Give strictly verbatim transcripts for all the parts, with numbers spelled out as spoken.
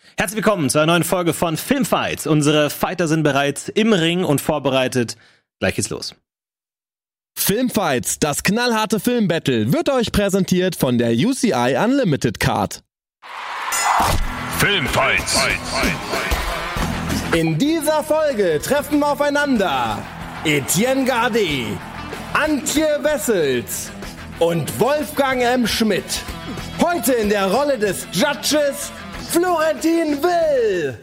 Herzlich willkommen zu einer neuen Folge von Filmfights. Unsere Fighter sind bereits im Ring und vorbereitet. Gleich geht's los. Filmfights, das knallharte Filmbattle, wird euch präsentiert von der U C I Unlimited Card. Filmfights. In dieser Folge treffen aufeinander Etienne Gardet, Antje Wessels und Wolfgang M. Schmidt. Heute in der Rolle des Judges Florentin Will.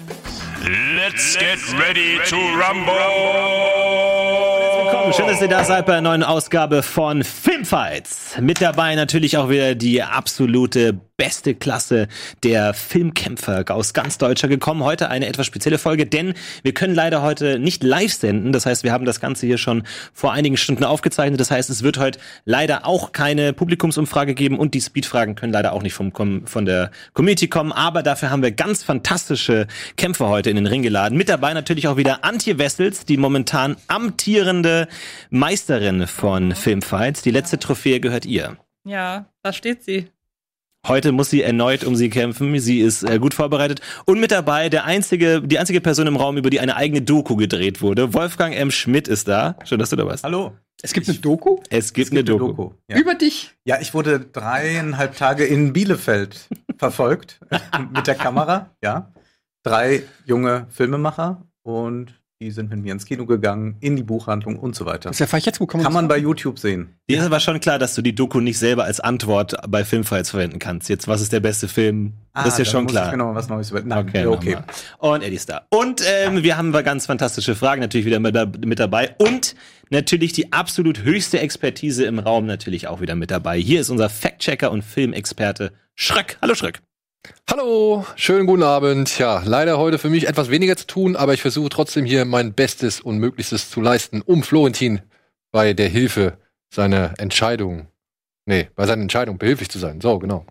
Let's get ready to rumble. Willkommen, schön, dass ihr da seid bei einer neuen Ausgabe von Filmfights. Mit dabei natürlich auch wieder die absolute beste Klasse der Filmkämpfer aus ganz Deutschland gekommen. Heute eine etwas spezielle Folge, denn wir können leider heute nicht live senden. Das heißt, wir haben das Ganze hier schon vor einigen Stunden aufgezeichnet. Das heißt, es wird heute leider auch keine Publikumsumfrage geben und die Speedfragen können leider auch nicht vom, von der Community kommen. Aber dafür haben wir ganz fantastische Kämpfer heute in den Ring geladen. Mit dabei natürlich auch wieder Antje Wessels, die momentan amtierende Meisterin von Filmfights. Die letzte Trophäe gehört ihr. Ja, da steht sie. Heute muss sie erneut um sie kämpfen. Sie ist äh, gut vorbereitet. Und mit dabei der einzige, die einzige Person im Raum, über die eine eigene Doku gedreht wurde. Wolfgang M. Schmidt ist da. Schön, dass du da bist. Hallo. Es gibt eine Doku? Es gibt, es gibt eine Doku. Eine Doku. Ja. Über dich? Ja, ich wurde dreieinhalb Tage in Bielefeld verfolgt mit der Kamera. Ja, drei junge Filmemacher und die sind mit mir ins Kino gegangen, in die Buchhandlung und so weiter. Das ist ja vielleicht jetzt, wo kann man Kann man bei YouTube sehen. Dir ist aber schon klar, dass du die Doku nicht selber als Antwort bei Filmfights verwenden kannst. Jetzt, was ist der beste Film? Ah, das ist ja schon muss klar. Ich mir noch mal was Neues über. Nein, okay, okay. Und Eddie ist da. Und ähm, wir haben ganz fantastische Fragen natürlich wieder mit, mit dabei. Und natürlich die absolut höchste Expertise im Raum natürlich auch wieder mit dabei. Hier ist unser Fact-Checker und Filmexperte Schröck. Hallo Schröck. Hallo, schönen guten Abend. Ja, leider heute für mich etwas weniger zu tun, aber ich versuche trotzdem hier mein Bestes und Möglichstes zu leisten, um Florentin bei der Hilfe seiner Entscheidung, nee, bei seiner Entscheidung behilflich zu sein. So, genau.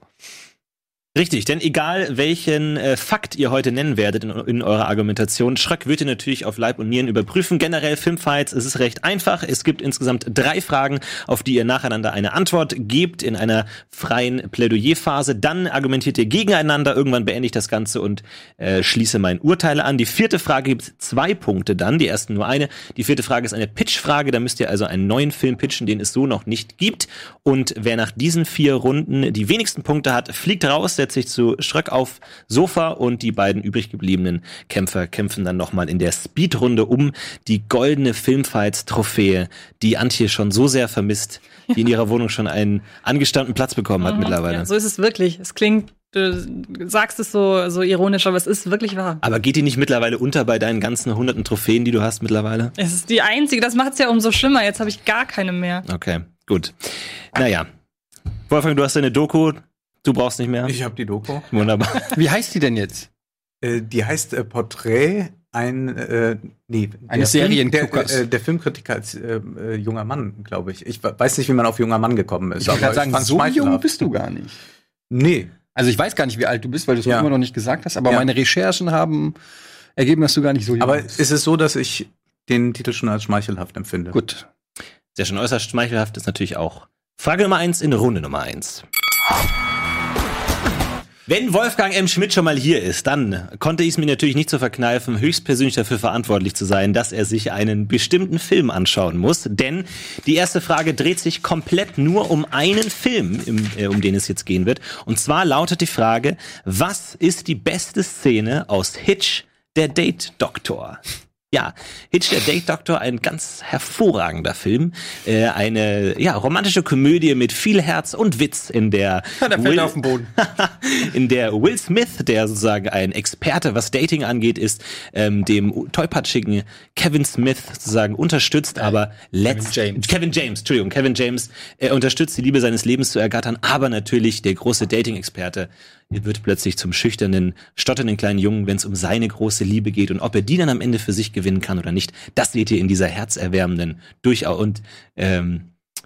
Richtig, denn egal welchen äh, Fakt ihr heute nennen werdet in, in eurer Argumentation, Schröck wird ihr natürlich auf Leib und Nieren überprüfen. Generell Filmfights, es ist recht einfach. Es gibt insgesamt drei Fragen, auf die ihr nacheinander eine Antwort gebt in einer freien Plädoyerphase. Dann argumentiert ihr gegeneinander. Irgendwann beende ich das Ganze und äh, schließe mein Urteil an. Die vierte Frage gibt zwei Punkte dann, die ersten nur eine. Die vierte Frage ist eine Pitchfrage. Da müsst ihr also einen neuen Film pitchen, den es so noch nicht gibt. Und wer nach diesen vier Runden die wenigsten Punkte hat, fliegt raus, setzt sich zu Schröck auf Sofa und die beiden übrig gebliebenen Kämpfer kämpfen dann nochmal in der Speedrunde um die goldene Filmfights-Trophäe, die Antje schon so sehr vermisst, die in ihrer Wohnung schon einen angestammten Platz bekommen hat mhm, mittlerweile. Ja, so ist es wirklich. Es klingt, du sagst es so, so ironisch, aber es ist wirklich wahr. Aber geht die nicht mittlerweile unter bei deinen ganzen hunderten Trophäen, die du hast mittlerweile? Es ist die einzige, das macht es ja umso schlimmer. Jetzt habe ich gar keine mehr. Okay, gut. Naja, Wolfgang, du hast deine Doku. Du brauchst nicht mehr? Ich habe die Doku. Wunderbar. Wie heißt die denn jetzt? Äh, die heißt äh, Porträt, ein, äh, nee. Eines Serienguckers. Der, äh, der Filmkritiker als äh, äh, junger Mann, glaube ich. Ich weiß nicht, wie man auf junger Mann gekommen ist. Ich würde gerade sagen, so jung bist du gar nicht. Nee. Also ich weiß gar nicht, wie alt du bist, weil du es ja. immer noch nicht gesagt hast, aber ja. meine Recherchen haben ergeben, dass du gar nicht so jung aber bist. Aber ist es so, dass ich den Titel schon als schmeichelhaft empfinde? Gut. Sehr schön, äußerst schmeichelhaft ist natürlich auch Frage Nummer eins in Runde Nummer eins. Wenn Wolfgang M. Schmidt schon mal hier ist, dann konnte ich es mir natürlich nicht so verkneifen, höchstpersönlich dafür verantwortlich zu sein, dass er sich einen bestimmten Film anschauen muss. Denn die erste Frage dreht sich komplett nur um einen Film, im, äh, um den es jetzt gehen wird. Und zwar lautet die Frage, was ist die beste Szene aus Hitch, der Date-Doktor? Ja, Hitch, der Date-Doktor, ein ganz hervorragender Film. Äh, eine ja romantische Komödie mit viel Herz und Witz, in der ja, der fällt Will, auf den Boden. in der Will Smith, der sozusagen ein Experte, was Dating angeht, ist, ähm, dem tollpatschigen Kevin Smith sozusagen unterstützt, äh, aber letzt Kevin James. Kevin James, Entschuldigung, Kevin James äh, unterstützt, die Liebe seines Lebens zu ergattern, aber natürlich der große Dating-Experte wird plötzlich zum schüchternen, stotternden kleinen Jungen, wenn es um seine große Liebe geht und ob er die dann am Ende für sich gewinnen kann oder nicht, das seht ihr in dieser herzerwärmenden, durchaus und ähm,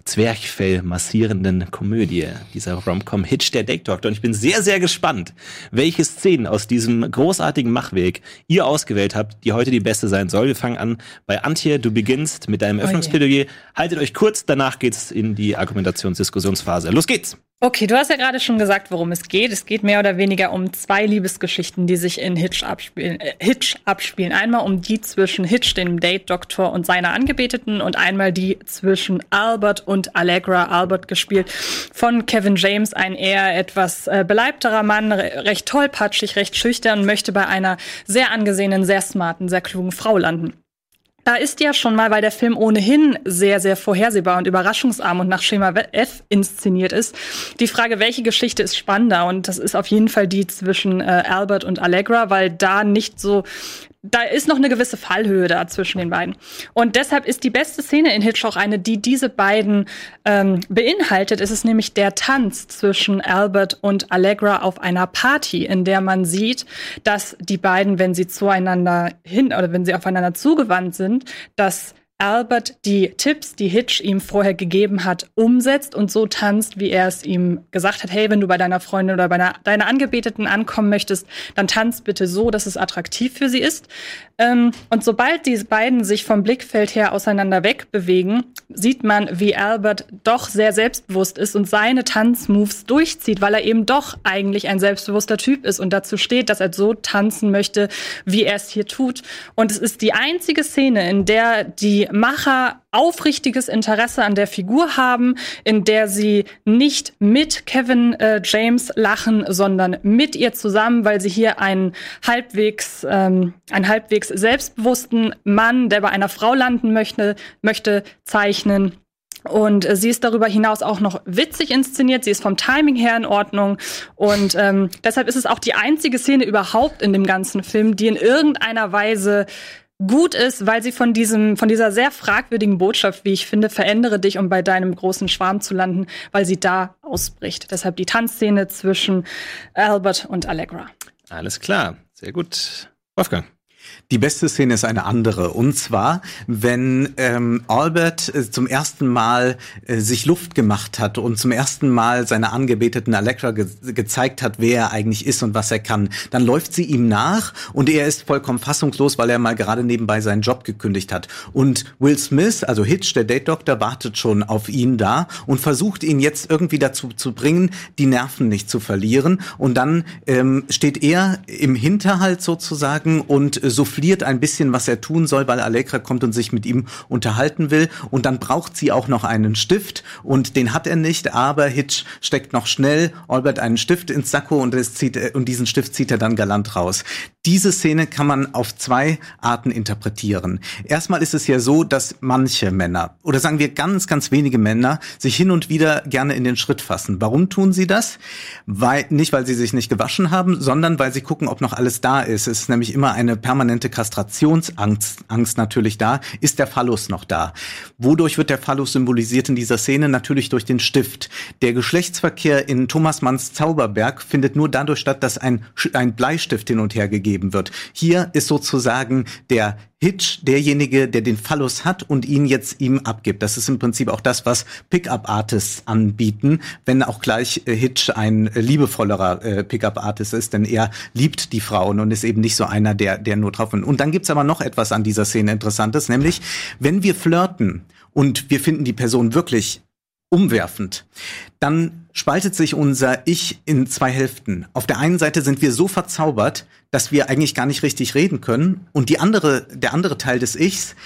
Zwerchfell massierenden Komödie, dieser Rom-Com Hitch, der Date Doctor. Und ich bin sehr, sehr gespannt, welche Szenen aus diesem großartigen Machwerk ihr ausgewählt habt, die heute die beste sein soll. Wir fangen an bei Antje, du beginnst mit deinem Öffnungsplädoyer. Haltet euch kurz, danach geht's in die Argumentationsdiskussionsphase. Los geht's! Okay, du hast ja gerade schon gesagt, worum es geht. Es geht mehr oder weniger um zwei Liebesgeschichten, die sich in Hitch abspielen. Äh, Hitch abspielen. Einmal um die zwischen Hitch, dem Date-Doktor, und seiner Angebeteten, und einmal die zwischen Albert und Allegra. Albert gespielt von Kevin James, ein eher etwas äh, beleibterer Mann, re- recht tollpatschig, recht schüchtern und möchte bei einer sehr angesehenen, sehr smarten, sehr klugen Frau landen. Da ist ja schon mal, weil der Film ohnehin sehr, sehr vorhersehbar und überraschungsarm und nach Schema F inszeniert ist, die Frage, welche Geschichte ist spannender? Und das ist auf jeden Fall die zwischen äh, Albert und Allegra, weil da nicht so, da ist noch eine gewisse Fallhöhe da zwischen den beiden. Und deshalb ist die beste Szene in Hitch auch eine, die diese beiden ähm, beinhaltet. Es ist nämlich der Tanz zwischen Albert und Allegra auf einer Party, in der man sieht, dass die beiden, wenn sie zueinander hin oder wenn sie aufeinander zugewandt sind, dass Albert die Tipps, die Hitch ihm vorher gegeben hat, umsetzt und so tanzt, wie er es ihm gesagt hat. Hey, wenn du bei deiner Freundin oder bei deiner, deiner Angebeteten ankommen möchtest, dann tanzt bitte so, dass es attraktiv für sie ist. Ähm, und sobald die beiden sich vom Blickfeld her auseinander wegbewegen, sieht man, wie Albert doch sehr selbstbewusst ist und seine Tanzmoves durchzieht, weil er eben doch eigentlich ein selbstbewusster Typ ist und dazu steht, dass er so tanzen möchte, wie er es hier tut. Und es ist die einzige Szene, in der die Macher aufrichtiges Interesse an der Figur haben, in der sie nicht mit Kevin äh, James lachen, sondern mit ihr zusammen, weil sie hier einen halbwegs, ähm, einen halbwegs selbstbewussten Mann, der bei einer Frau landen möchte, möchte zeichnen. Und äh, sie ist darüber hinaus auch noch witzig inszeniert. Sie ist vom Timing her in Ordnung. Und ähm, deshalb ist es auch die einzige Szene überhaupt in dem ganzen Film, die in irgendeiner Weise gut ist, weil sie von diesem, von dieser sehr fragwürdigen Botschaft, wie ich finde, verändere dich, um bei deinem großen Schwarm zu landen, weil sie da ausbricht. Deshalb die Tanzszene zwischen Albert und Allegra. Alles klar, sehr gut. Wolfgang. Die beste Szene ist eine andere. Und zwar, wenn ähm, Albert äh, zum ersten Mal äh, sich Luft gemacht hat und zum ersten Mal seiner Angebeteten Allegra ge- gezeigt hat, wer er eigentlich ist und was er kann, dann läuft sie ihm nach und er ist vollkommen fassungslos, weil er mal gerade nebenbei seinen Job gekündigt hat. Und Will Smith, also Hitch, der Date-Doktor, wartet schon auf ihn da und versucht ihn jetzt irgendwie dazu zu bringen, die Nerven nicht zu verlieren. Und dann ähm, steht er im Hinterhalt sozusagen und äh, so souffliert ein bisschen, was er tun soll, weil Allegra kommt und sich mit ihm unterhalten will. Und dann braucht sie auch noch einen Stift und den hat er nicht, aber Hitch steckt noch schnell Albert einen Stift ins Sakko und, das zieht, und diesen Stift zieht er dann galant raus. Diese Szene kann man auf zwei Arten interpretieren. Erstmal ist es ja so, dass manche Männer, oder sagen wir ganz, ganz wenige Männer, sich hin und wieder gerne in den Schritt fassen. Warum tun sie das? Weil, nicht, weil sie sich nicht gewaschen haben, sondern weil sie gucken, ob noch alles da ist. Es ist nämlich immer eine permanente Kastrationsangst Angst natürlich da. Ist der Phallus noch da? Wodurch wird der Phallus symbolisiert in dieser Szene? Natürlich durch den Stift. Der Geschlechtsverkehr in Thomas Manns Zauberberg findet nur dadurch statt, dass ein, ein Bleistift hin und her gegeben wird. Hier ist sozusagen der Hitch derjenige, der den Phallus hat und ihn jetzt ihm abgibt. Das ist im Prinzip auch das, was Pickup-Artists anbieten, wenn auch gleich äh, Hitch ein äh, liebevollerer äh, Pickup-Artist ist, denn er liebt die Frauen und ist eben nicht so einer, der der nur drauf will. Und dann gibt's aber noch etwas an dieser Szene Interessantes, nämlich wenn wir flirten und wir finden die Person wirklich umwerfend, dann spaltet sich unser Ich in zwei Hälften. Auf der einen Seite sind wir so verzaubert, dass wir eigentlich gar nicht richtig reden können. Und die andere, der andere Teil des Ichs,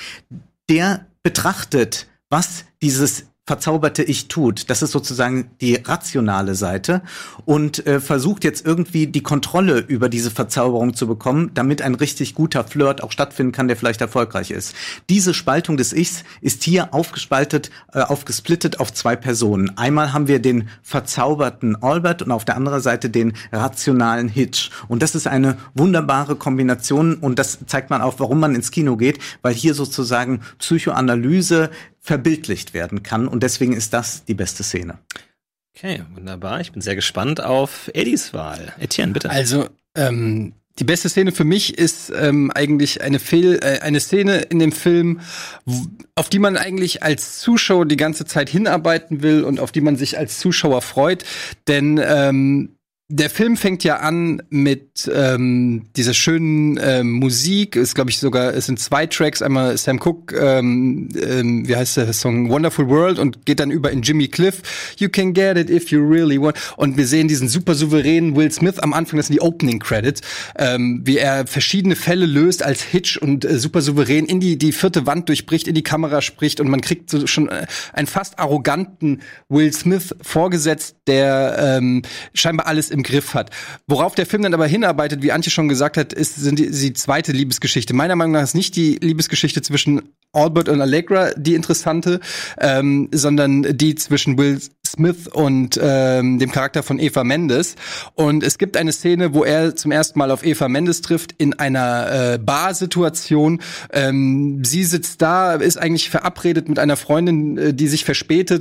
der betrachtet, was dieses verzauberte Ich tut. Das ist sozusagen die rationale Seite und äh, versucht jetzt irgendwie die Kontrolle über diese Verzauberung zu bekommen, damit ein richtig guter Flirt auch stattfinden kann, der vielleicht erfolgreich ist. Diese Spaltung des Ichs ist hier aufgespaltet, äh, aufgesplittet auf zwei Personen. Einmal haben wir den verzauberten Albert und auf der anderen Seite den rationalen Hitch. Und das ist eine wunderbare Kombination und das zeigt man auch, warum man ins Kino geht, weil hier sozusagen Psychoanalyse verbildlicht werden kann und deswegen ist das die beste Szene. Okay, wunderbar. Ich bin sehr gespannt auf Eddies Wahl. Etienne, bitte. Also, ähm, Die beste Szene für mich ist ähm, eigentlich eine Fehl, äh, eine Szene in dem Film, w- auf die man eigentlich als Zuschauer die ganze Zeit hinarbeiten will und auf die man sich als Zuschauer freut. Denn ähm, der Film fängt ja an mit ähm, dieser schönen ähm, Musik. Es glaube ich sogar, es sind zwei Tracks. Einmal Sam Cooke, ähm, ähm, wie heißt der Song? Wonderful World, und geht dann über in Jimmy Cliff. You can get it if you really want. Und wir sehen diesen super souveränen Will Smith am Anfang. Das sind die Opening Credits, ähm, wie er verschiedene Fälle löst als Hitch und äh, super souverän in die die vierte Wand durchbricht, in die Kamera spricht, und man kriegt so schon äh, einen fast arroganten Will Smith vorgesetzt, der ähm, scheinbar alles im Griff hat. Worauf der Film dann aber hinarbeitet, wie Antje schon gesagt hat, ist sind die, die zweite Liebesgeschichte. Meiner Meinung nach ist nicht die Liebesgeschichte zwischen Albert und Allegra die interessante, ähm, sondern die zwischen Will Smith und ähm, dem Charakter von Eva Mendes. Und es gibt eine Szene, wo er zum ersten Mal auf Eva Mendes trifft in einer äh, Barsituation. Ähm, sie sitzt da, ist eigentlich verabredet mit einer Freundin, äh, die sich verspätet.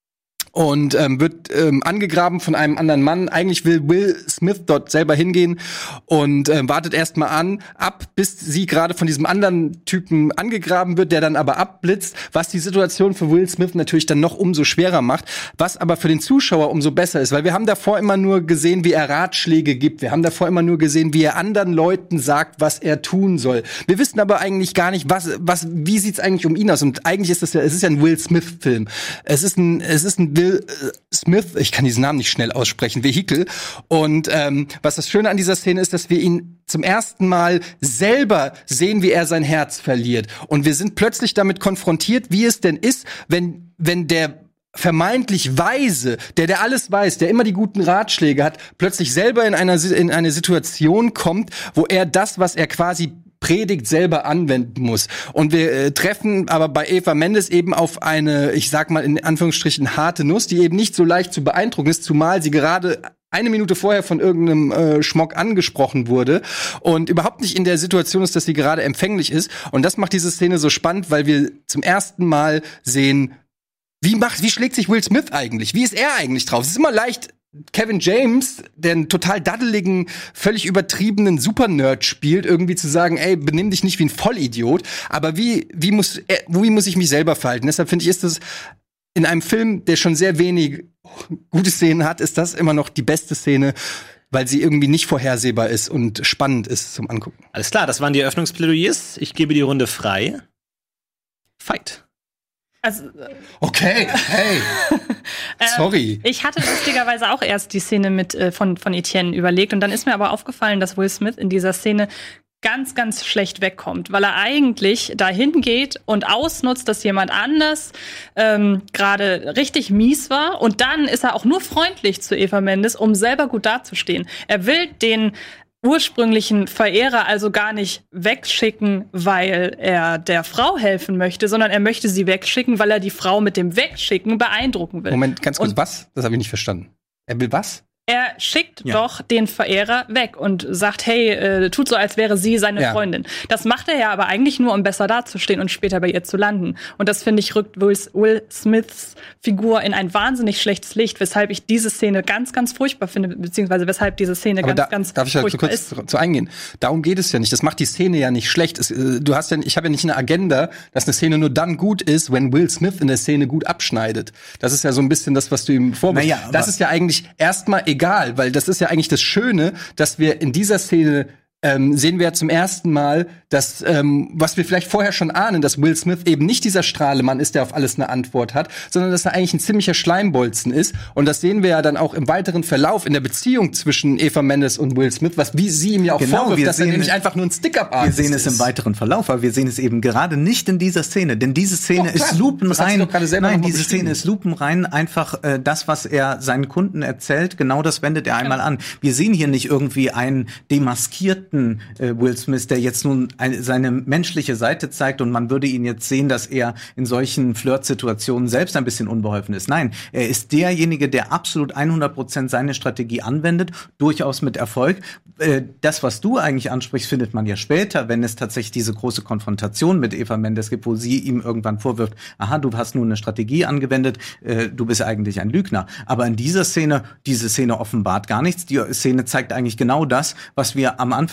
Und ähm, wird ähm, angegraben von einem anderen Mann. Eigentlich will Will Smith dort selber hingehen und ähm, wartet erst mal an, ab, bis sie gerade von diesem anderen Typen angegraben wird, der dann aber abblitzt, was die Situation für Will Smith natürlich dann noch umso schwerer macht, was aber für den Zuschauer umso besser ist, weil wir haben davor immer nur gesehen, wie er Ratschläge gibt. Wir haben davor immer nur gesehen, wie er anderen Leuten sagt, was er tun soll. Wir wissen aber eigentlich gar nicht, was, was, wie sieht's eigentlich um ihn aus? Und eigentlich ist das ja, es ist ja ein Will Smith-Film. Es ist ein, es ist ein Will Smith, ich kann diesen Namen nicht schnell aussprechen, Vehikel. Und ähm, was das Schöne an dieser Szene ist, dass wir ihn zum ersten Mal selber sehen, wie er sein Herz verliert. Und wir sind plötzlich damit konfrontiert, wie es denn ist, wenn, wenn der vermeintlich Weise, der, der alles weiß, der immer die guten Ratschläge hat, plötzlich selber in einer, in eine Situation kommt, wo er das, was er quasi Predigt selber anwenden muss. Und wir äh, treffen aber bei Eva Mendes eben auf eine, ich sag mal in Anführungsstrichen, harte Nuss, die eben nicht so leicht zu beeindrucken ist, zumal sie gerade eine Minute vorher von irgendeinem äh, Schmock angesprochen wurde und überhaupt nicht in der Situation ist, dass sie gerade empfänglich ist. Und das macht diese Szene so spannend, weil wir zum ersten Mal sehen, wie macht, wie schlägt sich Will Smith eigentlich? Wie ist er eigentlich drauf? Es ist immer leicht, Kevin James, der einen total daddeligen, völlig übertriebenen Super-Nerd spielt, irgendwie zu sagen, ey, benimm dich nicht wie ein Vollidiot. Aber wie, wie muss, äh, wie muss ich mich selber verhalten? Deshalb finde ich, ist das in einem Film, der schon sehr wenig gute Szenen hat, ist das immer noch die beste Szene, weil sie irgendwie nicht vorhersehbar ist und spannend ist zum Angucken. Alles klar, das waren die Eröffnungsplädoyers. Ich gebe die Runde frei. Fight. Also, okay, hey. Sorry. Ich hatte lustigerweise auch erst die Szene mit äh, von, von Etienne überlegt und dann ist mir aber aufgefallen, dass Will Smith in dieser Szene ganz, ganz schlecht wegkommt, weil er eigentlich dahin geht und ausnutzt, dass jemand anders ähm, gerade richtig mies war und dann ist er auch nur freundlich zu Eva Mendes, um selber gut dazustehen. Er will den ursprünglichen Verehrer also gar nicht wegschicken, weil er der Frau helfen möchte, sondern er möchte sie wegschicken, weil er die Frau mit dem Wegschicken beeindrucken will. Moment, ganz kurz, und was? Das habe ich nicht verstanden. Er will was? Er schickt Ja. doch den Verehrer weg und sagt, hey, äh, tut so, als wäre sie seine Ja. Freundin. Das macht er ja aber eigentlich nur, um besser dazustehen und später bei ihr zu landen. Und das, finde ich, rückt Will, Will Smiths Figur in ein wahnsinnig schlechtes Licht, weshalb ich diese Szene ganz, ganz furchtbar finde, beziehungsweise weshalb diese Szene Aber ganz, da, ganz darf ich halt so furchtbar kurz ist. zu, zu eingehen? Darum geht es ja nicht. Das macht die Szene ja nicht schlecht. Es, äh, du hast ja, ich habe ja nicht eine Agenda, dass eine Szene nur dann gut ist, wenn Will Smith in der Szene gut abschneidet. Das ist ja so ein bisschen das, was du ihm vorwirfst. Naja, aber- das ist ja eigentlich erstmal egal, weil das ist ja eigentlich das Schöne, dass wir in dieser Szene ähm, sehen wir zum ersten Mal, dass, ähm, was wir vielleicht vorher schon ahnen, dass Will Smith eben nicht dieser Strahlemann ist, der auf alles eine Antwort hat, sondern dass er eigentlich ein ziemlicher Schleimbolzen ist. Und das sehen wir ja dann auch im weiteren Verlauf in der Beziehung zwischen Eva Mendes und Will Smith, was wie sie ihm ja auch Genau, vorwirft, wir dass er sehen nämlich es- einfach nur ein Wir Stick-Up-Artist sehen es im ist. weiteren Verlauf, aber wir sehen es eben gerade nicht in dieser Szene. Denn diese Szene Doch, klar. ist Das hat sie lupenrein. doch gerade selber Nein, noch mal diese beschrieben. Szene ist lupenrein. Einfach äh, das, was er seinen Kunden erzählt, genau das wendet er einmal an. Wir sehen hier nicht irgendwie einen demaskierten äh, Will Smith, der jetzt nun eine, seine menschliche Seite zeigt und man würde ihn jetzt sehen, dass er in solchen Flirtsituationen selbst ein bisschen unbeholfen ist. Nein, er ist derjenige, der absolut hundert Prozent seine Strategie anwendet, durchaus mit Erfolg. Äh, das, was du eigentlich ansprichst, findet man ja später, wenn es tatsächlich diese große Konfrontation mit Eva Mendes gibt, wo sie ihm irgendwann vorwirft, aha, du hast nun eine Strategie angewendet, äh, du bist eigentlich ein Lügner. Aber in dieser Szene, diese Szene offenbart gar nichts. Die Szene zeigt eigentlich genau das, was wir am Anfang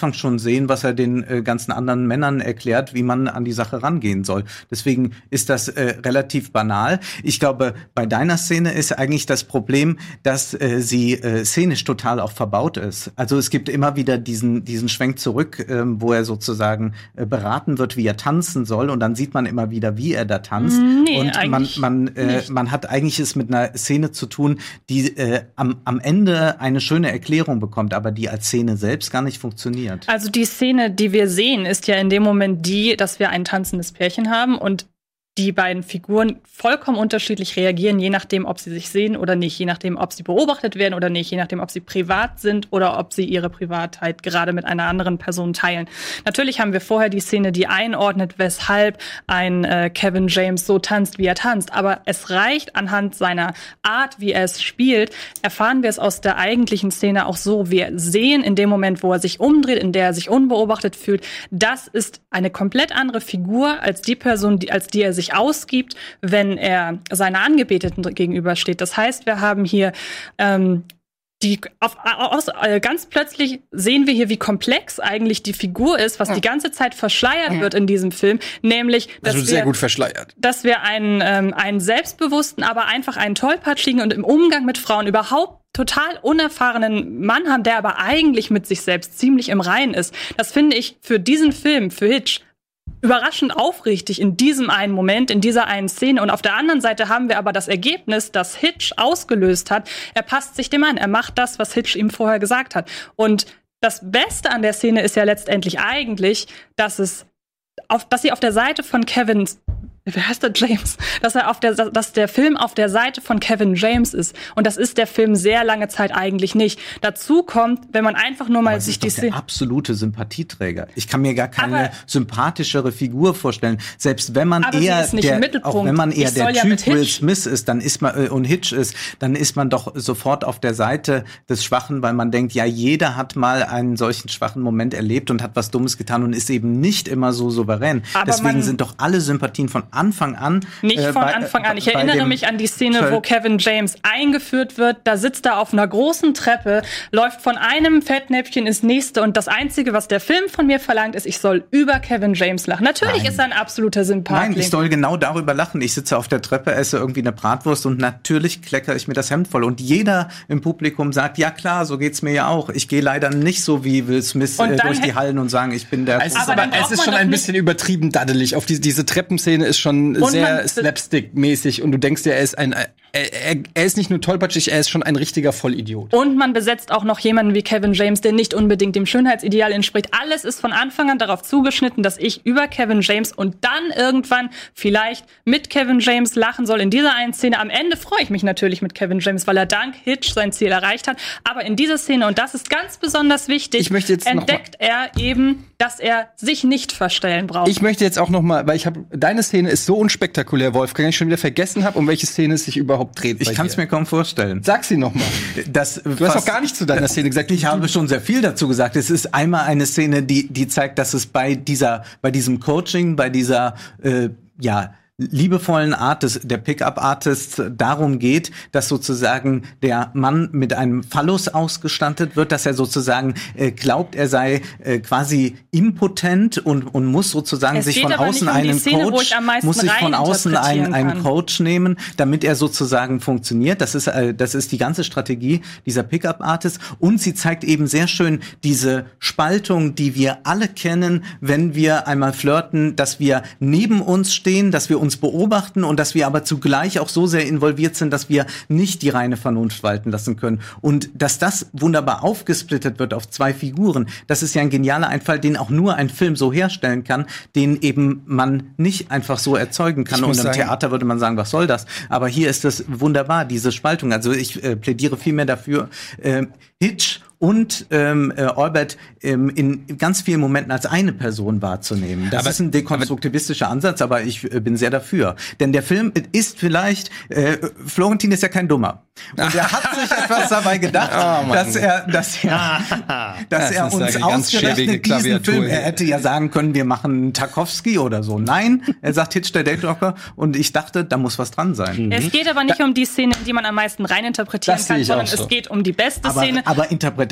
Anfang schon sehen, was er den äh, ganzen anderen Männern erklärt, wie man an die Sache rangehen soll. Deswegen ist das äh, relativ banal. Ich glaube, bei deiner Szene ist eigentlich das Problem, dass äh, sie äh, szenisch total auch verbaut ist. Also es gibt immer wieder diesen diesen Schwenk zurück, äh, wo er sozusagen äh, beraten wird, wie er tanzen soll, und dann sieht man immer wieder, wie er da tanzt. Nee, und man man äh, nicht. man hat eigentlich es mit einer Szene zu tun, die äh, am am Ende eine schöne Erklärung bekommt, aber die als Szene selbst gar nicht funktioniert. Also die Szene, die wir sehen, ist ja in dem Moment die, dass wir ein tanzendes Pärchen haben und die beiden Figuren vollkommen unterschiedlich reagieren, je nachdem, ob sie sich sehen oder nicht, je nachdem, ob sie beobachtet werden oder nicht, je nachdem, ob sie privat sind oder ob sie ihre Privatheit gerade mit einer anderen Person teilen. Natürlich haben wir vorher die Szene, die einordnet, weshalb ein äh, Kevin James so tanzt, wie er tanzt. Aber es reicht anhand seiner Art, wie er es spielt, erfahren wir es aus der eigentlichen Szene auch so. Wir sehen in dem Moment, wo er sich umdreht, in der er sich unbeobachtet fühlt, das ist eine komplett andere Figur als die Person, die, als die er sich ausgibt, wenn er seiner Angebeteten gegenübersteht. Das heißt, wir haben hier ähm, die auf, aus, äh, ganz plötzlich sehen wir hier, wie komplex eigentlich die Figur ist, was die ganze Zeit verschleiert wird in diesem Film, nämlich dass das wird wir, sehr gut verschleiert. dass wir einen, ähm, einen selbstbewussten, aber einfach einen tollpatschigen und im Umgang mit Frauen überhaupt total unerfahrenen Mann haben, der aber eigentlich mit sich selbst ziemlich im Reinen ist. Das finde ich für diesen Film, für Hitch, überraschend aufrichtig in diesem einen Moment, in dieser einen Szene. Und auf der anderen Seite haben wir aber das Ergebnis, das Hitch ausgelöst hat. Er passt sich dem an. Er macht das, was Hitch ihm vorher gesagt hat. Und das Beste an der Szene ist ja letztendlich eigentlich, dass es auf, dass sie auf der Seite von Kevin, wie heißt der, James, dass er auf der, dass der Film auf der Seite von Kevin James ist. Und das ist der Film sehr lange Zeit eigentlich nicht. Dazu kommt, wenn man einfach nur mal Aber sich ist doch die der Szene, absolute Sympathieträger. Ich kann mir gar keine Aber- sympathischere Figur vorstellen. Selbst wenn man Aber sie eher ist nicht der, im Mittelpunkt. auch wenn man eher Ich der soll ja Typ mit Will Hitch- Smith ist, dann ist man äh, und Hitch ist, dann ist man doch sofort auf der Seite des Schwachen, weil man denkt, ja, jeder hat mal einen solchen schwachen Moment erlebt und hat was Dummes getan und ist eben nicht immer so souverän. Aber Deswegen man- sind doch alle Sympathien von Anfang an Nicht äh, von bei- Anfang an. Ich bei erinnere dem mich an die Szene, Töl- wo Kevin James eingeführt wird. Da sitzt er auf einer großen Treppe, läuft von einem Fettnäpfchen ins nächste und das Einzige, was der Film von mir verlangt, ist, ich soll über Kevin James lachen. Natürlich Nein. ist er ein absoluter Sympathling. Nein, ich soll genau darüber lachen. Ich sitze auf der Treppe, esse irgendwie eine Bratwurst und natürlich kleckere ich mir das Hemd voll. Und jeder im Publikum sagt, ja klar, so geht's mir ja auch. Ich gehe leider nicht so wie Will Smith Und äh, dann durch die hätt- Hallen und sagen, ich bin der Es ist Aber aber, dann braucht es ist man schon doch ein nicht- bisschen übertrieben daddelig. Auf die, diese Treppenszene ist schon Und sehr man- slapstick-mäßig und du denkst dir, er ist ein, er, er, er ist nicht nur tollpatschig, er ist schon ein richtiger Vollidiot. Und man besetzt auch noch jemanden wie Kevin James, der nicht unbedingt dem Schönheitsideal entspricht. Alles ist von Anfang an darauf zugeschnitten, dass ich über Kevin James und dann irgendwann vielleicht mit Kevin James lachen soll in dieser einen Szene. Am Ende freue ich mich natürlich mit Kevin James, weil er dank Hitch sein Ziel erreicht hat. Aber in dieser Szene, und das ist ganz besonders wichtig, Ich möchte jetzt noch entdeckt er eben, dass er sich nicht verstellen braucht. Ich möchte jetzt auch noch mal, weil ich habe deine Szene ist so unspektakulär, Wolfgang, dass ich schon wieder vergessen habe, um welche Szene es sich überhaupt dreht. Ich bei kann es dir. mir kaum vorstellen. Sag sie noch mal. Das, Du hast auch gar nichts zu deiner Szene gesagt. Ich habe schon sehr viel dazu gesagt. Es ist einmal eine Szene, die, die zeigt, dass es bei dieser, bei diesem Coaching, bei dieser, äh, ja, liebevollen Art des, der Pickup-Artists darum geht, dass sozusagen der Mann mit einem Phallus ausgestattet wird, dass er sozusagen äh, glaubt, er sei äh, quasi impotent und, und muss sozusagen Es sich geht von aber außen nicht um die einen Szene, wo Coach, ich am meisten muss sich von außen einen, reininterpretieren einen kann. Coach nehmen, damit er sozusagen funktioniert. Das ist, äh, das ist die ganze Strategie dieser Pickup-Artists. Und sie zeigt eben sehr schön diese Spaltung, die wir alle kennen, wenn wir einmal flirten, dass wir neben uns stehen, dass wir uns beobachten und dass wir aber zugleich auch so sehr involviert sind, dass wir nicht die reine Vernunft walten lassen können. Und dass das wunderbar aufgesplittet wird auf zwei Figuren, das ist ja ein genialer Einfall, den auch nur ein Film so herstellen kann, den eben man nicht einfach so erzeugen kann. Ich Und muss im sagen- Theater würde man sagen, was soll das? Aber hier ist es wunderbar, diese Spaltung. Also ich äh, plädiere vielmehr dafür, äh, Hitch und ähm, äh, Albert ähm, in ganz vielen Momenten als eine Person wahrzunehmen. Das Aber- ist ein dekonstruktivistischer Ansatz, aber ich äh, bin sehr dafür. Denn der Film ist vielleicht, äh, Florentin ist ja kein Dummer. Und er hat sich etwas dabei gedacht, Oh, Mann. dass er, dass er, dass Das er ist uns eine ganz schäbige ausgerechnet diesen Klaviatur Film, er hier. hätte ja sagen können, wir machen Tarkovsky oder so. Nein, er sagt Hitch, der Date-Docker. Und ich dachte, da muss was dran sein. Es geht aber nicht um die Szene, in die man am meisten reininterpretieren Das sehe kann, ich sondern auch so. es geht um die beste Aber, Szene. aber Interpretation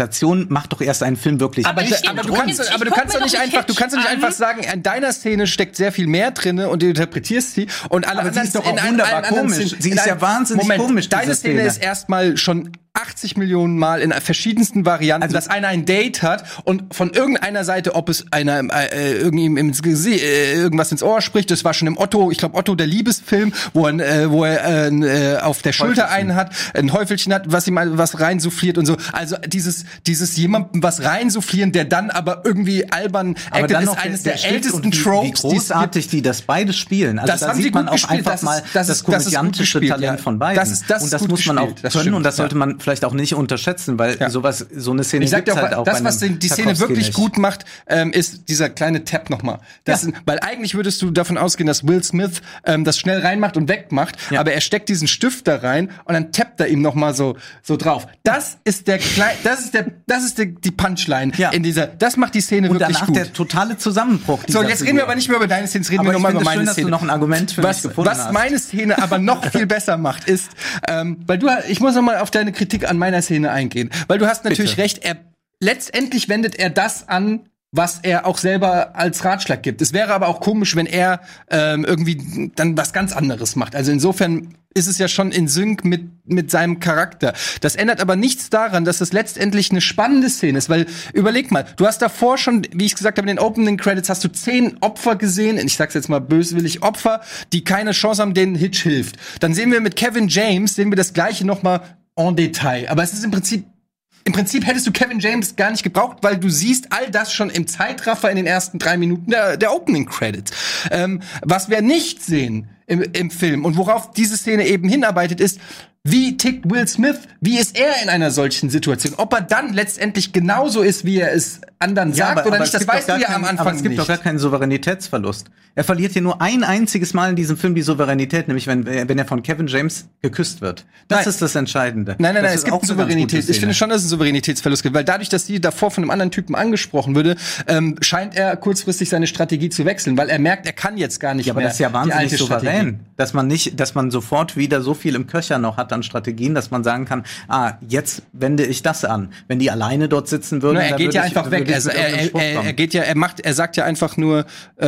Interpretation macht doch erst einen Film wirklich. Aber, ich aber, geh du doch kannst, nicht- aber du ich kannst guck doch mir nicht doch einfach, du Hitch kannst doch nicht an. einfach sagen, in deiner Szene steckt sehr viel mehr drinne und du interpretierst sie und alle Aber sie anderen ist doch auch in allen wunderbar anderen komisch. Szenen- Sie in ist ja allen- wahnsinnig Moment, komisch, Deine diese Szene Szene. ist erstmal schon achtzig Millionen Mal in verschiedensten Varianten, Also- dass einer ein Date hat und von irgendeiner Seite, ob es einer äh, irgendwie ihm ins Gesicht, äh, irgendwas ins Ohr spricht, das war schon im Otto, ich glaube Otto der Liebesfilm, wo er, äh, wo er äh, auf der Schulter einen hat, ein Häufelchen hat, was ihm was reinsouffliert und so. Also dieses dieses jemandem was reinsoufflieren, der dann aber irgendwie albern Aber acted, dann ist noch eines der, der, der Schnitt ältesten und wie, Tropes, wie die es gibt. großartig die das beide spielen. Also Das da haben sie sieht man gut auch gespielt. einfach Das ist- mal das das, ist- das ist gut komödiantische gespielt, Talent ja. von beiden. Das ist- das und ist das gut muss man auch gespielt, das können stimmt, und das sollte ja. man vielleicht auch nicht unterschätzen, weil Ja. sowas so eine Szene Ich sag gibt's dir auch, halt auch das, bei was einem den, die Szene Tarkovsky wirklich nicht. gut macht, ähm, ist dieser kleine Tap nochmal. Das Ja. ist, weil eigentlich würdest du davon ausgehen, dass Will Smith ähm, das schnell reinmacht und wegmacht, Ja. aber er steckt diesen Stift da rein und dann tappt er ihm nochmal so so drauf. Das ist der Klei das ist der das ist der, die Punchline Ja. in dieser. Das macht die Szene Und wirklich danach gut. der totale Zusammenbruch. So, dieser jetzt reden wir Figur. aber nicht mehr über deine Szene, jetzt reden Aber wir nochmal ich über finde es meine schön, dass du Szene. noch ein Argument für was, mich gefunden was hast. meine Szene aber noch viel besser macht, ist, ähm, weil du, ich muss noch mal auf deine Kritik an meiner Szene eingehen, weil du hast natürlich Bitte. recht, er, letztendlich wendet er das an, was er auch selber als Ratschlag gibt. Es wäre aber auch komisch, wenn er ähm, irgendwie dann was ganz anderes macht. Also insofern ist es ja schon in Sync mit mit seinem Charakter. Das ändert aber nichts daran, dass es letztendlich eine spannende Szene ist, weil überleg mal, du hast davor schon, wie ich gesagt habe, in den Opening Credits hast du zehn Opfer gesehen, ich sag's jetzt mal böswillig Opfer, die keine Chance haben, denen Hitch hilft. Dann sehen wir mit Kevin James, sehen wir das Gleiche noch mal en Detail. Aber es ist im Prinzip Im Prinzip hättest du Kevin James gar nicht gebraucht, weil du siehst all das schon im Zeitraffer in den ersten drei Minuten der, der Opening Credits. Ähm, was wir nicht sehen im, im Film und worauf diese Szene eben hinarbeitet, ist, wie tickt Will Smith? Wie ist er in einer solchen Situation? Ob er dann letztendlich genauso ist, wie er es anderen Ja, sagt aber, oder aber nicht, es das gibt doch weißt du gar ja kein- am Anfang aber es gibt nicht. doch gar keinen Souveränitätsverlust. Er verliert hier nur ein einziges Mal in diesem Film die Souveränität, nämlich wenn, wenn er von Kevin James geküsst wird. Das Nein. ist das Entscheidende. Nein, nein, Das nein, ist es gibt auch einen eine ganz gute Souveränitäts. Ich Szene. finde schon, dass es einen Souveränitätsverlust gibt, weil dadurch, dass sie davor von einem anderen Typen angesprochen würde, ähm, scheint er kurzfristig seine Strategie zu wechseln, weil er merkt, er kann jetzt gar nicht Ja, aber mehr das ist ja die wahnsinnig alte Strategie. souverän, dass man nicht, dass man sofort wieder so viel im Köcher noch hat an Strategien, dass man sagen kann, ah, jetzt wende ich das an. Wenn die alleine dort sitzen würden, Nur er dann geht würde ja ich- einfach würde weg. ich Also mit er, irgendeinem Spruch er, er, kommen. er geht ja, er macht, er sagt ja einfach nur,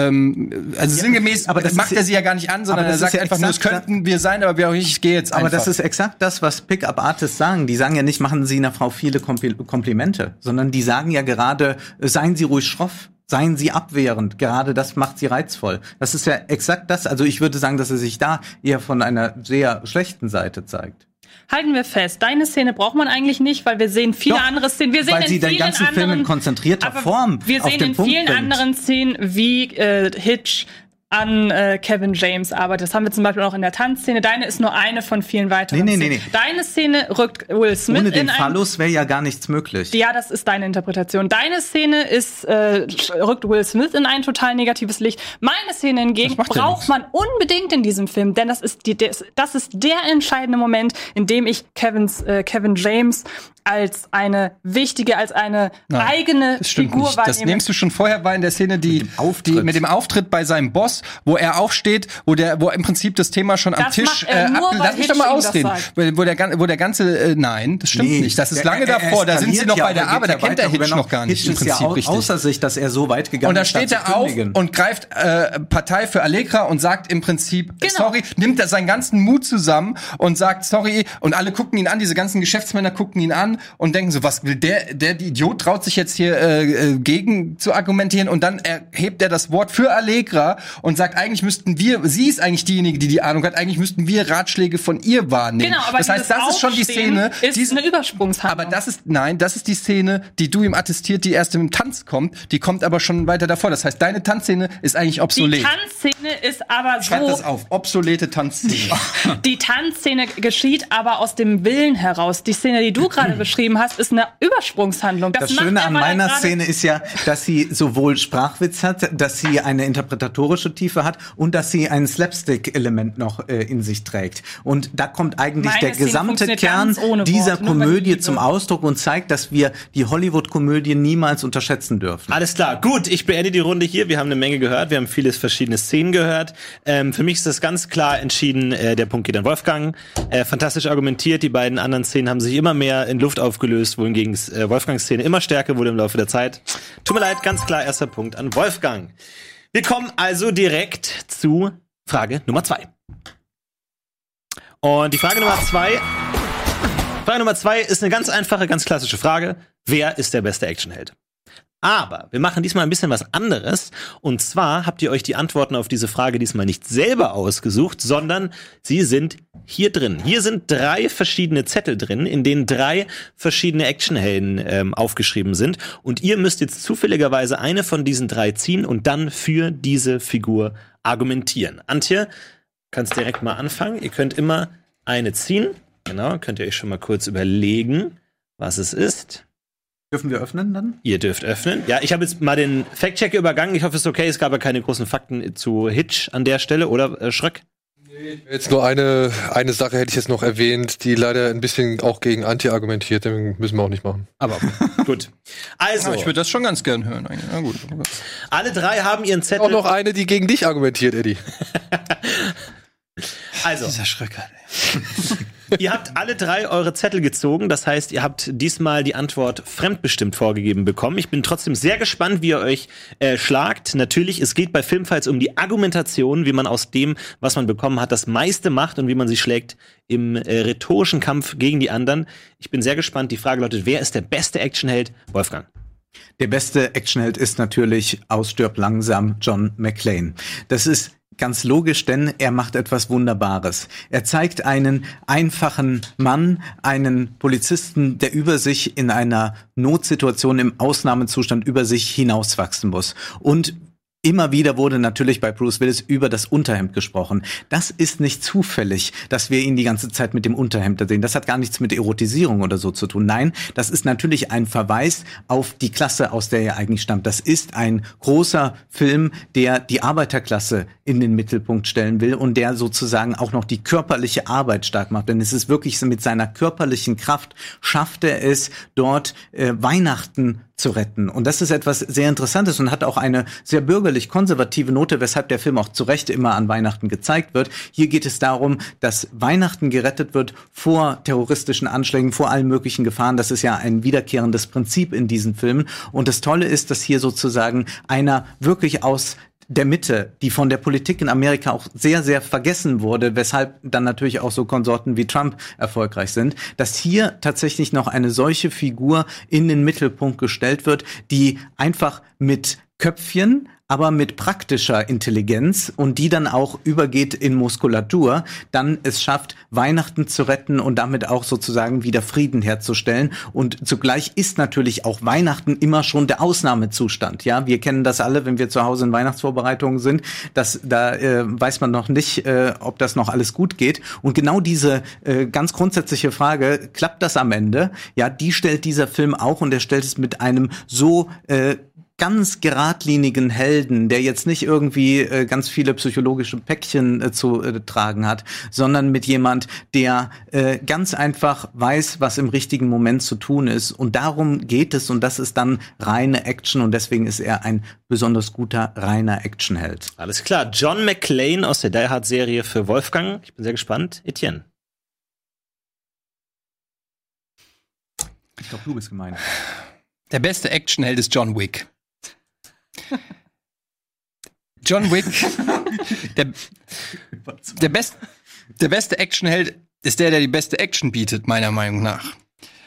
ähm, also sinngemäß, aber das macht ist- er sie ja gar nicht an, sondern aber er das sagt ist ja einfach nur, es exakt- könnten wir sein, aber wir auch nicht, ich gehe jetzt Aber einfach. das ist exakt das, was Pick-up-Artists sagen. Die sagen ja nicht, machen Sie einer Frau viele Kompli- Komplimente, sondern die sagen ja gerade, äh, seien Sie ruhig schroff, seien Sie abwehrend. Gerade das macht sie reizvoll. Das ist ja exakt das. Also ich würde sagen, dass er sich da eher von einer sehr schlechten Seite zeigt. Halten wir fest, deine Szene braucht man eigentlich nicht, weil wir sehen viele Doch, andere Szenen. Wir sehen weil in sie den vielen ganzen anderen, Film in konzentrierter aber Form Wir auf sehen den in Punkt vielen bringt. anderen Szenen, wie äh, Hitch an äh, Kevin James arbeitet. Das haben wir zum Beispiel auch in der Tanzszene. Deine ist nur eine von vielen weiteren Nee, nee, nee, Szenen. nee. Deine Szene rückt Will Smith Ohne den in ein Phallus wäre ja gar nichts möglich. Ja, das ist deine Interpretation. Deine Szene ist, äh, rückt Will Smith in ein total negatives Licht. Meine Szene hingegen Das macht ja braucht man unbedingt in diesem Film, denn das ist, die, das, das ist der entscheidende Moment, in dem ich Kevins, äh, Kevin James als eine wichtige, als eine Nein, eigene das stimmt Figur nicht. Das wahrnehme. nimmst du schon vorher, war in der Szene, die Mit dem Auftritt. Die, mit dem Auftritt bei seinem Boss, wo er aufsteht, wo der, wo im Prinzip das Thema schon am Das Tisch macht er nur, abge- weil Lass mich doch Hitch mal ihm das ausreden. sagt. Wo, wo der, gan- wo der ganze, äh, nein, das stimmt Nee, nicht. Das ist der- lange er- er davor. Da sind sie eskaliert noch ja, bei der aber Arbeit. Da geht ja kennt der weiter. Hitch Wenn noch gar nicht Hitch im ist ja Prinzip au- richtig. außer sich, dass er so weit gegangen Und da ist, statt steht zu er auf kündigen. und greift äh, Partei für Allegra und sagt im Prinzip, Genau. sorry, nimmt er seinen ganzen Mut zusammen und sagt, sorry, und alle gucken ihn an, diese ganzen Geschäftsmänner gucken ihn an und denken so, was will der, der die Idiot traut sich jetzt hier äh, äh, gegen zu argumentieren und dann erhebt er das Wort für Allegra und sagt, eigentlich müssten wir, sie ist eigentlich diejenige, die die Ahnung hat, eigentlich müssten wir Ratschläge von ihr wahrnehmen. Genau, aber das heißt, das ist schon die Aufstehen Szene, ist diese, eine Übersprungshandlung. aber das ist, nein, das ist die Szene, die du ihm attestiert, die erst im Tanz kommt, die kommt aber schon weiter davor. Das heißt, deine Tanzszene ist eigentlich die obsolet. Tanzszene ist aber Schreib so das auf, obsolete Tanzszene. Die Tanzszene geschieht aber aus dem Willen heraus. Die Szene, die du gerade beschrieben hast, ist eine Übersprungshandlung. Das macht Schöne er, an weil er meiner gerade- Szene ist ja, dass sie sowohl Sprachwitz hat, dass sie eine interpretatorische Tiefe hat und dass sie ein Slapstick-Element noch äh, in sich trägt. Und da kommt eigentlich Meine der Szene gesamte funktioniert Kern ganz ohne dieser Worte, nur weil Komödie ich zum liebe. Ausdruck und zeigt, dass wir die Hollywood-Komödie niemals unterschätzen dürfen. Alles klar, gut, ich beende die Runde hier. Wir haben eine Menge gehört, wir haben vieles verschiedene Szenen gehört. Ähm, für mich ist das ganz klar entschieden, äh, der Punkt geht an Wolfgang. Äh, fantastisch argumentiert, die beiden anderen Szenen haben sich immer mehr in Luft Luft aufgelöst, wohingegen äh, Wolfgangs Szene immer stärker wurde im Laufe der Zeit. Tut mir leid, ganz klar erster Punkt an Wolfgang. Wir kommen also direkt zu Frage Nummer zwei. Und die Frage Nummer zwei, Frage Nummer zwei ist eine ganz einfache, ganz klassische Frage. Wer ist der beste Actionheld? Aber wir machen diesmal ein bisschen was anderes. Und zwar habt ihr euch die Antworten auf diese Frage diesmal nicht selber ausgesucht, sondern sie sind hier drin. Hier sind drei verschiedene Zettel drin, in denen drei verschiedene Actionhelden ähm, aufgeschrieben sind. Und ihr müsst jetzt zufälligerweise eine von diesen drei ziehen und dann für diese Figur argumentieren. Antje, kannst direkt mal anfangen. Ihr könnt immer eine ziehen. Genau, könnt ihr euch schon mal kurz überlegen, was es ist. Dürfen wir öffnen dann? Ihr dürft öffnen. Ja, ich habe jetzt mal den Fact-Checker übergangen. Ich hoffe, es ist okay. Es gab ja keine großen Fakten zu Hitch an der Stelle, oder, äh, Schröck? Jetzt nur eine, eine Sache hätte ich jetzt noch erwähnt, die leider ein bisschen auch gegen Anti argumentiert. Den müssen wir auch nicht machen. Aber gut. Also, Ja, ich würde das schon ganz gern hören. Eigentlich. Na gut. alle drei haben ihren Zettel. Auch noch eine, die gegen dich argumentiert, Eddie. Also, Dieser Schröcker. ihr habt alle drei eure Zettel gezogen. Das heißt, ihr habt diesmal die Antwort fremdbestimmt vorgegeben bekommen. Ich bin trotzdem sehr gespannt, wie ihr euch äh, schlagt. Natürlich, es geht bei Filmfights um die Argumentation, wie man aus dem, was man bekommen hat, das meiste macht und wie man sich schlägt im äh, rhetorischen Kampf gegen die anderen. Ich bin sehr gespannt. Die Frage lautet, wer ist der beste Actionheld? Wolfgang. Der beste Actionheld ist natürlich aus Stirb langsam John McClane. Das ist ganz logisch, denn er macht etwas Wunderbares. Er zeigt einen einfachen Mann, einen Polizisten, der über sich in einer Notsituation im Ausnahmezustand über sich hinauswachsen muss. Und immer wieder wurde natürlich bei Bruce Willis über das Unterhemd gesprochen. Das ist nicht zufällig, dass wir ihn die ganze Zeit mit dem Unterhemd da sehen. Das hat gar nichts mit Erotisierung oder so zu tun. Nein, das ist natürlich ein Verweis auf die Klasse, aus der er eigentlich stammt. Das ist ein großer Film, der die Arbeiterklasse in den Mittelpunkt stellen will und der sozusagen auch noch die körperliche Arbeit stark macht. Denn es ist wirklich so, mit seiner körperlichen Kraft schafft er es, dort äh, Weihnachten zu retten. Und das ist etwas sehr Interessantes und hat auch eine sehr bürgerlich-konservative Note, weshalb der Film auch zu Recht immer an Weihnachten gezeigt wird. Hier geht es darum, dass Weihnachten gerettet wird vor terroristischen Anschlägen, vor allen möglichen Gefahren. Das ist ja ein wiederkehrendes Prinzip in diesen Filmen. Und das Tolle ist, dass hier sozusagen einer wirklich aus der Mitte, die von der Politik in Amerika auch sehr, sehr vergessen wurde, weshalb dann natürlich auch so Konsorten wie Trump erfolgreich sind, dass hier tatsächlich noch eine solche Figur in den Mittelpunkt gestellt wird, die einfach mit Köpfchen, aber mit praktischer Intelligenz und die dann auch übergeht in Muskulatur, dann es schafft, Weihnachten zu retten und damit auch sozusagen wieder Frieden herzustellen. Und zugleich ist natürlich auch Weihnachten immer schon der Ausnahmezustand. Ja, wir kennen das alle, wenn wir zu Hause in Weihnachtsvorbereitungen sind, dass da äh, weiß man noch nicht, äh, ob das noch alles gut geht. Und genau diese äh, ganz grundsätzliche Frage, klappt das am Ende? Ja, die stellt dieser Film auch und er stellt es mit einem so äh, ganz geradlinigen Helden, der jetzt nicht irgendwie äh, ganz viele psychologische Päckchen äh, zu äh, tragen hat, sondern mit jemand, der äh, ganz einfach weiß, was im richtigen Moment zu tun ist. Und darum geht es und das ist dann reine Action und deswegen ist er ein besonders guter, reiner Actionheld. Alles klar. John McClane aus der Die Hard-Serie für Wolfgang. Ich bin sehr gespannt. Etienne. Ich glaube, du bist gemeint. Der beste Actionheld ist John Wick. John Wick, der, der, best, der beste Actionheld ist der, der die beste Action bietet, meiner Meinung nach.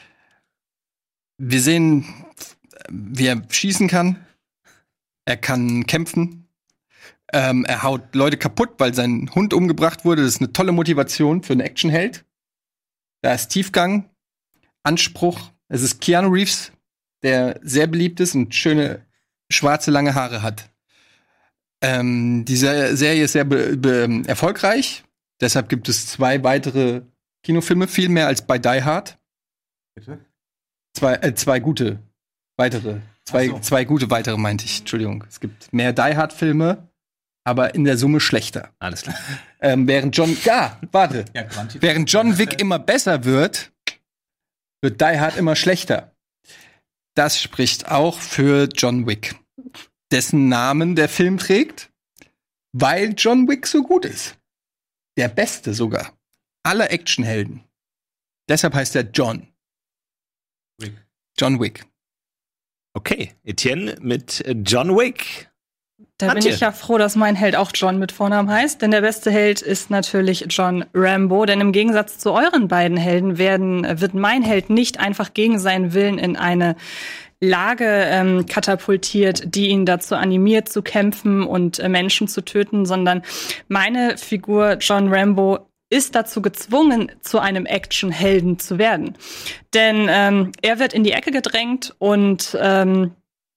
Wir sehen, wie er schießen kann. Er kann kämpfen. Ähm, er haut Leute kaputt, weil sein Hund umgebracht wurde. Das ist eine tolle Motivation für einen Actionheld. Da ist Tiefgang, Anspruch. Es ist Keanu Reeves, der sehr beliebt ist und schöne schwarze, lange Haare hat. Ähm, diese Serie ist sehr be- be- erfolgreich. Deshalb gibt es zwei weitere Kinofilme, viel mehr als bei Die Hard. Bitte? Zwei, äh, zwei gute weitere. Zwei, Ach so. zwei gute weitere, meinte ich. Entschuldigung. Es gibt mehr Die Hard-Filme, aber in der Summe schlechter. Alles klar. Ähm, während John, ja, warte. Ja, quantifiziert. Während John Wick immer besser wird, wird Die Hard immer schlechter. Das spricht auch für John Wick, dessen Namen der Film trägt, weil John Wick so gut ist. Der Beste sogar. Aller Actionhelden. Deshalb heißt er John. Wick. John Wick. Okay, Etienne mit John Wick. Da bin Antje. ich ja froh, dass mein Held auch John mit Vornamen heißt, denn der beste Held ist natürlich John Rambo, denn im Gegensatz zu euren beiden Helden werden, wird mein Held nicht einfach gegen seinen Willen in eine Lage ähm, katapultiert, die ihn dazu animiert zu kämpfen und äh, Menschen zu töten, sondern meine Figur John Rambo ist dazu gezwungen, zu einem Actionhelden zu werden. Denn ähm, er wird in die Ecke gedrängt und ähm,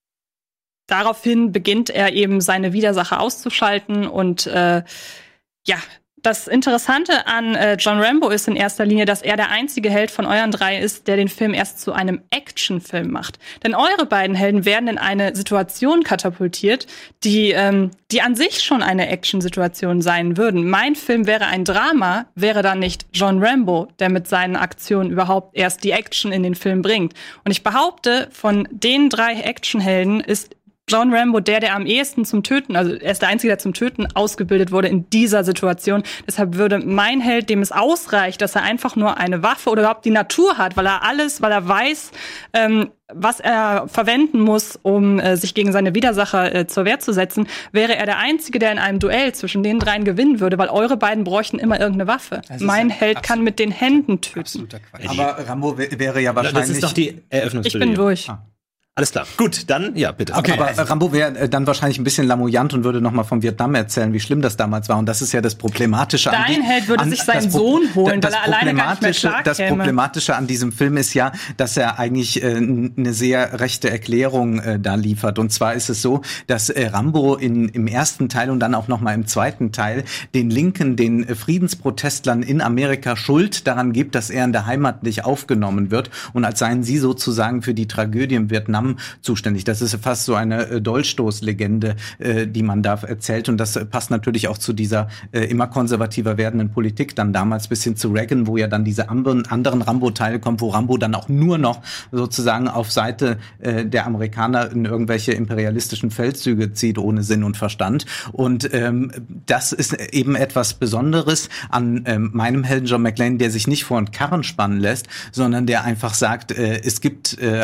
daraufhin beginnt er eben seine Widersacher auszuschalten und äh, ja, das Interessante an äh, John Rambo ist in erster Linie, dass er der einzige Held von euren drei ist, der den Film erst zu einem Actionfilm macht. Denn eure beiden Helden werden in eine Situation katapultiert, die ähm, die an sich schon eine Action-Situation sein würden. Mein Film wäre ein Drama, wäre dann nicht John Rambo, der mit seinen Aktionen überhaupt erst die Action in den Film bringt. Und ich behaupte, von den drei Actionhelden ist John Rambo, der, der am ehesten zum Töten, also er ist der Einzige, der zum Töten ausgebildet wurde in dieser Situation. Deshalb würde mein Held, dem es ausreicht, dass er einfach nur eine Waffe oder überhaupt die Natur hat, weil er alles, weil er weiß, ähm, was er verwenden muss, um äh, sich gegen seine Widersacher äh, zur Wehr zu setzen, wäre er der Einzige, der in einem Duell zwischen den dreien gewinnen würde, weil eure beiden bräuchten immer irgendeine Waffe. Mein Held kann mit den Händen töten. Aber Rambo w- wäre ja wahrscheinlich... Das ist doch die Eröffnungsbilder. Ich bin durch. Ah. Alles klar. Gut, dann, ja, bitte. Okay, aber Rambo wäre äh, dann wahrscheinlich ein bisschen lamoyant und würde noch mal vom Vietnam erzählen, wie schlimm das damals war. Und das ist ja das Problematische an Dein die- Held würde an, sich seinen das Pro- Sohn holen, das weil er alleine gar nicht mehr Problematische- klar Das käme. Problematische an diesem Film ist ja, dass er eigentlich äh, n- eine sehr rechte Erklärung äh, da liefert. Und zwar ist es so, dass äh, Rambo in, im ersten Teil und dann auch noch mal im zweiten Teil den Linken, den äh, Friedensprotestlern in Amerika Schuld daran gibt, dass er in der Heimat nicht aufgenommen wird. Und als seien sie sozusagen für die Tragödie im Vietnam zuständig. Das ist fast so eine äh, Dolchstoßlegende, äh, die man da erzählt. Und das äh, passt natürlich auch zu dieser äh, immer konservativer werdenden Politik dann damals bis hin zu Reagan, wo ja dann diese anderen, anderen Rambo-Teile kommen, wo Rambo dann auch nur noch sozusagen auf Seite äh, der Amerikaner in irgendwelche imperialistischen Feldzüge zieht, ohne Sinn und Verstand. Und ähm, das ist eben etwas Besonderes an ähm, meinem Helden John McClane, der sich nicht vor den Karren spannen lässt, sondern der einfach sagt, äh, es gibt äh,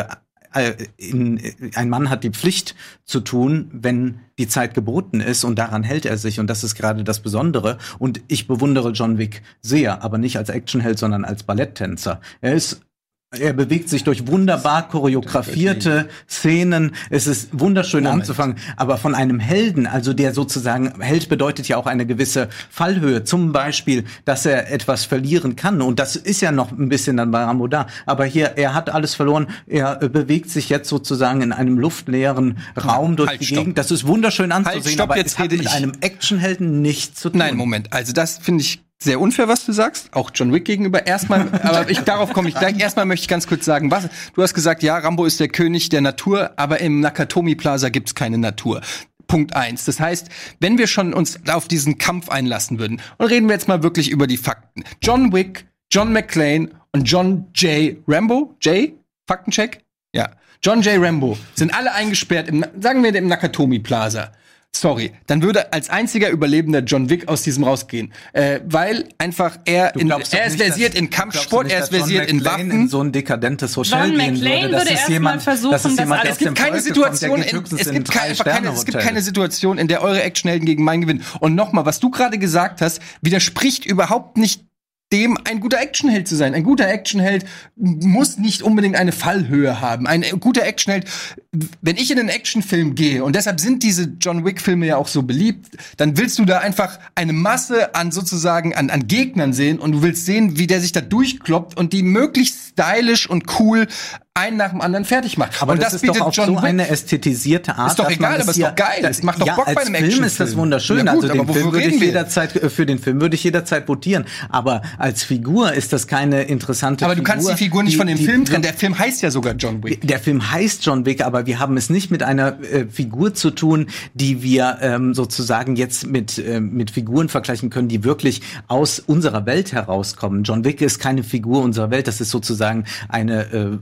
In, ein Mann hat die Pflicht zu tun, wenn die Zeit geboten ist, und daran hält er sich, und das ist gerade das Besondere. Und ich bewundere John Wick sehr, aber nicht als Actionheld, sondern als Balletttänzer. Er ist Er bewegt sich durch wunderbar choreografierte Szenen. Es ist wunderschön Moment. anzufangen. Aber von einem Helden, also der sozusagen, Held bedeutet ja auch eine gewisse Fallhöhe. Zum Beispiel, dass er etwas verlieren kann. Und das ist ja noch ein bisschen dann bei Rambo da. Aber hier, er hat alles verloren. Er äh, bewegt sich jetzt sozusagen in einem luftleeren Raum durch Halt, die stopp. Gegend. Das ist wunderschön anzusehen. Halt, stopp, aber jetzt es hat rede mit ich. einem Actionhelden nichts zu tun. Nein, Moment. Also das finde ich sehr unfair, was du sagst, auch John Wick gegenüber. Erstmal, aber ich darauf komme ich gleich. Erstmal möchte ich ganz kurz sagen, was du hast gesagt, ja, Rambo ist der König der Natur, aber im Nakatomi Plaza gibt's keine Natur. Punkt eins. Das heißt, wenn wir schon uns auf diesen Kampf einlassen würden, und reden wir jetzt mal wirklich über die Fakten. John Wick, John McClane und John J. Rambo, J? Faktencheck? Ja. John J. Rambo sind alle eingesperrt im, sagen wir, im Nakatomi Plaza. Sorry, dann würde als einziger Überlebender John Wick aus diesem rausgehen, äh, weil einfach er Du in, glaubst doch er ist nicht, versiert dass- in glaubst du Kampfsport, nicht, er dass ist versiert John in McClane Waffen. in so ein dekadentes Hotel John gehen McClane würde. Das würde ist erst jemand, mal versuchen, das ist das jemand, alles- der Es aus dem gibt keine Volke Situation, kommt, der geht in, höchstens es in gibt ein keine, einfach keine, es gibt Drei-Sterne-Hotel. keine Situation, in der eure Actionhelden gegen meinen gewinnen. Und nochmal, was du gerade gesagt hast, widerspricht überhaupt nicht dem, ein guter Actionheld zu sein. Ein guter Actionheld muss nicht unbedingt eine Fallhöhe haben. Ein guter Actionheld, wenn ich in einen Actionfilm gehe, und deshalb sind diese John Wick-Filme ja auch so beliebt, dann willst du da einfach eine Masse an sozusagen an, an Gegnern sehen, und du willst sehen, wie der sich da durchkloppt und die möglichst stylisch und cool einen nach dem anderen fertig macht. Aber und das, ist doch auch so eine ästhetisierte Art. Ist doch dass egal, man aber es ist doch hier- geil. Das Es macht doch ja, Bock bei als einem Film ist das Actionfilm. wunderschön. Na gut, also aber den wofür Film würde reden ich wir? jederzeit, äh, für den Film würde ich jederzeit votieren. Aber als Figur ist das keine interessante Aber du Figur. kannst die Figur nicht die, von dem die, Film trennen. Der Film heißt ja sogar John Wick. Der Film heißt John Wick, aber wir haben es nicht mit einer äh, Figur zu tun, die wir ähm, sozusagen jetzt mit äh, mit Figuren vergleichen können, die wirklich aus unserer Welt herauskommen. John Wick ist keine Figur unserer Welt, das ist sozusagen eine äh, eine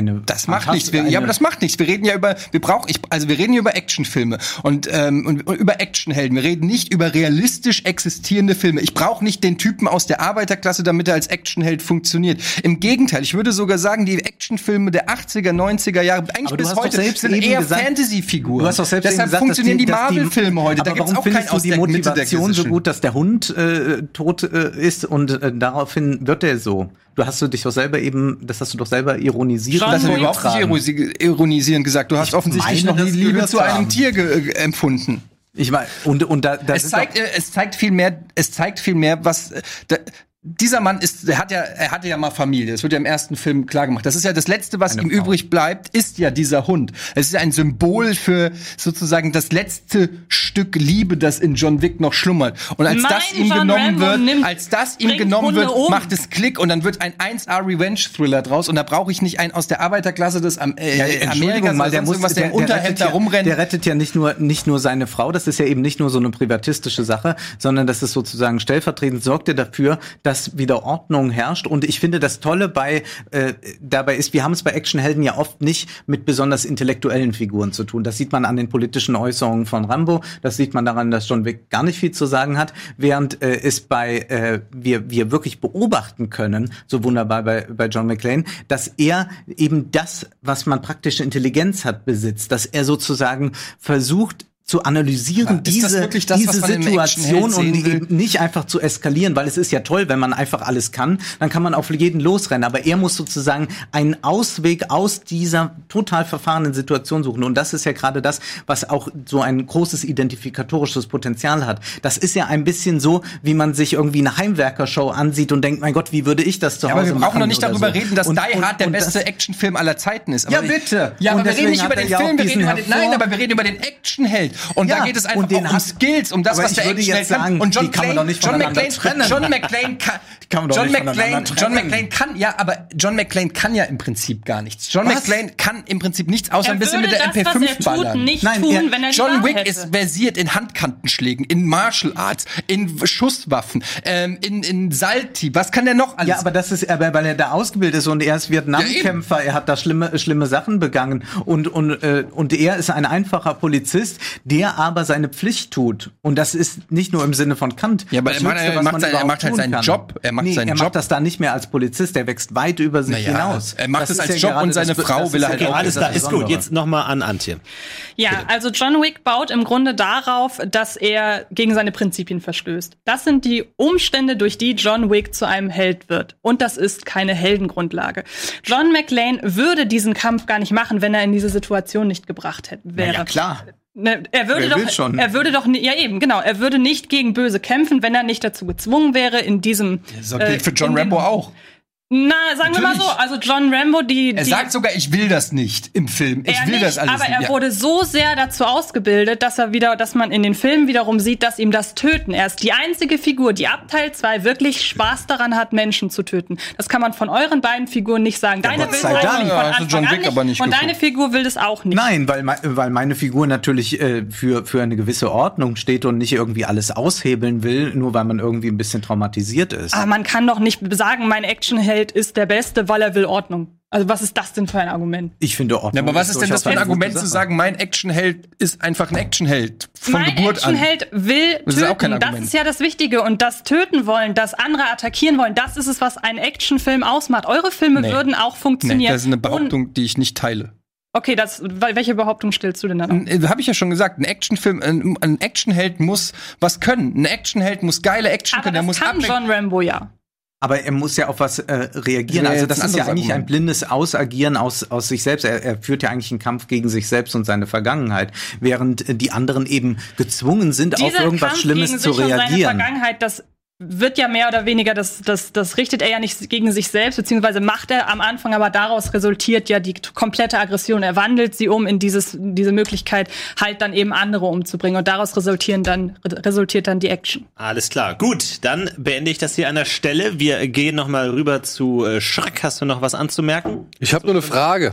eine Das macht nichts. Wir, ja, aber das macht nichts. Wir reden ja über, wir brauchen, ich, also wir reden hier über Actionfilme und, ähm, und, und über Actionhelden. Wir reden nicht über realistisch existierende Filme. Ich brauche nicht den Typen aus der Arbeiterklasse, damit er als Actionheld funktioniert. Im Gegenteil, ich würde sogar sagen, die Actionfilme der achtziger, neunziger Jahre, eigentlich bis heute, sind eher Fantasy-Figuren. Du hast doch selbst Deshalb gesagt, funktionieren dass die, die Marvel-Filme heute. Aber Da gibt's warum auch keinen findest du aus die der Mitte der Motivation so Geschichte. gut, dass der Hund äh, tot äh, ist und äh, daraufhin wird er so? Du hast du dich doch selber eben, das hast du doch selber ironisiert. John Das hat Wick. überhaupt nicht ironi- ironisierend gesagt. Du hast offensichtlich meine, noch nie das Liebe gehört zu zu einem haben. Tier ge- äh, empfunden. Ich meine, und und da, das Es ist zeigt, doch, äh, es zeigt viel mehr, es zeigt viel mehr, was äh, da, dieser Mann ist, der hat ja, er hatte ja mal Familie. Das wird ja im ersten Film klar gemacht. Das ist ja das Letzte, was Eine ihm Frau. übrig bleibt, ist ja dieser Hund. Es ist ja ein Symbol für sozusagen das letzte Stück Liebe, das in John Wick noch schlummert. Und als Mein das ihm John genommen Rambo wird, nimmt- als das ihm bringt genommen Hunde wird, um. macht es Klick und dann wird ein eins A Revenge-Thriller draus. Und da brauche ich nicht einen aus der Arbeiterklasse des Am äh, ja, Amerikas Entschuldigung mal, der muss, irgendwas, der, der, im der, Unterhemd rettet da ja, rumrennt. der rettet ja nicht nur nicht nur seine Frau. Das ist ja eben nicht nur so eine privatistische Sache, sondern das ist sozusagen stellvertretend sorgt er dafür, dass wieder Ordnung herrscht. Und ich finde, das Tolle bei äh, dabei ist, wir haben es bei Actionhelden ja oft nicht mit besonders intellektuellen Figuren zu tun. Das sieht man an den politischen Äußerungen von Rambo. Das sieht man daran, dass John Wick gar nicht viel zu sagen hat, während äh, es bei äh, wir wir wirklich beobachten können, so wunderbar bei bei John McClane, dass er eben das, was man praktische Intelligenz hat, besitzt, dass er sozusagen versucht zu analysieren, Aber ist das diese, wirklich das, diese was man im Situation Actionheld und sehen will? eben nicht einfach zu eskalieren, weil es ist ja toll, wenn man einfach alles kann, dann kann man auf jeden losrennen, aber er muss sozusagen einen Ausweg aus dieser total verfahrenen Situation suchen und das ist ja gerade das, was auch so ein großes identifikatorisches Potenzial hat. Das ist ja ein bisschen so, wie man sich irgendwie eine Heimwerker-Show ansieht und denkt, mein Gott, wie würde ich das zu Ja, Hause aber wir machen? brauchen noch nicht oder darüber so. reden, dass Und- Die und- Hard der und beste das- Actionfilm aller Zeiten ist. Aber Ja, bitte. Ja, Und aber wir reden deswegen nicht über hat er den ja auch Film, wir reden diesen über den, nein, hervor- aber wir reden über den Actionheld. Und Ja, da geht es einfach und den auch um hat- Skills, um das, aber was ich der würde Actionheld jetzt sagen, kann. Und John die kann man McClane, doch nicht John voneinander McClane, trennen. John McClane kann, kann man doch John nicht McClane, voneinander John trennen. McClane kann, ja, aber John McClane kann ja im Prinzip gar nichts. John Was? McClane kann im Prinzip nichts, außer Er ein bisschen mit würde der das, M P was fünf er tut, ballern. nicht Nein, tun, er- wenn er die John Wahl Wick hätte. ist versiert in Handkantenschlägen, in Martial Arts, in Schusswaffen, ähm, in, in Salti. Was kann der noch alles? Ja, aber das ist, aber weil er da ausgebildet ist und er ist Vietnamkämpfer, er hat da schlimme, schlimme Sachen begangen und und äh, und er ist ein einfacher Polizist, der aber seine Pflicht tut. Und das ist nicht nur im Sinne von Kant. Ja, aber das er macht- Höchste, er was macht man sein- er überhaupt macht halt tun seinen kann. Job. Er macht nee, seinen er Job. macht das da nicht mehr als Polizist. Der wächst weit über sich Naja, hinaus. er macht Das es ist als ja Job und gerade seine das- Frau das will ist er halt ja auch. Okay, alles das klar, ist gut. Besondere. Jetzt nochmal an Antje. Ja, also John Wick baut im Grunde darauf, dass er gegen seine Prinzipien verstößt. Das sind die Umstände, durch die John Wick zu einem Held wird. Und das ist keine Heldengrundlage. John McClane würde diesen Kampf gar nicht machen, wenn er in diese Situation nicht gebracht hätte, wäre. Ja, klar. Ne, er würde Wer will doch, schon? er würde doch, ni- ja eben, genau, er würde nicht gegen Böse kämpfen, wenn er nicht dazu gezwungen wäre, in diesem. So gilt für John in dem- Rambo auch. Na, sagen wir mal Natürlich. so, also John Rambo, die. Er die sagt sogar, ich will das nicht im Film. Ich er will nicht, das alles aber nicht. er Ja. wurde so sehr dazu ausgebildet, dass er wieder, dass man in den Filmen wiederum sieht, dass ihm das Töten. Er ist die einzige Figur, die ab Teil zwei wirklich Spaß daran hat, Menschen zu töten. Das kann man von euren beiden Figuren nicht sagen. Deine Gott will sei das Dank. nicht Ja, von also Anfang John an Wick aber nicht und deine gefunden. Figur will das auch nicht. Nein, weil, mei- weil meine Figur natürlich äh, für, für eine gewisse Ordnung steht und nicht irgendwie alles aushebeln will, nur weil man irgendwie ein bisschen traumatisiert ist. Aber man kann doch nicht sagen, mein Actionheld ist der Beste, weil er will Ordnung. Also was ist das denn für ein Argument? Ich finde Ordnung. Ja, aber was ist denn das für ein durchaus eine Argument gute zu Sache. sagen, mein Actionheld ist einfach ein Actionheld von mein Geburt an? Actionheld will Das ist auch kein töten. Das Argument. ist ja das Wichtige. Und das Töten wollen, das andere attackieren wollen, das ist es, was einen Actionfilm ausmacht. Eure Filme Nee. würden auch Nee, funktionieren. das ist eine Und- Behauptung, die ich nicht teile. Okay, das, welche Behauptung stellst du denn dann auf? Äh, Habe ich ja schon gesagt, ein Actionfilm, ein, ein Actionheld muss was können. Ein Actionheld muss geile Action Aber können, der das muss kann ablenken. John Rambo ja. Aber er muss ja auf was äh, reagieren. Ja, Also jetzt das ein ist ja anderes eigentlich ein Argument. blindes Ausagieren aus, aus sich selbst. Er, er führt ja eigentlich einen Kampf gegen sich selbst und seine Vergangenheit, während äh, die anderen eben gezwungen sind, auf Dieser irgendwas Kampf Schlimmes gegen zu sich und seine reagieren. Vergangenheit, das wird ja mehr oder weniger, das, das, das richtet er ja nicht gegen sich selbst, beziehungsweise macht er am Anfang, aber daraus resultiert ja die t- komplette Aggression. Er wandelt sie um in dieses, diese Möglichkeit, halt dann eben andere umzubringen. Und daraus resultieren dann, re- resultiert dann die Action. Alles klar. Gut, dann beende ich das hier an der Stelle. Wir gehen noch mal rüber zu äh, Schreck. Hast du noch was anzumerken? Ich habe nur eine Frage.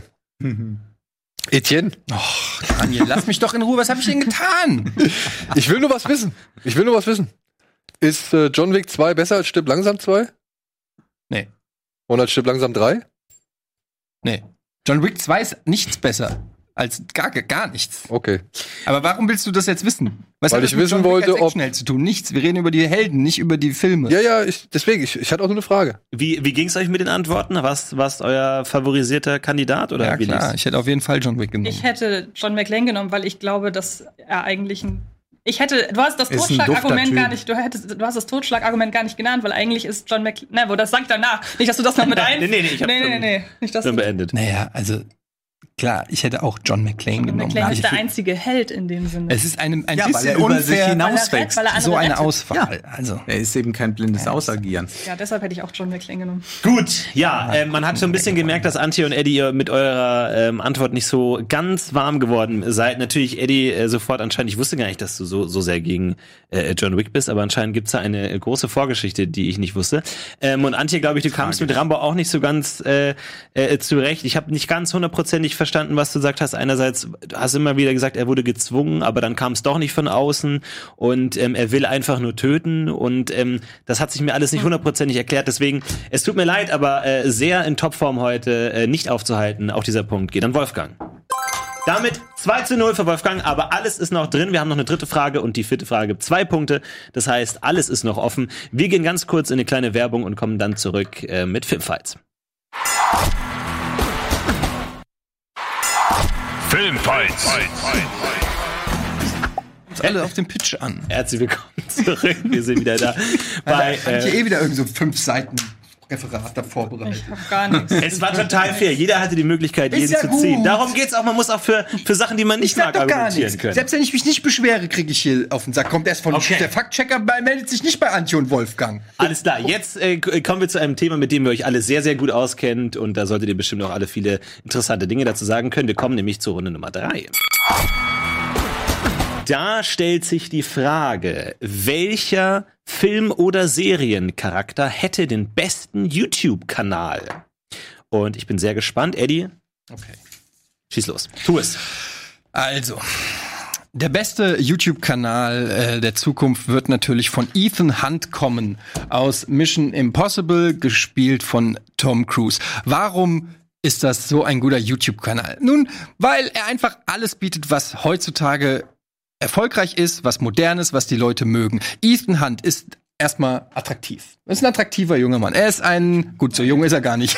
Etienne, Daniel, lass mich doch in Ruhe, was habe ich denn getan? ich will nur was wissen. Ich will nur was wissen. Ist äh, John Wick zwei besser als Stirb langsam zwei? Nee. Und als Stirb langsam drei? Nee. John Wick zwei ist nichts besser. Als gar, gar nichts. Okay. Aber warum willst du das jetzt wissen? Was Weil hat das ich mit wissen John Wick wollte, als ob- Actionheld zu tun? Nichts. Wir reden über die Helden, nicht über die Filme. Ja, ja, ich, deswegen, ich, ich hatte auch nur eine Frage. Wie, wie ging's euch mit den Antworten? Was was euer favorisierter Kandidat oder Ja, wie klar. lief's? Ich hätte auf jeden Fall John Wick genommen. Ich hätte John McClane genommen, weil ich glaube, dass er eigentlich ein. Ich hätte, du hast das Ist ein Totschlagargument dufter gar Typ. nicht, du hättest, du hast das Totschlagargument gar nicht genannt, weil eigentlich ist John McClane, ne, wo das sagt danach. Nicht, dass du das noch mit ein. Nee, nee, nee, ich hab nee, nee, schon- nee, nicht, dass Schon du, beendet. Naja, also klar, ich hätte auch John McClane John genommen. McClane ist Also, der einzige Held in dem Sinne. es ist einem ein Ja, weil bisschen er über sich unfair, hinauswächst. weil er andere so eine rettet. Auswahl. Also, Er ist eben kein blindes Ausagieren. Ja, deshalb hätte ich auch John McClane genommen. Gut, ja, äh, man hat schon ein bisschen gemerkt, dass Antje und Eddie ihr mit eurer ähm, Antwort nicht so ganz warm geworden seid. Natürlich, Eddie, äh, sofort anscheinend, ich wusste gar nicht, dass du so, so sehr gegen äh, John Wick bist, aber anscheinend gibt's da eine äh, große Vorgeschichte, die ich nicht wusste. Ähm, und Antje, glaube ich, du kamst mit Rambo auch nicht so ganz äh, äh, zurecht. Ich habe nicht ganz hundertprozentig verstanden, was du gesagt hast. Einerseits du hast immer wieder gesagt, er wurde gezwungen, aber dann kam es doch nicht von außen und ähm, er will einfach nur töten und ähm, das hat sich mir alles nicht hundertprozentig erklärt. Deswegen, es tut mir leid, aber äh, sehr in Topform heute äh, nicht aufzuhalten. Auch dieser Punkt geht an Wolfgang. Damit zwei zu null für Wolfgang, aber alles ist noch drin. Wir haben noch eine dritte Frage und die vierte Frage gibt zwei Punkte. Das heißt, alles ist noch offen. Wir gehen ganz kurz in eine kleine Werbung und kommen dann zurück äh, mit Filmfights. Filmfights. uns alle auf den Pitch an. Herzlich willkommen zurück. Wir sind wieder da. Bei, Ich habe äh, hier eh wieder irgend so fünf Seiten Referat da vorbereitet. Ich hab gar nichts. es war total fair. Jeder hatte die Möglichkeit, Ist jeden ja zu gut. ziehen. Darum geht's auch. Man muss auch für, für Sachen, die man nicht Ich sag mag, doch gar argumentieren nichts. können. Selbst wenn ich mich nicht beschwere, kriege ich hier auf den Sack. Kommt erst von Okay. der Faktchecker, bei- meldet sich nicht bei Antje und Wolfgang. Alles klar, jetzt äh, k- kommen wir zu einem Thema, mit dem ihr euch alle sehr, sehr gut auskennt und da solltet ihr bestimmt auch alle viele interessante Dinge dazu sagen können. Wir kommen nämlich zur Runde Nummer drei. Da stellt sich die Frage, welcher Film- oder Seriencharakter hätte den besten YouTube-Kanal? Und ich bin sehr gespannt. Eddie, Okay. schieß los. Tu es. Also, der beste YouTube-Kanal äh, der Zukunft wird natürlich von Ethan Hunt kommen, aus Mission Impossible, gespielt von Tom Cruise. Warum ist das so ein guter YouTube-Kanal? Nun, weil er einfach alles bietet, was heutzutage erfolgreich ist, was modern ist, was die Leute mögen. Ethan Hunt ist erstmal attraktiv. Er ist ein attraktiver junger Mann. Er ist ein, gut, so jung ist er gar nicht.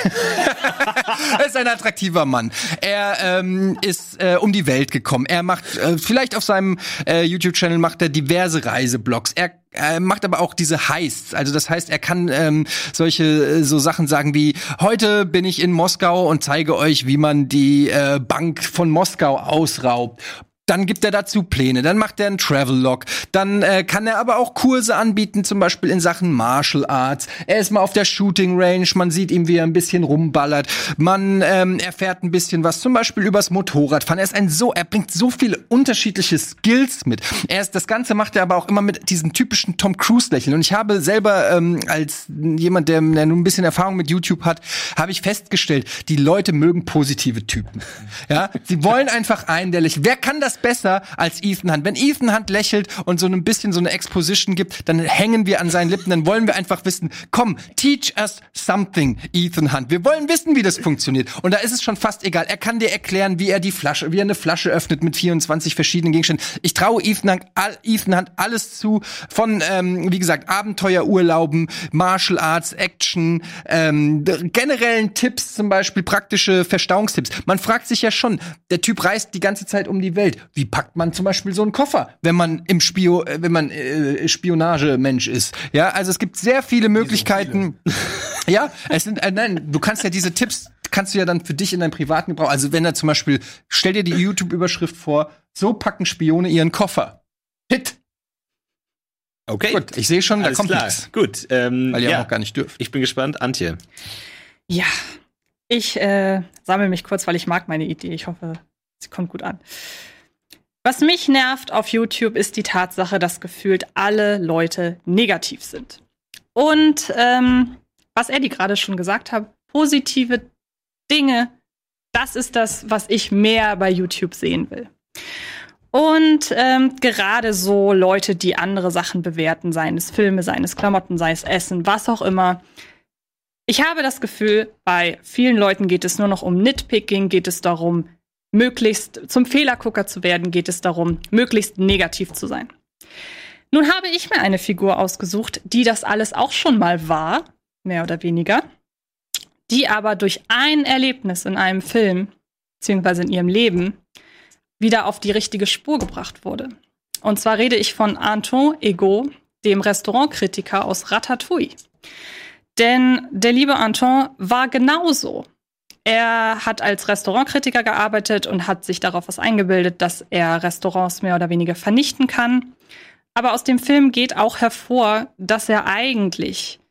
Er ist ein attraktiver Mann. Er ähm, ist äh, um die Welt gekommen. Er macht, äh, vielleicht auf seinem äh, YouTube-Channel macht er diverse Reiseblogs. Er er macht aber auch diese Heists. Also das heißt, er kann ähm, solche äh, so Sachen sagen wie: Heute bin ich in Moskau und zeige euch, wie man die äh, Bank von Moskau ausraubt. Dann gibt er dazu Pläne, dann macht er einen Travel-Log, dann äh, kann er aber auch Kurse anbieten, zum Beispiel in Sachen Martial Arts. Er ist mal auf der Shooting Range, man sieht ihm, wie er ein bisschen rumballert. Man ähm, erfährt ein bisschen was, zum Beispiel übers Motorradfahren. Er ist ein so, er bringt so viele unterschiedliche Skills mit. Er ist, das Ganze macht er aber auch immer mit diesem typischen Tom Cruise-Lächeln. Und ich habe selber ähm, als jemand, der, der nun ein bisschen Erfahrung mit YouTube hat, habe ich festgestellt, die Leute mögen positive Typen. Ja, sie wollen einfach einen, der lächelt. Wer kann das besser als Ethan Hunt? Wenn Ethan Hunt lächelt und so ein bisschen so eine Exposition gibt, dann hängen wir an seinen Lippen, dann wollen wir einfach wissen, komm, teach us something, Ethan Hunt. Wir wollen wissen, wie das funktioniert. Und da ist es schon fast egal. Er kann dir erklären, wie er die Flasche, wie er eine Flasche öffnet mit vierundzwanzig verschiedenen Gegenständen. Ich traue Ethan Hunt, all, Ethan Hunt alles zu, von, ähm, wie gesagt, Abenteuerurlauben, Martial Arts, Action, ähm, generellen Tipps, zum Beispiel praktische Verstauungstipps. Man fragt sich ja schon, der Typ reist die ganze Zeit um die Welt. Wie packt man zum Beispiel so einen Koffer, wenn man im Spio, äh, wenn man äh, Spionagemensch ist? Ja, also es gibt sehr viele Möglichkeiten. Ja, es sind, äh, nein, du kannst ja diese Tipps, kannst du ja dann für dich in deinem privaten Gebrauch. Also wenn da zum Beispiel, stell dir die YouTube-Überschrift vor: So packen Spione ihren Koffer. Hit. Okay. Gut, ich sehe schon, da Alles kommt klar. nichts. Gut. Ähm, Weil ihr ja. auch gar nicht dürft. Ich bin gespannt. Antje. Ja, ich äh, sammle mich kurz, weil ich mag meine Idee. Ich hoffe, sie kommt gut an. Was mich nervt auf YouTube ist die Tatsache, dass gefühlt alle Leute negativ sind. Und ähm, was Eddie gerade schon gesagt hat, positive Dinge, das ist das, was ich mehr bei YouTube sehen will. Und ähm, gerade so Leute, die andere Sachen bewerten, seien es Filme, seien es Klamotten, sei es Essen, was auch immer. Ich habe das Gefühl, bei vielen Leuten geht es nur noch um Nitpicking, geht es darum, möglichst zum Fehlergucker zu werden, geht es darum, möglichst negativ zu sein. Nun habe ich mir eine Figur ausgesucht, die das alles auch schon mal war, mehr oder weniger, die aber durch ein Erlebnis in einem Film, beziehungsweise in ihrem Leben, wieder auf die richtige Spur gebracht wurde. Und zwar rede ich von Anton Ego, dem Restaurantkritiker aus Ratatouille. Denn der liebe Anton war genauso. Er hat als Restaurantkritiker gearbeitet und hat sich darauf was eingebildet, dass er Restaurants mehr oder weniger vernichten kann. Aber aus dem Film geht auch hervor, dass er eigentlich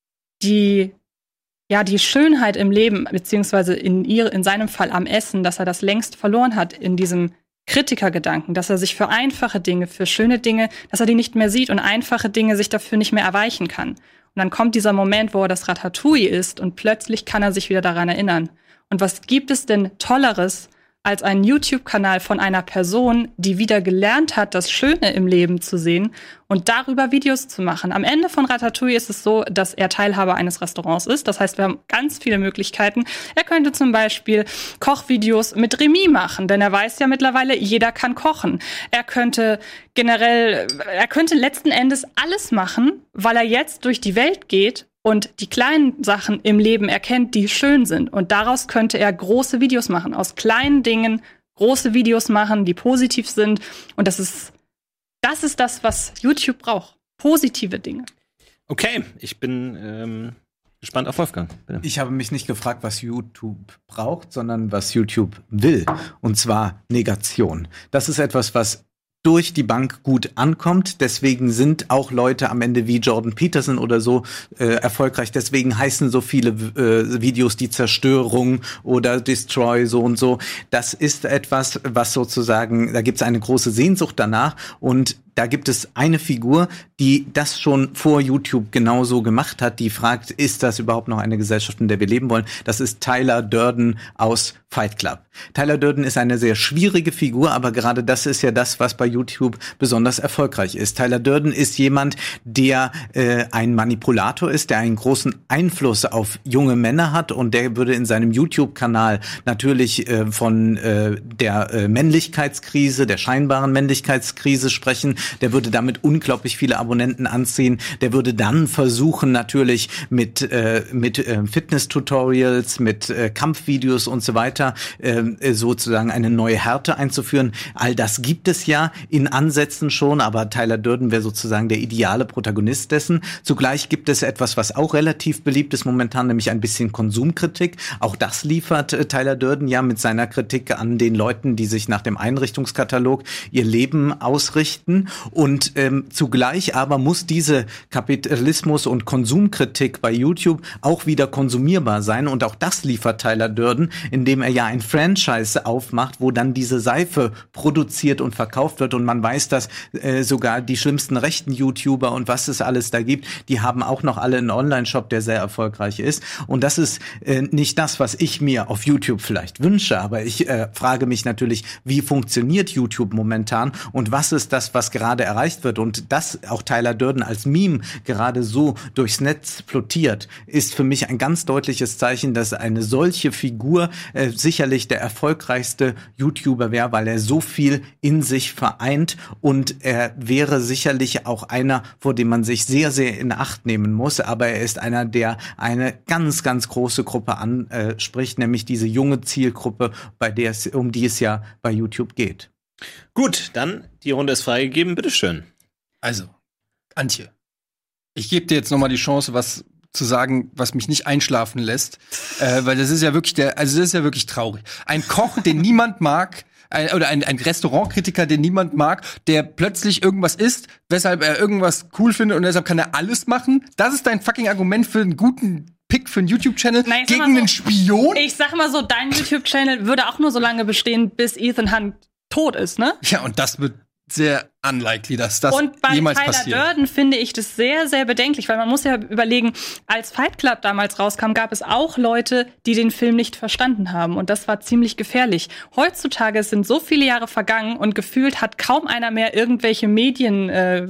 die, ja, die Schönheit im Leben, beziehungsweise in, ihr, in seinem Fall am Essen, dass er das längst verloren hat in diesem Kritikergedanken, dass er sich für einfache Dinge, für schöne Dinge, dass er die nicht mehr sieht und einfache Dinge sich dafür nicht mehr erweichen kann. Und dann kommt dieser Moment, wo er das Ratatouille isst und plötzlich kann er sich wieder daran erinnern. Und was gibt es denn Tolleres als einen YouTube-Kanal von einer Person, die wieder gelernt hat, das Schöne im Leben zu sehen und darüber Videos zu machen. Am Ende von Ratatouille ist es so, dass er Teilhaber eines Restaurants ist. Das heißt, wir haben ganz viele Möglichkeiten. Er könnte zum Beispiel Kochvideos mit Remy machen, denn er weiß ja mittlerweile, jeder kann kochen. Er könnte generell, er könnte letzten Endes alles machen, weil er jetzt durch die Welt geht und die kleinen Sachen im Leben erkennt, die schön sind. Und daraus könnte er große Videos machen. Aus kleinen Dingen große Videos machen, die positiv sind. Und das ist, das ist das, was YouTube braucht. Positive Dinge. Okay, ich bin ähm, gespannt auf Wolfgang. Bitte. Ich habe mich nicht gefragt, was YouTube braucht, sondern was YouTube will. Und zwar Negation. Das ist etwas, was durch die Bank gut ankommt. Deswegen sind auch Leute am Ende wie Jordan Peterson oder so äh, erfolgreich. Deswegen heißen so viele äh, Videos die Zerstörung oder Destroy so und so. Das ist etwas, was sozusagen, da gibt es eine große Sehnsucht danach. Und da gibt es eine Figur, die das schon vor YouTube genauso gemacht hat, die fragt, ist das überhaupt noch eine Gesellschaft, in der wir leben wollen? Das ist Tyler Durden aus Fight Club. Tyler Durden ist eine sehr schwierige Figur, aber gerade das ist ja das, was bei YouTube besonders erfolgreich ist. Tyler Durden ist jemand, der äh, ein Manipulator ist, der einen großen Einfluss auf junge Männer hat und der würde in seinem YouTube-Kanal natürlich äh, von äh, der äh, Männlichkeitskrise, der scheinbaren Männlichkeitskrise sprechen. Der würde damit unglaublich viele Abonnenten anziehen. Der würde dann versuchen, natürlich mit äh, mit äh, Fitness-Tutorials, mit äh, Kampfvideos und so weiter äh, sozusagen eine neue Härte einzuführen. All das gibt es ja in Ansätzen schon, aber Tyler Durden wäre sozusagen der ideale Protagonist dessen. Zugleich gibt es etwas, was auch relativ beliebt ist momentan, nämlich ein bisschen Konsumkritik. Auch das liefert äh, Tyler Durden ja mit seiner Kritik an den Leuten, die sich nach dem Einrichtungskatalog ihr Leben ausrichten. Und ähm, zugleich aber muss diese Kapitalismus- und Konsumkritik bei YouTube auch wieder konsumierbar sein. Und auch das liefert Tyler Durden, indem er ja ein Franchise aufmacht, wo dann diese Seife produziert und verkauft wird. Und man weiß, dass äh, sogar die schlimmsten rechten YouTuber und was es alles da gibt, die haben auch noch alle einen Online-Shop, der sehr erfolgreich ist. Und das ist äh, nicht das, was ich mir auf YouTube vielleicht wünsche. Aber ich äh, frage mich natürlich, wie funktioniert YouTube momentan und was ist das, was gerade erreicht wird, und dass auch Tyler Durden als Meme gerade so durchs Netz flottiert, ist für mich ein ganz deutliches Zeichen, dass eine solche Figur äh, sicherlich der erfolgreichste YouTuber wäre, weil er so viel in sich vereint, und er wäre sicherlich auch einer, vor dem man sich sehr, sehr in Acht nehmen muss, aber er ist einer, der eine ganz, ganz große Gruppe anspricht, nämlich diese junge Zielgruppe, bei der es, um die es ja bei YouTube geht. Gut, dann die Runde ist freigegeben, bitteschön. Also, Antje, ich gebe dir jetzt noch mal die Chance, was zu sagen, was mich nicht einschlafen lässt, äh, weil das ist ja wirklich der, also das ist ja wirklich traurig. Ein Koch, den niemand mag, ein, oder ein, ein Restaurantkritiker, den niemand mag, der plötzlich irgendwas isst, weshalb er irgendwas cool findet und deshalb kann er alles machen. Das ist dein fucking Argument für einen guten Pick für einen YouTube-Channel Nein, gegen so, einen Spion? Ich sag mal so, dein YouTube-Channel würde auch nur so lange bestehen, bis Ethan Hunt tot ist, ne? Ja, und das wird sehr unlikely, dass das und bei jemals Tyler passiert. Durden finde ich das sehr, sehr bedenklich, weil man muss ja überlegen, als Fight Club damals rauskam, gab es auch Leute, die den Film nicht verstanden haben, und das war ziemlich gefährlich. Heutzutage sind so viele Jahre vergangen und gefühlt hat kaum einer mehr irgendwelche Medien, äh,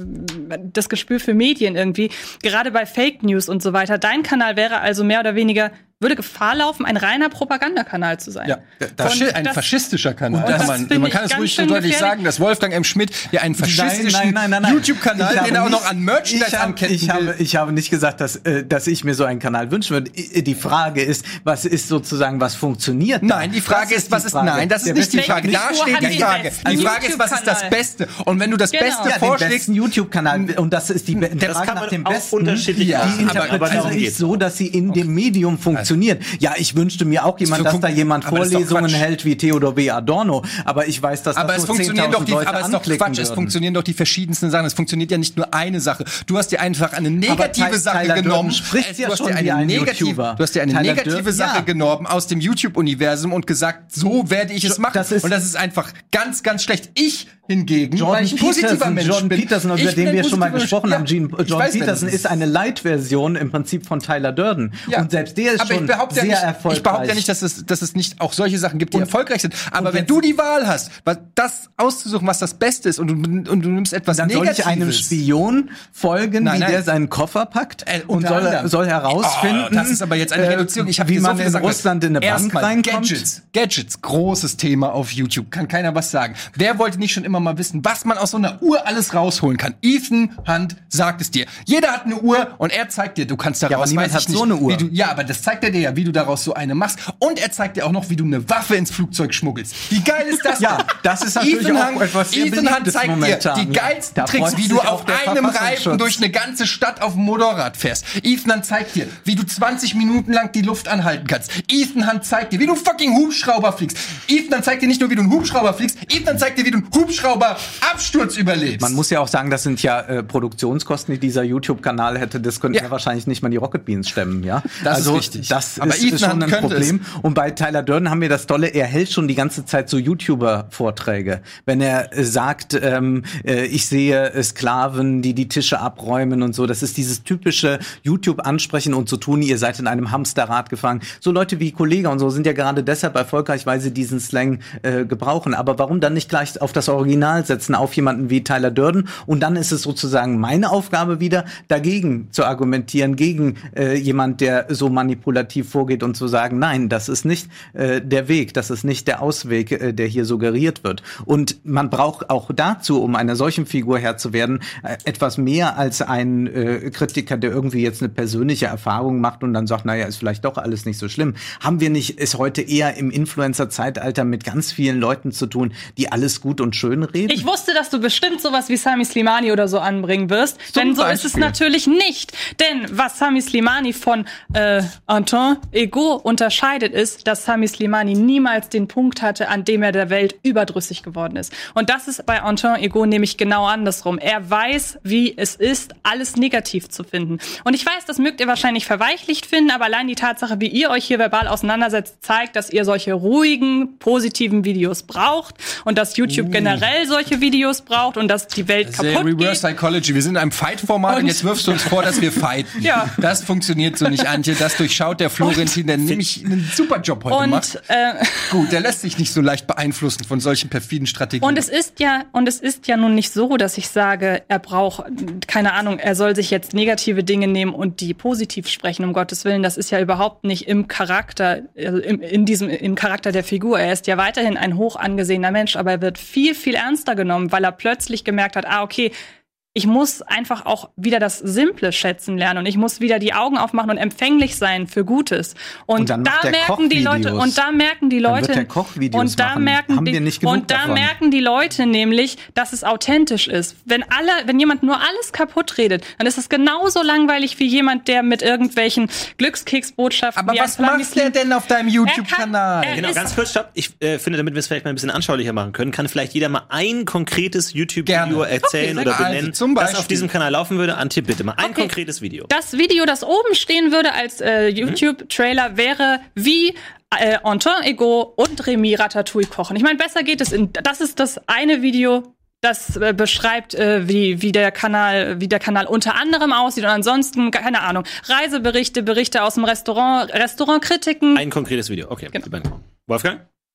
das Gespür für Medien irgendwie, gerade bei Fake News und so weiter. Dein Kanal wäre also mehr oder weniger, würde Gefahr laufen, ein reiner Propagandakanal zu sein. Ja, das Und ein das- faschistischer Kanal. Und das Kann man, finde man ich kann es ganz ruhig so schön deutlich gefährlich. sagen, dass Wolfgang M. Schmidt ja einen faschistischen YouTube-Kanal, Ich habe den er auch noch nicht- an Merchandise ich hab, anketten ich habe, will. ich habe nicht gesagt, dass, äh, dass ich mir so einen Kanal wünschen würde. I- Die Frage ist, was ist sozusagen, was funktioniert da? Nein, die Frage Das ist, was ist, Frage. nein, das ist Der nicht die beste- Frage. Da Welche steht hat die den Frage. besten Die Frage ist, was ist das YouTube-Kanal? Beste? Und wenn du das Genau. Beste Ja, den vorschlägst, besten YouTube-Kanal. Und das ist die, die Das Frage kann nach man dem auch Besten. unterschiedlich Ja, machen, Die aber- aber interpretiere darum ich geht's. so, dass sie in dem Medium funktioniert. Ja, ich wünschte mir auch jemand, So, dass guck- da jemand aber das ist doch Vorlesungen Quatsch. hält wie Theodor W. Adorno. Aber ich weiß, dass aber das es so funktionieren doch zehntausend die, Leute aber es ist doch anklicken Quatsch, es würden. funktionieren doch die verschiedensten Sachen. Es funktioniert ja nicht nur eine Sache. Du hast dir einfach eine negative Ty- Sache Tyler genommen. Durden spricht Es- ja du hast schon dir wie eine ein negative, YouTuber. du hast dir eine Tyler negative Durden, Sache ja. genommen aus dem YouTube-Universum und gesagt, so werde ich es machen. Das ist- und das ist einfach ganz, ganz schlecht. Ich hingegen, Jordan weil ich ein positiver Peterson, Mensch Jordan bin. Peterson, über ich bin den ein wir schon mal positiver gesprochen Mensch. haben, Gene, Ja, ich Jordan weiß, wer Peterson das ist eine Light-Version im Prinzip von Tyler Durden. Ja. Und selbst der ist aber schon ich behaupte sehr ja nicht, erfolgreich. Ich behaupte ja nicht, dass es, dass es nicht auch solche Sachen gibt, die Und- erfolgreich sind. Aber und wenn jetzt- du die Wahl hast, was, das auszusuchen, was das Beste ist, und du, und du nimmst etwas Dann soll Negatives. ich einem Spion folgen, Nein, wie nein. der seinen Koffer packt Äh, und unter soll, anderem. soll herausfinden, Oh, das ist aber jetzt eine äh, Reduzierung. Ich hab wie dir so man viele in Sachen Russland in eine Bank Erstmal reinkommt. Gadgets. Gadgets, großes Thema auf YouTube. Kann keiner was sagen. Wer wollte nicht schon immer mal wissen, was man aus so einer Uhr alles rausholen kann? Ethan Hunt sagt es dir. Jeder hat eine Uhr und er zeigt dir, du kannst daraus, Ja, aber niemand weiß ich hat so nicht, eine Uhr. Wie du, ja, aber das zeigt er dir ja, wie du daraus so eine machst. Und er zeigt dir auch noch, wie du eine Waffe ins Flugzeug schmuggelst. Wie geil ist das? Ja, das ist natürlich Ethan auch Hunt, etwas sehr Ethan Hunt Beliebtes zeigt momentan. dir die geilsten Da Tricks, freut wie sich du auch auf der einem Reifen Verfassungsschutz. durch eine ganze Stadt auf dem Motorrad fährst. Ethan Hunt zeigt dir, wie du zwanzig Minuten lang die Luft anhalten kannst. Ethan Hunt zeigt dir, wie du fucking Hubschrauber fliegst. Ethan Hunt zeigt dir nicht nur, wie du einen Hubschrauber fliegst, Ethan Hunt zeigt dir, wie du einen Hubschrauber-Absturz überlebst. Man muss ja auch sagen, das sind ja äh, Produktionskosten, die dieser YouTube-Kanal hätte. Das könnten ja. Ja. wahrscheinlich nicht mal die Rocket Beans stemmen, ja? Das ist also, richtig. Das Aber ist, Ethan ist schon Hunt ein könnte Problem. Und bei Tyler Durden haben wir das Dolle, er hält schon die ganze Zeit so YouTuber-Vorträge. Wenn er äh, sagt, ähm, äh, ich sehe äh, Sklaven, die die Tische abräumen und so. Das ist dieses typische YouTube-Ansprechen und so tun, ihr seid in einem Hamsterrad gefangen. So Leute wie Kollege und so sind ja gerade deshalb erfolgreich, weil sie diesen Slang äh, gebrauchen. Aber warum dann nicht gleich auf das Original setzen, auf jemanden wie Tyler Durden? Und dann ist es sozusagen meine Aufgabe wieder, dagegen zu argumentieren, gegen äh, jemand, der so manipulativ vorgeht und zu sagen, nein, das ist nicht äh, der Weg, das ist nicht der Ausweg, äh, der hier suggeriert wird. Und man braucht auch dazu, um einer solchen Figur Herr zu werden, äh, etwas mehr als ein äh, Kritiker, der irgendwie jetzt eine persönliche Erfahrung macht und dann sagt, naja, ist vielleicht doch alles nicht so schlimm. Haben wir nicht es heute eher im Influencer-Zeitalter mit ganz vielen Leuten zu tun, die alles gut und schön reden? Ich wusste, dass du bestimmt sowas wie Sami Slimani oder so anbringen wirst. Zum Denn so ist es Beispiel. natürlich nicht. Denn was Sami Slimani von äh, Antoine Ego unterscheidet, ist, dass Sami Slimani niemals den Punkt hatte, an dem er der Welt überdrüssig geworden ist. Und das ist bei Antoine Ego nämlich genau andersrum. Er weiß, wie es ist, alles negativ zu finden. Und ich weiß, das mögt ihr wahrscheinlich verweichlicht finden, aber allein die Tatsache, wie ihr euch hier verbal auseinandersetzt, zeigt, dass ihr solche ruhigen, positiven Videos braucht und dass YouTube Uh. generell solche Videos braucht und dass die Welt Sehr kaputt Reverse geht. Psychology. Wir sind in einem Fight-Format und, Und- jetzt wirfst du uns vor, dass wir fighten. Ja. Das funktioniert so nicht, Antje. Das durchschaut der Florentin, der nämlich einen super Job heute macht. Und äh, Gut, der lässt sich nicht so leicht beeinflussen von solchen perfiden Strategien. Und es ist ja, und es ist ja nun nicht so, dass ich sage, er braucht, keine Ahnung, er soll sich jetzt negative Dinge nehmen und die positiv sprechen, um Gottes Willen. Das ist ja überhaupt nicht im Charakter, also im, in diesem, im Charakter der Figur. Er ist ja weiterhin ein hoch angesehener Mensch, aber er wird viel, viel ernster genommen, weil er plötzlich gemerkt hat, ah, okay, ich muss einfach auch wieder das Simple schätzen lernen und ich muss wieder die Augen aufmachen und empfänglich sein für Gutes. Und, Und dann da macht der merken die Leute, Kochvideos. und da merken die Dann Leute, wird der Kochvideos und da machen. merken Haben die, wir nicht genug und da davon. merken die Leute nämlich, dass es authentisch ist. Wenn alle, wenn jemand nur alles kaputt redet, dann ist es genauso langweilig wie jemand, der mit irgendwelchen Glückskeksbotschaften. Aber wie was ein Flammi macht der denn auf deinem YouTube-Kanal? Er kann- Genau, ist- ganz kurz, stopp. Ich äh, finde, damit wir es vielleicht mal ein bisschen anschaulicher machen können, kann vielleicht jeder mal ein konkretes YouTube-Video Gerne. erzählen Okay, oder sehr benennen, gut. Also zum das Beispiel. auf diesem Kanal laufen würde. Antje, bitte mal ein Okay. konkretes Video. Das Video, das oben stehen würde als äh, YouTube-Trailer, wäre wie äh, Antoine Ego und Remy Ratatouille kochen. Ich meine, besser geht es. In, das ist das eine Video, das äh, beschreibt, äh, wie, wie der Kanal, wie der Kanal unter anderem aussieht. Und ansonsten, keine Ahnung, Reiseberichte, Berichte aus dem Restaurant, Restaurantkritiken. Ein konkretes Video. Okay, Genau. die beiden kommen. Wolfgang?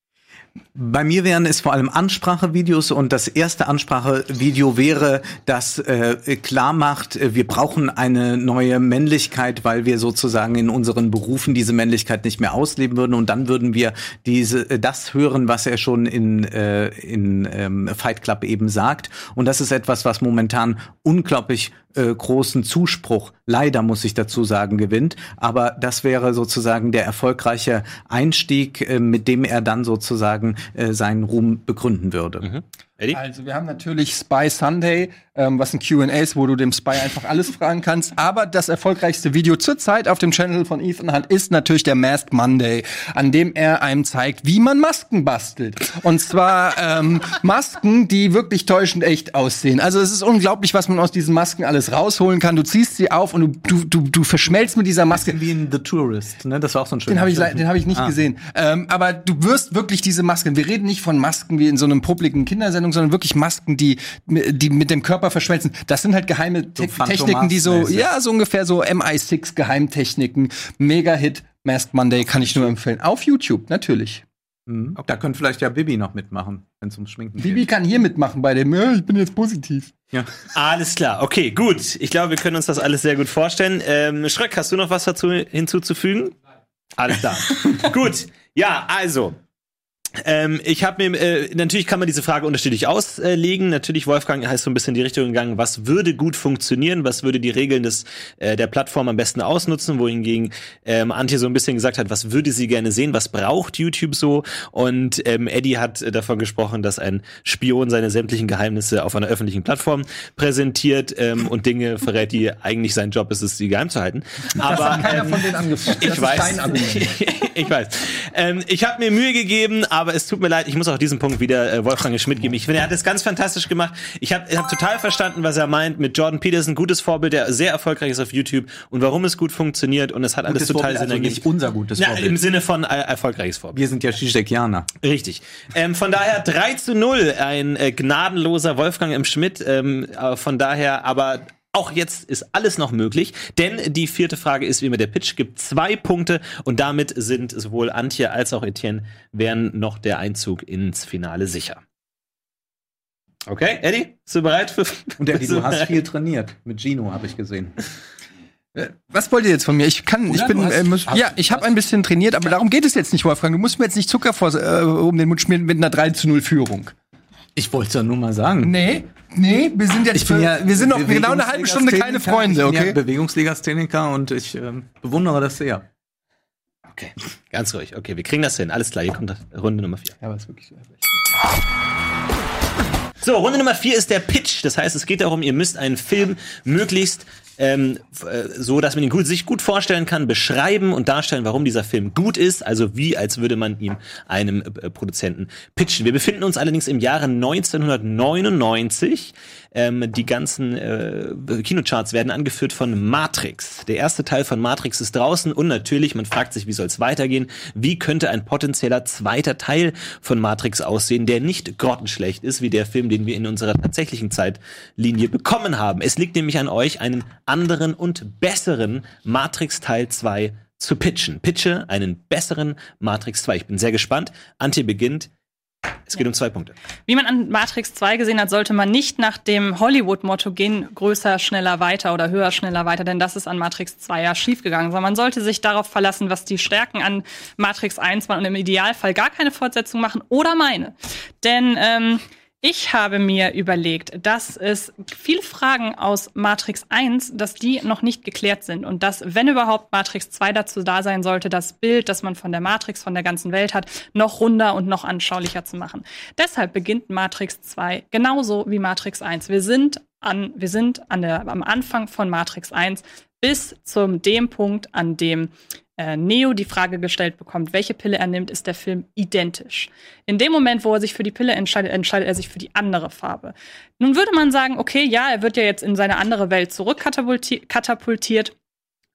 Bei mir wären es vor allem Ansprachevideos und das erste Ansprachevideo wäre, das äh, klar macht, äh, wir brauchen eine neue Männlichkeit, weil wir sozusagen in unseren Berufen diese Männlichkeit nicht mehr ausleben würden und dann würden wir diese äh, das hören, was er schon in äh, in ähm, Fight Club eben sagt und das ist etwas, was momentan unglaublich äh, großen Zuspruch, leider muss ich dazu sagen, gewinnt, aber das wäre sozusagen der erfolgreiche Einstieg, äh, mit dem er dann sozusagen äh, seinen Ruhm begründen würde. Mhm. Eddie? Also wir haben natürlich Spy Sunday, ähm, was ein Q and A ist, wo du dem Spy einfach alles fragen kannst. Aber das erfolgreichste Video zurzeit auf dem Channel von Ethan Hunt ist natürlich der Masked Monday, an dem er einem zeigt, wie man Masken bastelt. Und zwar ähm, Masken, die wirklich täuschend echt aussehen. Also es ist unglaublich, was man aus diesen Masken alles rausholen kann. Du ziehst sie auf und du, du, du, du verschmelzt mit dieser Maske. Wie in The Tourist, ne? Das war auch so ein schöner Den habe ich, le- den hab ich nicht ah. gesehen. Ähm, aber du wirst wirklich diese Masken, wir reden nicht von Masken wie in so einem publiken Kindersendung, sondern wirklich Masken, die, die mit dem Körper verschmelzen. Das sind halt geheime Te- So Techniken, die so, Phantomas-mäßig. ja, so ungefähr so M I sechs Geheimtechniken. Mega-Hit, Masked Monday, kann ich nur empfehlen. Auf YouTube, natürlich. Mhm. Da könnte vielleicht ja Bibi noch mitmachen, wenn es ums Schminken Bibi geht. kann hier mitmachen bei dem, ja, ich bin jetzt positiv. Ja. Alles klar, okay, gut. Ich glaube, wir können uns das alles sehr gut vorstellen. Ähm, Schröck, hast du noch was dazu hinzuzufügen? Alles klar. Gut, ja, also. Ähm, ich habe mir, äh, natürlich kann man diese Frage unterschiedlich auslegen. Natürlich, Wolfgang heißt so ein bisschen in die Richtung gegangen, was würde gut funktionieren, was würde die Regeln des äh, der Plattform am besten ausnutzen, wohingegen ähm, Antje so ein bisschen gesagt hat, was würde sie gerne sehen, was braucht YouTube so? Und ähm, Eddie hat äh, davon gesprochen, dass ein Spion seine sämtlichen Geheimnisse auf einer öffentlichen Plattform präsentiert ähm, und Dinge verrät, die eigentlich sein Job ist, es sie geheim zu halten. Aber Keiner ähm, von denen angefangen. ich Das weiß, ist dein Argument. ich weiß. Ähm, ich habe mir Mühe gegeben, aber es tut mir leid, ich muss auch diesen Punkt wieder äh, Wolfgang Schmidt geben. Ich finde, er hat es ganz fantastisch gemacht. Ich habe hab total verstanden, was er meint mit Jordan Peterson, gutes Vorbild, der sehr erfolgreich ist auf YouTube und warum es gut funktioniert und es hat alles Gutes total Vorbild, Sinn also ergeben. nicht unser gutes Ja, Vorbild. im Sinne von äh, erfolgreiches Vorbild. Wir sind ja Zizekjaner. Richtig. Ähm, von daher drei zu null, ein äh, gnadenloser Wolfgang M. Schmidt. Ähm, äh, von daher aber auch jetzt ist alles noch möglich, denn die vierte Frage ist wie immer der Pitch, gibt zwei Punkte und damit sind sowohl Antje als auch Etienne wären noch der Einzug ins Finale sicher. Okay, Eddie, bist du bereit für... Und Eddie, du hast viel trainiert. Mit Gino, habe ich gesehen. Was wollt ihr jetzt von mir? Ich kann, ich Oder? bin, Du hast- äh, muss, hast- ja, ich habe ein bisschen trainiert, aber darum geht es jetzt nicht, Wolfgang. Du musst mir jetzt nicht Zucker vor, äh, um den Mund schmieren mit einer drei zu null Führung. Ich wollte es ja nur mal sagen. Nee, nee, wir sind jetzt, Ich bin ja wir sind noch genau eine halbe Stunde keine Freunde, Ich bin ja okay? Bewegungslegastheniker und ich ähm, bewundere das sehr. Okay, ganz ruhig. Okay, wir kriegen das hin. Alles klar, hier kommt Runde Nummer vier. Ja, aber ist wirklich so. So, Runde Nummer vier ist der Pitch. Das heißt, es geht darum, ihr müsst einen Film möglichst ähm, äh, so, dass man ihn gut, sich gut vorstellen kann, beschreiben und darstellen, warum dieser Film gut ist. Also wie, als würde man ihm einem äh, Produzenten pitchen. Wir befinden uns allerdings im Jahre neunzehnhundertneunundneunzig. Ähm, die ganzen äh, Kinocharts werden angeführt von Matrix. Der erste Teil von Matrix ist draußen und natürlich, man fragt sich, wie soll es weitergehen? Wie könnte ein potenzieller zweiter Teil von Matrix aussehen, der nicht grottenschlecht ist, wie der Film, den wir in unserer tatsächlichen Zeitlinie bekommen haben? Es liegt nämlich an euch, einen anderen und besseren Matrix Teil zwei zu pitchen. Pitche einen besseren Matrix zwei. Ich bin sehr gespannt. Antje beginnt. Es geht um zwei Punkte. Wie man an Matrix zwei gesehen hat, sollte man nicht nach dem Hollywood-Motto gehen, größer, schneller, weiter oder höher, schneller, weiter, denn das ist an Matrix zwei ja schiefgegangen, sondern man sollte sich darauf verlassen, was die Stärken an Matrix eins waren und im Idealfall gar keine Fortsetzung machen oder meine. Denn ähm, ich habe mir überlegt, dass es viele Fragen aus Matrix eins, dass die noch nicht geklärt sind und dass, wenn überhaupt, Matrix zwei dazu da sein sollte, das Bild, das man von der Matrix, von der ganzen Welt hat, noch runder und noch anschaulicher zu machen. Deshalb beginnt Matrix zwei genauso wie Matrix eins. Wir sind an, wir sind an der, am Anfang von Matrix eins bis zum dem Punkt, an dem äh, Neo die Frage gestellt bekommt, welche Pille er nimmt, ist der Film identisch. In dem Moment, wo er sich für die Pille entscheidet, entscheidet er sich für die andere Farbe. Nun würde man sagen, okay, ja, er wird ja jetzt in seine andere Welt zurückkatapultiert,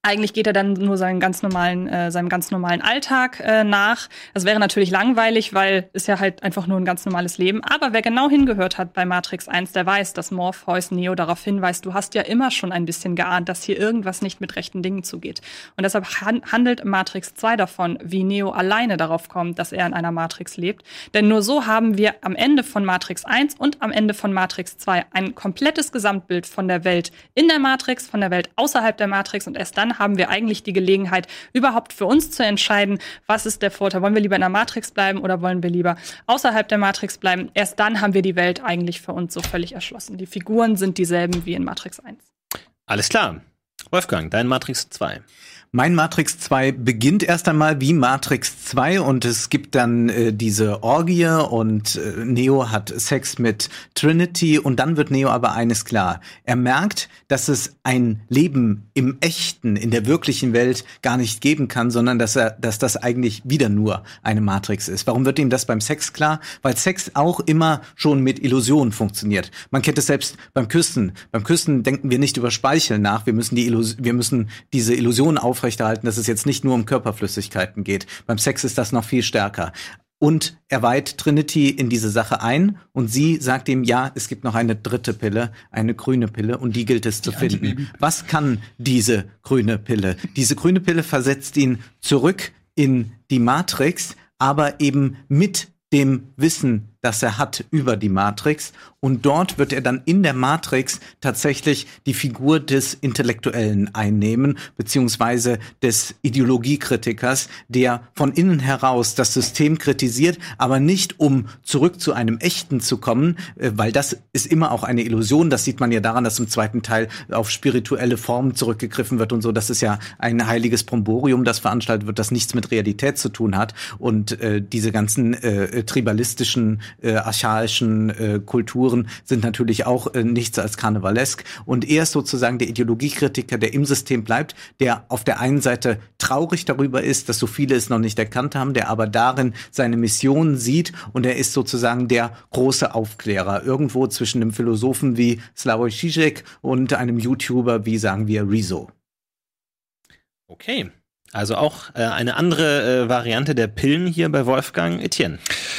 Eigentlich geht er dann nur seinen ganz normalen, äh, seinem ganz normalen Alltag äh, nach. Das wäre natürlich langweilig, weil es ja halt einfach nur ein ganz normales Leben. Aber wer genau hingehört hat bei Matrix eins, der weiß, dass Morpheus Neo darauf hinweist, du hast ja immer schon ein bisschen geahnt, dass hier irgendwas nicht mit rechten Dingen zugeht. Und deshalb han- handelt Matrix zwei davon, wie Neo alleine darauf kommt, dass er in einer Matrix lebt. Denn nur so haben wir am Ende von Matrix eins und am Ende von Matrix zwei ein komplettes Gesamtbild von der Welt in der Matrix, von der Welt außerhalb der Matrix. Und erst dann haben wir eigentlich die Gelegenheit, überhaupt für uns zu entscheiden, was ist der Vorteil. Wollen wir lieber in der Matrix bleiben oder wollen wir lieber außerhalb der Matrix bleiben? Erst dann haben wir die Welt eigentlich für uns so völlig erschlossen. Die Figuren sind dieselben wie in Matrix eins. Alles klar. Wolfgang, dein Matrix zwei. Mein Matrix zwei beginnt erst einmal wie Matrix zwei und es gibt dann äh, diese Orgie und äh, Neo hat Sex mit Trinity und dann wird Neo aber eines klar. Er merkt, dass es ein Leben im Echten, in der wirklichen Welt gar nicht geben kann, sondern dass er, dass das eigentlich wieder nur eine Matrix ist. Warum wird ihm das beim Sex klar? Weil Sex auch immer schon mit Illusionen funktioniert. Man kennt es selbst beim Küssen. Beim Küssen denken wir nicht über Speichel nach. Wir müssen die Illus- wir müssen diese Illusionen aufrechterhalten, dass es jetzt nicht nur um Körperflüssigkeiten geht. Beim Sex ist das noch viel stärker. Und er weiht Trinity in diese Sache ein und sie sagt ihm, ja, es gibt noch eine dritte Pille, eine grüne Pille und die gilt es zu finden. Was kann diese grüne Pille? Diese grüne Pille versetzt ihn zurück in die Matrix, aber eben mit dem Wissen, das er hat über die Matrix. Und dort wird er dann in der Matrix tatsächlich die Figur des Intellektuellen einnehmen, beziehungsweise des Ideologiekritikers, der von innen heraus das System kritisiert, aber nicht um zurück zu einem Echten zu kommen, weil das ist immer auch eine Illusion. Das sieht man ja daran, dass im zweiten Teil auf spirituelle Formen zurückgegriffen wird und so. Das ist ja ein heiliges Bromborium, das veranstaltet wird, das nichts mit Realität zu tun hat. Und äh, diese ganzen äh, tribalistischen Äh, archaischen äh, Kulturen sind natürlich auch äh, nichts als karnevalesk. Und er ist sozusagen der Ideologiekritiker, der im System bleibt, der auf der einen Seite traurig darüber ist, dass so viele es noch nicht erkannt haben, der aber darin seine Mission sieht und er ist sozusagen der große Aufklärer. Irgendwo zwischen einem Philosophen wie Slavoj Žižek und einem YouTuber wie, sagen wir, Rezo. Okay. Also auch äh, eine andere äh, Variante der Pillen hier bei Wolfgang. Etienne.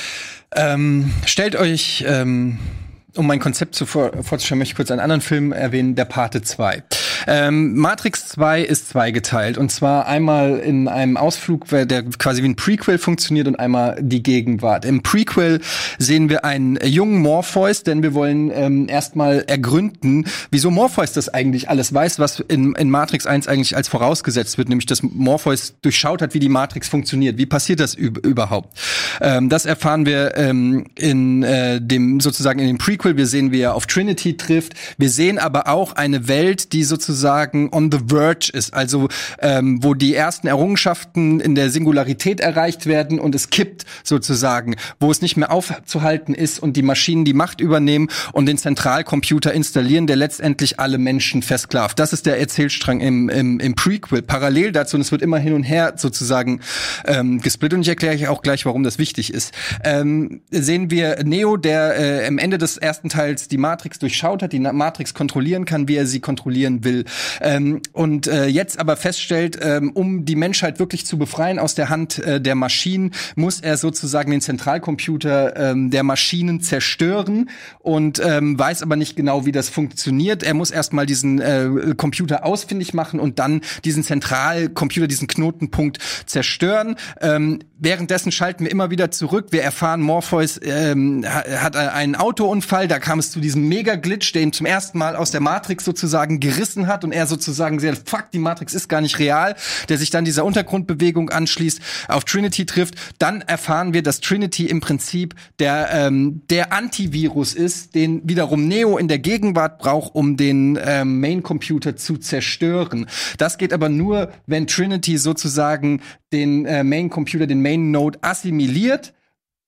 Ähm, stellt euch, ähm, um mein Konzept zu vor- vorzustellen, möchte ich kurz einen anderen Film erwähnen, der Pate zwei. Ähm, Matrix zwei ist zweigeteilt. Und zwar einmal in einem Ausflug, der quasi wie ein Prequel funktioniert und einmal die Gegenwart. Im Prequel sehen wir einen jungen Morpheus, denn wir wollen ähm, erstmal ergründen, wieso Morpheus das eigentlich alles weiß, was in, in Matrix eins eigentlich als vorausgesetzt wird, nämlich dass Morpheus durchschaut hat, wie die Matrix funktioniert. Wie passiert das üb- überhaupt? Ähm, das erfahren wir ähm, in äh, dem sozusagen in dem Prequel. Wir sehen, wie er auf Trinity trifft. Wir sehen aber auch eine Welt, die sozusagen on the verge ist, also ähm, wo die ersten Errungenschaften in der Singularität erreicht werden und es kippt sozusagen, wo es nicht mehr aufzuhalten ist und die Maschinen die Macht übernehmen und den Zentralcomputer installieren, der letztendlich alle Menschen versklavt. Das ist der Erzählstrang im, im, im Prequel. Parallel dazu, und es wird immer hin und her sozusagen ähm, gesplittet und ich erkläre euch auch gleich, warum das wichtig ist, ähm, sehen wir Neo, der äh, am Ende des ersten Teils die Matrix durchschaut hat, die Matrix kontrollieren kann, wie er sie kontrollieren will. Ähm, und äh, jetzt aber feststellt, ähm, um die Menschheit wirklich zu befreien aus der Hand äh, der Maschinen, muss er sozusagen den Zentralcomputer ähm, der Maschinen zerstören und ähm, weiß aber nicht genau, wie das funktioniert. Er muss erstmal diesen äh, Computer ausfindig machen und dann diesen Zentralcomputer, diesen Knotenpunkt zerstören. Ähm, währenddessen schalten wir immer wieder zurück. Wir erfahren, Morpheus ähm, hat einen Autounfall. Da kam es zu diesem Mega-Glitch, der ihn zum ersten Mal aus der Matrix sozusagen gerissen hat und er sozusagen sagt, fuck, die Matrix ist gar nicht real, der sich dann dieser Untergrundbewegung anschließt, auf Trinity trifft. Dann erfahren wir, dass Trinity im Prinzip der ähm, der Antivirus ist, den wiederum Neo in der Gegenwart braucht, um den ähm, Main-Computer zu zerstören. Das geht aber nur, wenn Trinity sozusagen den äh, Main-Computer, den Main-Node assimiliert,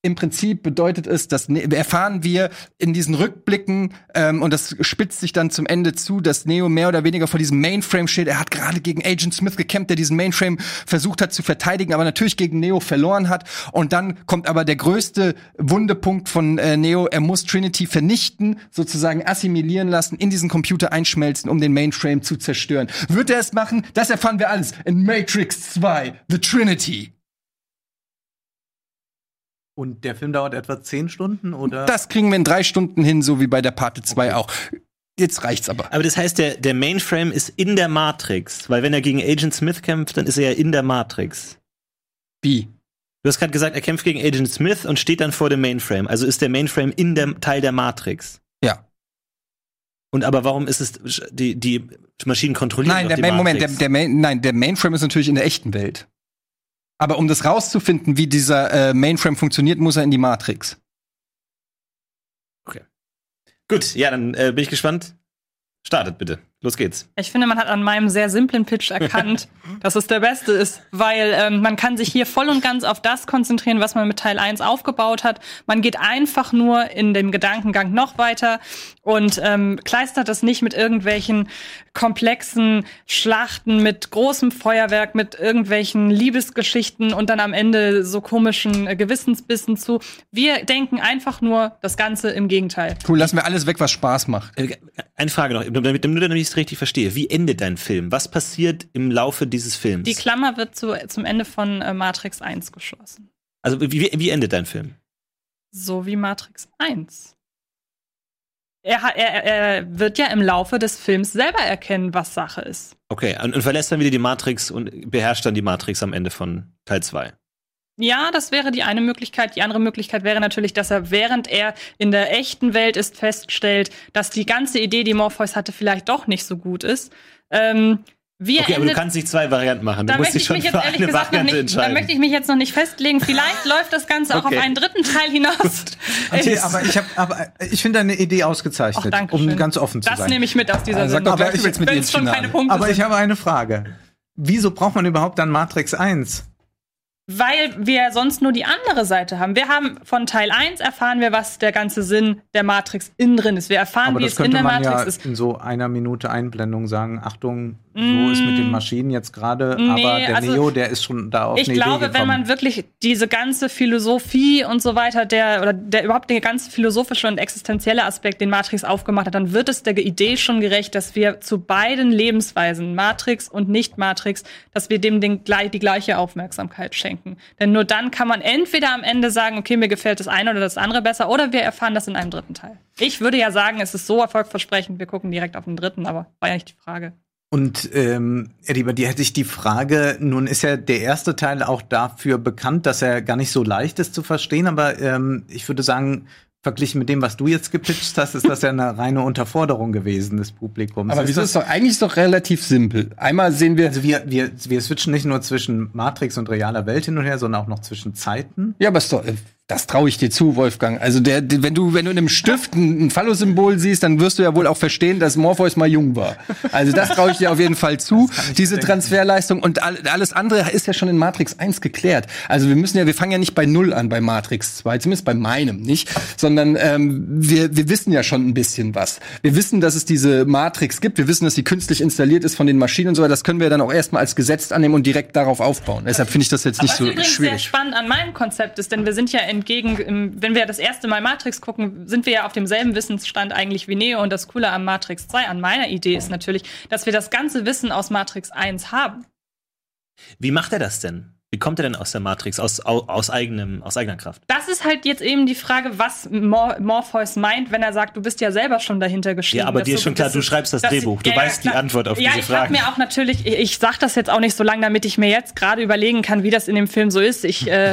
im Prinzip bedeutet es, dass ne- erfahren wir in diesen Rückblicken, ähm, und das spitzt sich dann zum Ende zu, dass Neo mehr oder weniger vor diesem Mainframe steht. Er hat gerade gegen Agent Smith gekämpft, der diesen Mainframe versucht hat zu verteidigen, aber natürlich gegen Neo verloren hat. Und dann kommt aber der größte Wundepunkt von äh, Neo. Er muss Trinity vernichten, sozusagen assimilieren lassen, in diesen Computer einschmelzen, um den Mainframe zu zerstören. Wird er es machen? Das erfahren wir alles in Matrix zwei, The Trinity. Und der Film dauert etwa zehn Stunden, oder? Das kriegen wir in drei Stunden hin, so wie bei der Parte zwei auch. Jetzt reicht's aber. Aber das heißt, der, der Mainframe ist in der Matrix. Weil wenn er gegen Agent Smith kämpft, dann ist er ja in der Matrix. Wie? Du hast gerade gesagt, er kämpft gegen Agent Smith und steht dann vor dem Mainframe. Also ist der Mainframe in dem Teil der Matrix. Ja. Und aber warum ist es, die, die Maschinen kontrollieren Nein, doch der die Main, Moment, der, Matrix? der Main, nein, der Mainframe ist natürlich in der echten Welt. Aber um das rauszufinden, wie dieser äh, Mainframe funktioniert, muss er in die Matrix. Gut, ja, dann äh, bin ich gespannt. Startet bitte. Los geht's. Ich finde, man hat an meinem sehr simplen Pitch erkannt, dass es der beste ist, weil ähm, man kann sich hier voll und ganz auf das konzentrieren, was man mit Teil eins aufgebaut hat. Man geht einfach nur in dem Gedankengang noch weiter und ähm, kleistert das nicht mit irgendwelchen komplexen Schlachten, mit großem Feuerwerk, mit irgendwelchen Liebesgeschichten und dann am Ende so komischen äh, Gewissensbissen zu. Wir denken einfach nur das Ganze im Gegenteil. Cool, lassen wir alles weg, was Spaß macht. Äh, Eine Frage noch, damit, damit ich es richtig verstehe. Wie endet dein Film? Was passiert im Laufe dieses Films? Die Klammer wird zu, zum Ende von äh, Matrix eins geschlossen. Also wie, wie endet dein Film? So wie Matrix eins. Er, hat, er, er wird ja im Laufe des Films selber erkennen, was Sache ist. Okay, und, und verlässt dann wieder die Matrix und beherrscht dann die Matrix am Ende von Teil zwei. Ja, das wäre die eine Möglichkeit. Die andere Möglichkeit wäre natürlich, dass er, während er in der echten Welt ist, feststellt, dass die ganze Idee, die Morpheus hatte, vielleicht doch nicht so gut ist. Ähm, wie okay, er aber du endet, kannst nicht zwei Varianten machen. Du da musst möchte dich ich schon mich jetzt für ehrlich eine gesagt noch Variante nicht, da entscheiden. möchte ich mich jetzt noch nicht festlegen. Vielleicht läuft das Ganze auch Okay. auf einen dritten Teil hinaus. Okay, Es- aber ich habe, aber ich finde deine Idee ausgezeichnet, Ach, danke um schön. ganz offen zu Das sein. nehme ich mit aus dieser Also sag Sendung. doch gleich, Aber du willst mit Wenn dir es ins schon Finale. keine Punkte Aber sind. ich habe eine Frage. Wieso braucht man überhaupt dann Matrix eins? Weil wir sonst nur die andere Seite haben. Wir haben von Teil eins erfahren wir, was der ganze Sinn der Matrix innen drin ist. Wir erfahren, Aber wie das es in könnte der man Matrix ja ist. in so einer Minute Einblendung sagen, Achtung, so Mm. ist mit den Maschinen jetzt gerade, Nee, aber der also Neo, der ist schon da auf Ich eine Idee glaube, gekommen. wenn man wirklich diese ganze Philosophie und so weiter, der oder der überhaupt der ganze philosophische und existenzielle Aspekt, den Matrix aufgemacht hat, dann wird es der Idee schon gerecht, dass wir zu beiden Lebensweisen, Matrix und Nicht-Matrix, dass wir dem den, die gleiche Aufmerksamkeit schenken. Denn nur dann kann man entweder am Ende sagen, okay, mir gefällt das eine oder das andere besser, oder wir erfahren das in einem dritten Teil. Ich würde ja sagen, es ist so erfolgversprechend, wir gucken direkt auf den dritten, aber war ja nicht die Frage. Und ähm, Eddie, bei dir hätte ich die Frage, nun ist ja der erste Teil auch dafür bekannt, dass er gar nicht so leicht ist zu verstehen, aber ähm, ich würde sagen, verglichen mit dem, was du jetzt gepitcht hast, ist das ja eine reine Unterforderung gewesen des Publikums. Aber ist wieso das ist doch eigentlich ist doch relativ simpel. Einmal sehen wir, Also wir, wir, wir switchen nicht nur zwischen Matrix und realer Welt hin und her, sondern auch noch zwischen Zeiten. ja, aber ist doch, das traue ich dir zu, Wolfgang. Also der, der, wenn du, wenn du in einem Stift ein, ein Phallosymbol siehst, dann wirst du ja wohl auch verstehen, dass Morpheus mal jung war. Also das traue ich dir auf jeden Fall zu, diese denken. Transferleistung. Und all, alles andere ist ja schon in Matrix eins geklärt. Also wir müssen ja, wir fangen ja nicht bei Null an bei Matrix zwei, zumindest bei meinem nicht, sondern ähm, wir, wir wissen ja schon ein bisschen was. Wir wissen, dass es diese Matrix gibt. Wir wissen, dass sie künstlich installiert ist von den Maschinen und so weiter. Das können wir dann auch erstmal als Gesetz annehmen und direkt darauf aufbauen. Deshalb finde ich das jetzt nicht Was so übrigens sehr schwierig. spannend an meinem Konzept ist, denn wir sind ja entgegen, im, wenn wir das erste Mal Matrix gucken, sind wir ja auf demselben Wissensstand eigentlich wie Neo. Und das Coole an Matrix zwei, an meiner Idee ist natürlich, dass wir das ganze Wissen aus Matrix eins haben. Wie macht er das denn? Wie kommt er denn aus der Matrix, aus, aus, aus, eigenem, aus eigener Kraft? Das ist halt jetzt eben die Frage, was Mor Morpheus meint, wenn er sagt, du bist ja selber schon dahinter geschrieben. Ja, aber dass dir du- ist schon klar, dass du schreibst das dass- Drehbuch. Du ja, ja, weißt die klar. Antwort auf ja, diese ich hab Fragen. mir auch natürlich, ich, ich sag das jetzt auch nicht so lange, damit ich mir jetzt gerade überlegen kann, wie das in dem Film so ist. Ich, äh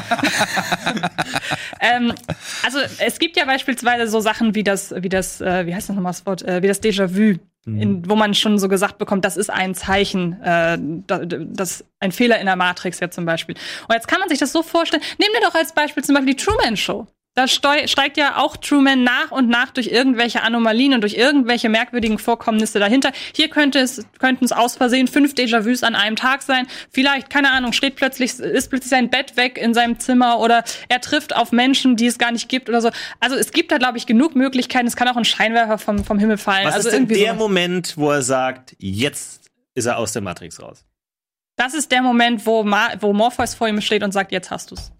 ähm, also es gibt ja beispielsweise so Sachen wie das, wie das, äh, wie heißt das nochmal das Wort, äh, wie das Déjà-vu. In, wo man schon so gesagt bekommt, das ist ein Zeichen, äh, da, das ein Fehler in der Matrix ja zum Beispiel. Und jetzt kann man sich das so vorstellen, nehmen wir doch als Beispiel zum Beispiel die Truman Show. Da steu- steigt ja auch Truman nach und nach durch irgendwelche Anomalien und durch irgendwelche merkwürdigen Vorkommnisse dahinter. Hier könnte es, könnten es aus Versehen fünf Déjà-vus an einem Tag sein. Vielleicht, keine Ahnung, steht plötzlich, ist plötzlich sein Bett weg in seinem Zimmer oder er trifft auf Menschen, die es gar nicht gibt oder so. Also es gibt da, glaube ich, genug Möglichkeiten. Es kann auch ein Scheinwerfer vom, vom Himmel fallen. Was also ist denn irgendwie der sowas. Moment, wo er sagt, jetzt ist er aus der Matrix raus? Das ist der Moment, wo, Ma- wo Morpheus vor ihm steht und sagt, jetzt hast du's.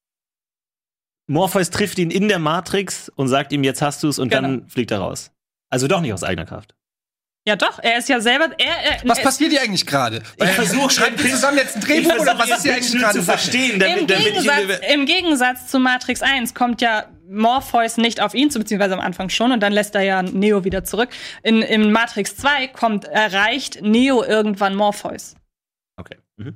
Morpheus trifft ihn in der Matrix und sagt ihm, jetzt hast du's, und Genau. dann fliegt er raus. Also doch nicht aus eigener Kraft. Ja doch, er ist ja selber... Er, er, Was er, passiert hier eigentlich gerade? Ich versuche, schreibt ihr zusammen jetzt ein Drehbuch oder was ist hier eigentlich gerade zu verstehen, damit, Im damit ich Gegensatz, Im Gegensatz zu Matrix eins kommt ja Morpheus nicht auf ihn zu, beziehungsweise am Anfang schon, und dann lässt er ja Neo wieder zurück. In, in Matrix zwei kommt, erreicht Neo irgendwann Morpheus. Okay. Mhm.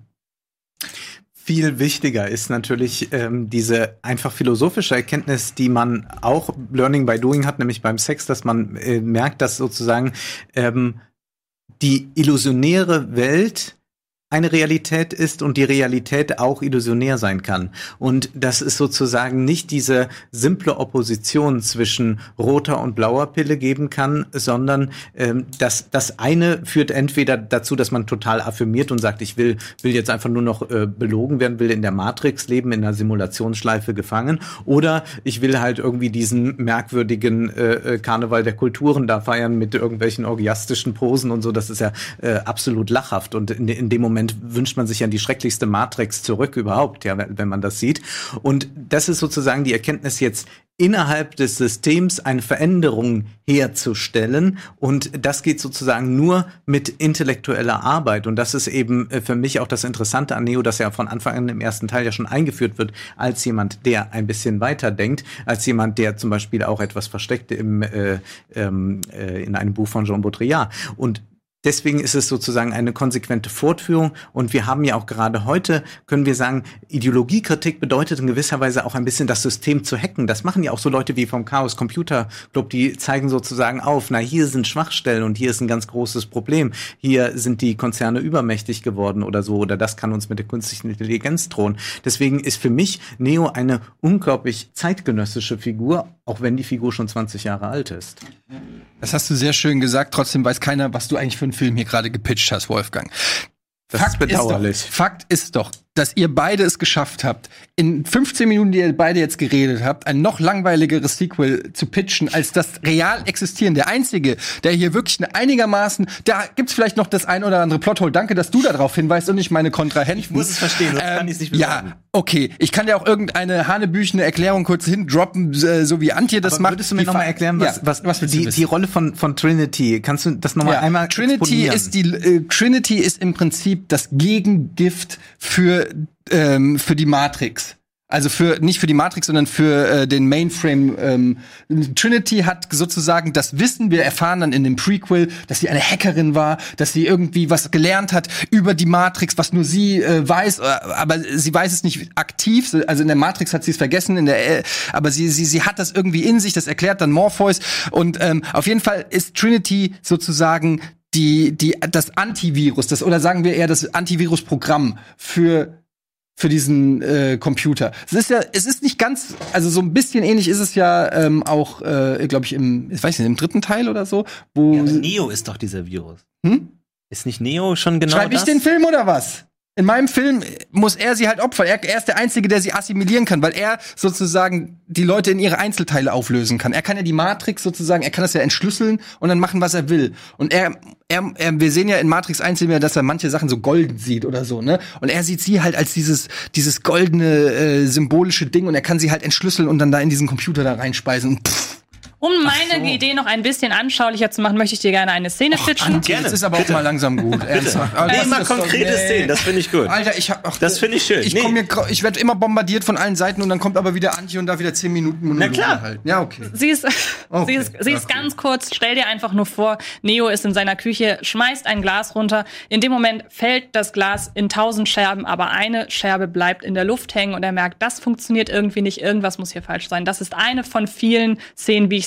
Viel wichtiger ist natürlich ähm, diese einfach philosophische Erkenntnis, die man auch Learning by Doing hat, nämlich beim Sex, dass man äh, merkt, dass sozusagen ähm, die illusionäre Welt eine Realität ist und die Realität auch illusionär sein kann. Und dass es sozusagen nicht diese simple Opposition zwischen roter und blauer Pille geben kann, sondern ähm, dass das eine führt entweder dazu, dass man total affirmiert und sagt, ich will will jetzt einfach nur noch äh, belogen werden, will in der Matrix leben, in einer Simulationsschleife gefangen, oder ich will halt irgendwie diesen merkwürdigen äh, Karneval der Kulturen da feiern mit irgendwelchen orgiastischen Posen und so. Das ist ja äh, absolut lachhaft, und in, in dem Moment wünscht man sich an die schrecklichste Matrix zurück überhaupt, ja, wenn man das sieht. Und das ist sozusagen die Erkenntnis, jetzt innerhalb des Systems eine Veränderung herzustellen. Und das geht sozusagen nur mit intellektueller Arbeit. Und das ist eben für mich auch das Interessante an Neo, dass er von Anfang an im ersten Teil ja schon eingeführt wird als jemand, der ein bisschen weiter denkt, als jemand, der zum Beispiel auch etwas versteckte im, äh, äh, in einem Buch von Jean Baudrillard. Und deswegen ist es sozusagen eine konsequente Fortführung, und wir haben ja auch gerade heute, können wir sagen, Ideologiekritik bedeutet in gewisser Weise auch ein bisschen das System zu hacken. Das machen ja auch so Leute wie vom Chaos Computer Club, die zeigen sozusagen auf, na, hier sind Schwachstellen und hier ist ein ganz großes Problem. Hier sind die Konzerne übermächtig geworden oder so, oder das kann uns mit der künstlichen Intelligenz drohen. Deswegen ist für mich Neo eine unglaublich zeitgenössische Figur, auch wenn die Figur schon zwanzig Jahre alt ist. Das hast du sehr schön gesagt. Trotzdem weiß keiner, was du eigentlich für einen Film hier gerade gepitcht hast, Wolfgang. Das Fakt ist bedauerlich. Ist doch, Fakt ist doch, dass ihr beide es geschafft habt, in fünfzehn Minuten, die ihr beide jetzt geredet habt, ein noch langweiligeres Sequel zu pitchen, als das real existieren. Der einzige, der hier wirklich einigermaßen, da gibt's vielleicht noch das ein oder andere Plothole. Danke, dass du darauf hinweist und nicht meine Kontrahenten. Ich muss es verstehen, sonst kann ich es nicht besorgen. Ja, okay. Ich kann dir auch irgendeine hanebüchene Erklärung kurz hindroppen, äh, so wie Antje das Aber macht. würdest du mir noch mal erklären, was, ja, was, was willst du die, wissen? die Rolle von, von Trinity, kannst du das noch mal Ja, einmal Trinity exponieren? ist die äh, Trinity ist im Prinzip das Gegengift für ähm, für die Matrix. Also für nicht für die Matrix, sondern für äh, den Mainframe. Ähm, Trinity hat sozusagen das Wissen, wir erfahren dann in dem Prequel, dass sie eine Hackerin war, dass sie irgendwie was gelernt hat über die Matrix, was nur sie äh, weiß, äh, aber sie weiß es nicht aktiv. Also in der Matrix hat sie es vergessen, in der, äh, aber sie sie sie hat das irgendwie in sich. Das erklärt dann Morpheus. Und ähm, auf jeden Fall ist Trinity sozusagen die die das Antivirus, das oder sagen wir eher das Antivirusprogramm für für diesen äh, Computer. Es ist ja, es ist nicht ganz, also so ein bisschen ähnlich ist es ja ähm, auch, äh, glaube ich, im, ich weiß nicht, im dritten Teil oder so, wo. Ja, aber Neo ist doch dieser Virus. Hm? Ist nicht Neo schon genau Schreib ich das? den Film oder was? In meinem Film muss er sie halt opfern. Er, er ist der Einzige, der sie assimilieren kann, weil er sozusagen die Leute in ihre Einzelteile auflösen kann. Er kann ja die Matrix sozusagen, er kann das ja entschlüsseln und dann machen, was er will. Und er, er, er wir sehen ja in Matrix eins, dass er manche Sachen so golden sieht oder so, ne? Und er sieht sie halt als dieses, dieses goldene, äh, symbolische Ding, und er kann sie halt entschlüsseln und dann da in diesen Computer da reinspeisen. Und pff. Um meine so. Idee noch ein bisschen anschaulicher zu machen, möchte ich dir gerne eine Szene pitchen. Gerne. Das ist aber auch mal langsam gut. Ernsthaft. Nee, Das mal ist doch- konkrete nee. Szenen, das finde ich gut. Alter, ich hab, ach, Das finde ich schön. Ich, Nee. komm mir, grau- ich werde immer bombardiert von allen Seiten und dann kommt aber wieder Antje und da wieder zehn Minuten Monologe Na klar. halten. Ja, okay. Sie ist, Okay, sie ist, sie ist okay. ganz kurz, stell dir einfach nur vor, Neo ist in seiner Küche, schmeißt ein Glas runter. In dem Moment fällt das Glas in tausend Scherben, aber eine Scherbe bleibt in der Luft hängen und er merkt, das funktioniert irgendwie nicht, irgendwas muss hier falsch sein. Das ist eine von vielen Szenen, wie ich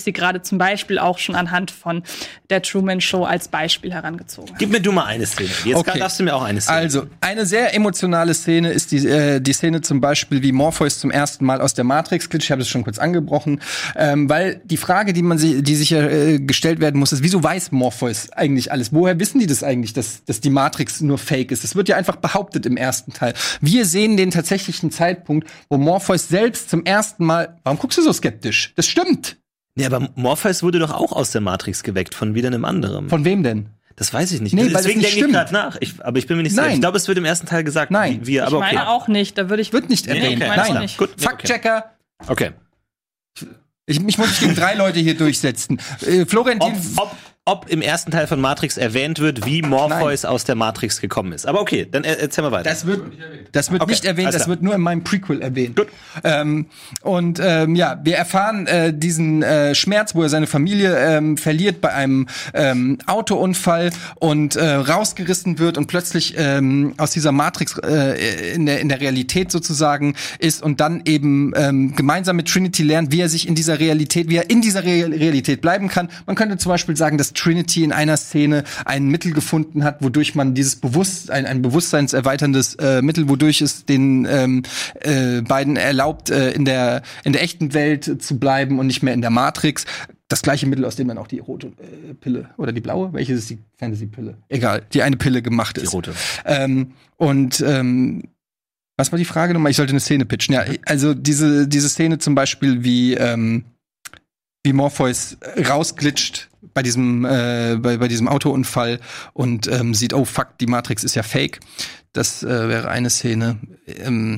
sie gerade zum Beispiel auch schon anhand von der Truman Show als Beispiel herangezogen habe. Gib mir du mal eine Szene. Jetzt Okay. darfst du mir auch eine Szene. Also, eine sehr emotionale Szene ist die, äh, die Szene zum Beispiel, wie Morpheus zum ersten Mal aus der Matrix glitscht. Ich habe das schon kurz angebrochen. Ähm, weil die Frage, die man sich, die sich äh, gestellt werden muss, ist, wieso weiß Morpheus eigentlich alles? Woher wissen die das eigentlich, dass, dass die Matrix nur Fake ist? Das wird ja einfach behauptet im ersten Teil. Wir sehen den tatsächlichen Zeitpunkt, wo Morpheus selbst zum ersten Mal. Warum guckst du so skeptisch? Das stimmt. Nee, aber Morpheus wurde doch auch aus der Matrix geweckt, von wieder einem anderen. Von wem denn? Das weiß ich nicht. Nee, weil das Deswegen nicht denke ich stimmt. gerade nach. Ich, aber ich bin mir nicht sicher. Nein. Ich glaube, es wird im ersten Teil gesagt. Nein. Wie, wie, aber Ich meine okay. auch nicht. Da würde ich Wird nicht Nee, erwähnt. okay, meine alles auch klar. nicht. Gut, nee, okay. Faktchecker. Okay. Ich, ich muss mich gegen drei Leute hier durchsetzen. Äh, Florentin. Ob, ob, ob im ersten Teil von Matrix erwähnt wird, wie Morpheus aus der Matrix gekommen ist. Aber okay, dann er, erzähl mal weiter. Das wird, das wird Okay, nicht erwähnt, alles das klar. wird nur in meinem Prequel erwähnt. Gut. Ähm, und ähm, ja, wir erfahren äh, diesen äh, Schmerz, wo er seine Familie ähm, verliert bei einem ähm, Autounfall und äh, rausgerissen wird und plötzlich ähm, aus dieser Matrix äh, in, der, in der Realität sozusagen ist und dann eben ähm, gemeinsam mit Trinity lernt, wie er sich in dieser Realität, wie er in dieser Re- Realität bleiben kann. Man könnte zum Beispiel sagen, dass Trinity in einer Szene ein Mittel gefunden hat, wodurch man dieses Bewusstsein, ein bewusstseinserweiterndes äh, Mittel, wodurch es den ähm, äh, beiden erlaubt, äh, in der in der echten Welt zu bleiben und nicht mehr in der Matrix. Das gleiche Mittel, aus dem dann auch die rote äh, Pille oder die blaue, welche ist die Fantasy-Pille? Egal, die eine Pille gemacht ist. Die rote. Ähm, und ähm, was war die Frage nochmal? Ich sollte eine Szene pitchen. Ja, also diese diese Szene zum Beispiel, wie ähm, wie Morpheus rausglitscht bei diesem äh, bei, bei diesem Autounfall und ähm, sieht, oh fuck, die Matrix ist ja fake. Das äh, wäre eine Szene. Ähm,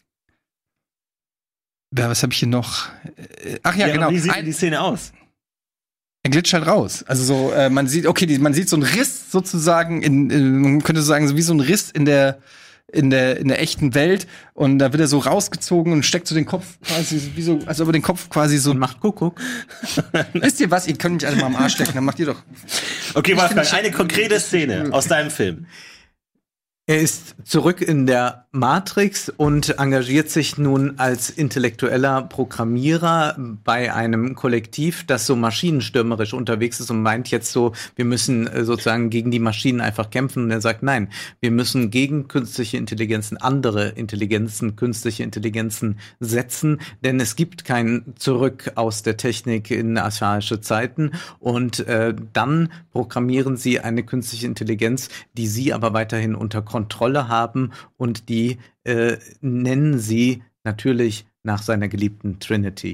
ja, was habe ich hier noch? Äh, Ach ja, Ja, genau. aber wie sieht Ein- die Szene aus? Er glitscht halt raus. Also so, äh, man sieht, okay, die, man sieht so einen Riss sozusagen in, in, man könnte so sagen, so wie so ein Riss in der in der in der echten Welt und da wird er so rausgezogen und steckt so den Kopf quasi wie so, als ob er den Kopf quasi so Und macht Kuckuck. Wisst ihr was? Ihr könnt mich alle mal am Arsch stecken, dann macht ihr doch. Okay, Wolfgang, ich- eine konkrete Szene aus deinem Film. Er ist zurück in der Matrix und engagiert sich nun als intellektueller Programmierer bei einem Kollektiv, das so maschinenstürmerisch unterwegs ist und meint jetzt so, wir müssen äh, sozusagen gegen die Maschinen einfach kämpfen. Und er sagt, nein, wir müssen gegen künstliche Intelligenzen, andere Intelligenzen, künstliche Intelligenzen setzen, denn es gibt kein Zurück aus der Technik in archaische Zeiten. Und äh, dann programmieren sie eine künstliche Intelligenz, die sie aber weiterhin unter Kontrolle haben und die äh, nennen sie natürlich nach seiner geliebten Trinity.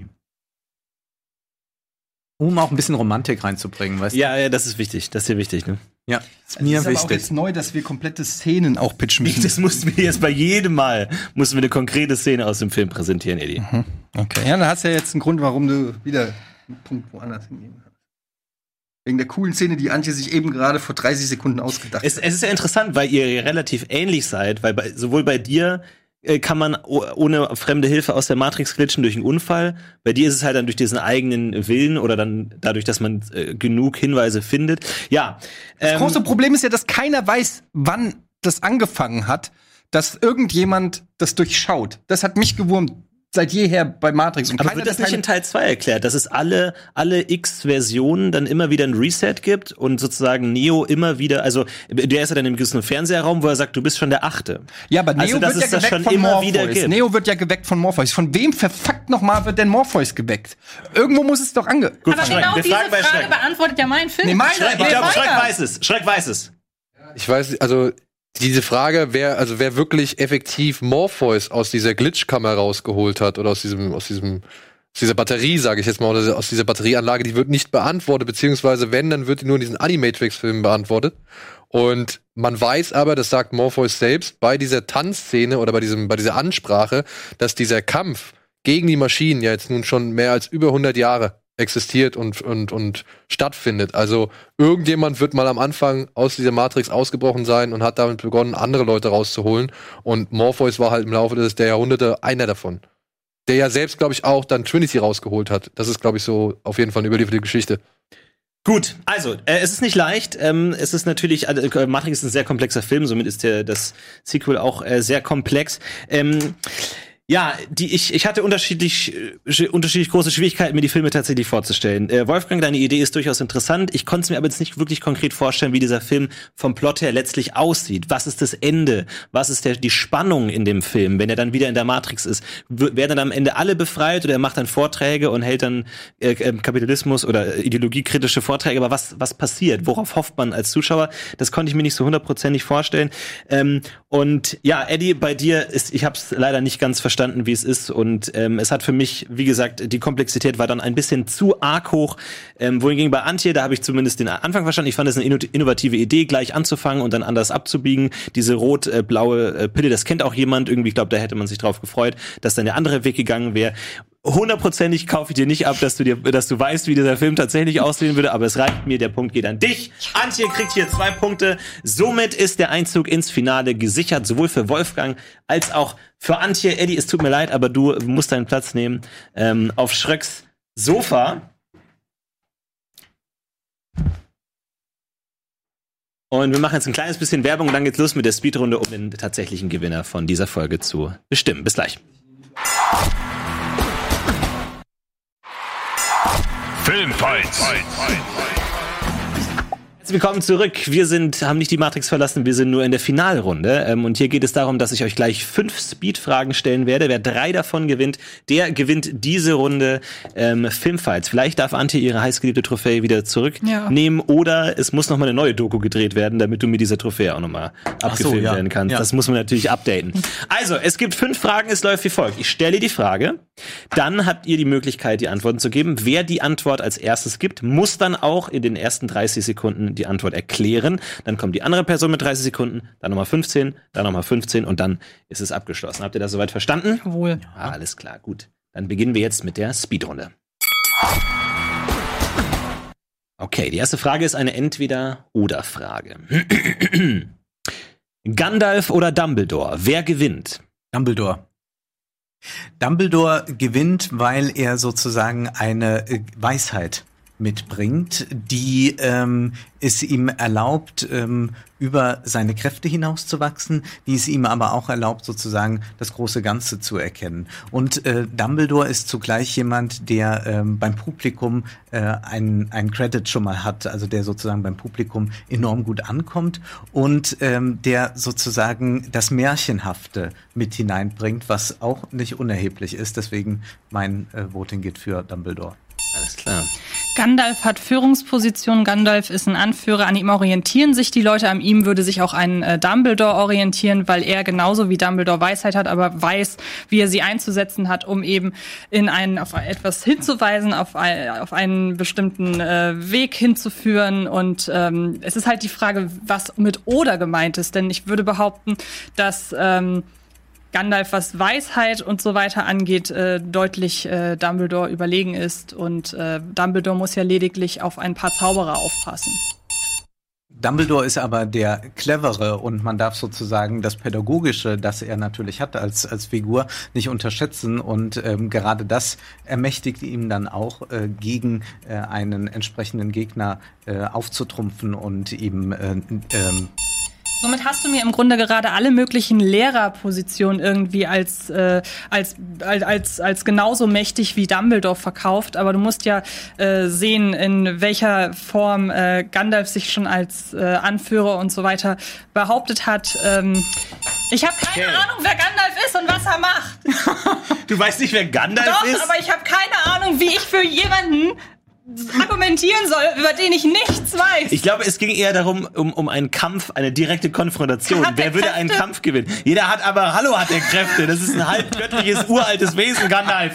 Um auch ein bisschen Romantik reinzubringen, weißt Ja, ja, das ist wichtig. Das ist hier wichtig, ne? du? Ja, ist mir Es ist aber auch wichtig. jetzt neu, dass wir komplette Szenen auch pitchen müssen. Das mussten wir jetzt bei jedem Mal, mussten wir eine konkrete Szene aus dem Film präsentieren, Eddie. Okay, ja, dann hast du ja jetzt einen Grund, warum du wieder einen Punkt woanders hingehen kannst. Wegen der coolen Szene, die Antje sich eben gerade vor dreißig Sekunden ausgedacht Es, hat. es ist ja interessant, weil ihr relativ ähnlich seid, weil bei, sowohl bei dir äh, kann man o- ohne fremde Hilfe aus der Matrix glitschen durch einen Unfall. Bei dir ist es halt dann durch diesen eigenen Willen oder dann dadurch, dass man äh, genug Hinweise findet. Ja. Das ähm, große Problem ist ja, dass keiner weiß, wann das angefangen hat, dass irgendjemand das durchschaut. Das hat mich gewurmt seit jeher bei Matrix. Und Aber keiner wird das der nicht in Teile- Teil zwei erklärt, dass es alle, alle X-Versionen dann immer wieder ein Reset gibt und sozusagen Neo immer wieder, also der ist ja dann im gewissen Fernseherraum, wo er sagt, du bist schon der Achte. Ja, aber Neo Also, dass wird ja es das geweckt schon von immer Morpheus. wieder gibt. Neo wird ja geweckt von Morpheus. Von wem verfuckt nochmal wird denn Morpheus geweckt? Irgendwo muss es doch ange... Gut, Aber Schreck, genau wir diese fragen bei Frage Schreck. beantwortet ja mein Film. Nee, meine, Schreck, ich aber- glaube, Schreck weiter. weiß es. Schreck weiß es. Ich weiß nicht, also diese Frage, wer, also wer wirklich effektiv Morpheus aus dieser Glitchkammer rausgeholt hat oder aus diesem, aus diesem, aus dieser Batterie, sage ich jetzt mal, oder aus dieser Batterieanlage, die wird nicht beantwortet, beziehungsweise wenn, dann wird die nur in diesen Animatrix-Filmen beantwortet. Und man weiß aber, das sagt Morpheus selbst, bei dieser Tanzszene oder bei diesem, bei dieser Ansprache, dass dieser Kampf gegen die Maschinen ja jetzt nun schon mehr als über hundert Jahre existiert und, und, und stattfindet. Also irgendjemand wird mal am Anfang aus dieser Matrix ausgebrochen sein und hat damit begonnen, andere Leute rauszuholen. Und Morpheus war halt im Laufe des, der Jahrhunderte einer davon. Der ja selbst, glaube ich, auch dann Trinity rausgeholt hat. Das ist, glaube ich, so auf jeden Fall eine überlieferte Geschichte. Gut, also, äh, es ist nicht leicht. Ähm, es ist natürlich, äh, Matrix ist ein sehr komplexer Film, somit ist der, das Sequel auch äh, sehr komplex. Ähm, Ja, die ich ich hatte unterschiedlich äh, unterschiedlich große Schwierigkeiten, mir die Filme tatsächlich vorzustellen. Äh, Wolfgang, deine Idee ist durchaus interessant. Ich konnte es mir aber jetzt nicht wirklich konkret vorstellen, wie dieser Film vom Plot her letztlich aussieht. Was ist das Ende? Was ist der die Spannung in dem Film, wenn er dann wieder in der Matrix ist? W- werden dann am Ende alle befreit oder er macht dann Vorträge und hält dann äh, äh, Kapitalismus oder ideologiekritische Vorträge? Aber was was passiert? Worauf hofft man als Zuschauer? Das konnte ich mir nicht so hundertprozentig vorstellen. Ähm, und ja, Eddie, bei dir ist, ich habe es leider nicht ganz verstanden, wie es ist, und ähm, es hat für mich, wie gesagt, die Komplexität war dann ein bisschen zu arg hoch, ähm, wohingegen bei Antje, da habe ich zumindest den Anfang verstanden, ich fand es eine inno- innovative Idee, gleich anzufangen und dann anders abzubiegen, diese rot-blaue äh, Pille, das kennt auch jemand, irgendwie, ich glaube, da hätte man sich drauf gefreut, dass dann der andere Weg gegangen wäre. Hundertprozentig kaufe ich dir nicht ab, dass du dir, dass du weißt, wie dieser Film tatsächlich aussehen würde, aber es reicht mir, der Punkt geht an dich. Antje kriegt hier zwei Punkte. Somit ist der Einzug ins Finale gesichert, sowohl für Wolfgang als auch für Antje. Eddie, es tut mir leid, aber du musst deinen Platz nehmen ähm, auf Schröcks Sofa. Und wir machen jetzt ein kleines bisschen Werbung und dann geht's los mit der Speedrunde, um den tatsächlichen Gewinner von dieser Folge zu bestimmen. Bis gleich. Filmfights. Willkommen zurück. Wir sind, haben nicht die Matrix verlassen, wir sind nur in der Finalrunde. Ähm, und hier geht es darum, dass ich euch gleich fünf Speed-Fragen stellen werde. Wer drei davon gewinnt, der gewinnt diese Runde ähm, Filmfights. Vielleicht darf Antje ihre heißgeliebte Trophäe wieder zurücknehmen, ja. Oder es muss nochmal eine neue Doku gedreht werden, damit du mir diese Trophäe auch nochmal abgefilmt so, ja. werden kannst. Ja. Das muss man natürlich updaten. Also, es gibt fünf Fragen, es läuft wie folgt. Ich stelle die Frage, dann habt ihr die Möglichkeit, die Antworten zu geben. Wer die Antwort als erstes gibt, muss dann auch in den ersten dreißig Sekunden die Antwort erklären. Dann kommt die andere Person mit dreißig Sekunden, dann nochmal fünfzehn, dann nochmal fünfzehn und dann ist es abgeschlossen. Habt ihr das soweit verstanden? Jawohl. Ja, alles klar, gut. Dann beginnen wir jetzt mit der Speedrunde. Okay, die erste Frage ist eine Entweder-oder-Frage. Gandalf oder Dumbledore? Wer gewinnt? Dumbledore. Dumbledore gewinnt, weil er sozusagen eine Weisheit mitbringt, die ähm, es ihm erlaubt, ähm, über seine Kräfte hinauszuwachsen, die es ihm aber auch erlaubt, sozusagen das große Ganze zu erkennen. Und äh, Dumbledore ist zugleich jemand, der ähm, beim Publikum äh, einen, einen Credit schon mal hat, also der sozusagen beim Publikum enorm gut ankommt und ähm, der sozusagen das Märchenhafte mit hineinbringt, was auch nicht unerheblich ist. Deswegen mein äh, Voting geht für Dumbledore. Alles klar. Gandalf hat Führungsposition. Gandalf ist ein Anführer. An ihm orientieren sich die Leute. An ihm würde sich auch ein äh, Dumbledore orientieren, weil er genauso wie Dumbledore Weisheit hat, aber weiß, wie er sie einzusetzen hat, um eben in einen auf etwas hinzuweisen, auf, ein, auf einen bestimmten äh, Weg hinzuführen. Und ähm, es ist halt die Frage, was mit oder gemeint ist. Denn ich würde behaupten, dass ähm, Gandalf, was Weisheit und so weiter angeht, äh, deutlich äh, Dumbledore überlegen ist. Und äh, Dumbledore muss ja lediglich auf ein paar Zauberer aufpassen. Dumbledore ist aber der Clevere und man darf sozusagen das Pädagogische, das er natürlich hat als als Figur, nicht unterschätzen. Und ähm, gerade das ermächtigt ihm dann auch, äh, gegen äh, einen entsprechenden Gegner äh, aufzutrumpfen und ihm äh, ähm, Somit hast du mir im Grunde gerade alle möglichen Lehrerpositionen irgendwie als, äh, als, als, als, als genauso mächtig wie Dumbledore verkauft. Aber du musst ja äh, sehen, in welcher Form äh, Gandalf sich schon als äh, Anführer und so weiter behauptet hat. Ähm, ich habe keine okay. Ahnung, wer Gandalf ist und was er macht. Du weißt nicht, wer Gandalf Doch, ist? Doch, aber ich habe keine Ahnung, wie ich für jemanden argumentieren soll, über den ich nichts weiß. Ich glaube, es ging eher darum, um, um einen Kampf, eine direkte Konfrontation. Wer würde einen Kampf gewinnen? Jeder hat aber, hallo, hat er Kräfte. Das ist ein halbgöttliches, uraltes Wesen, Gandalf.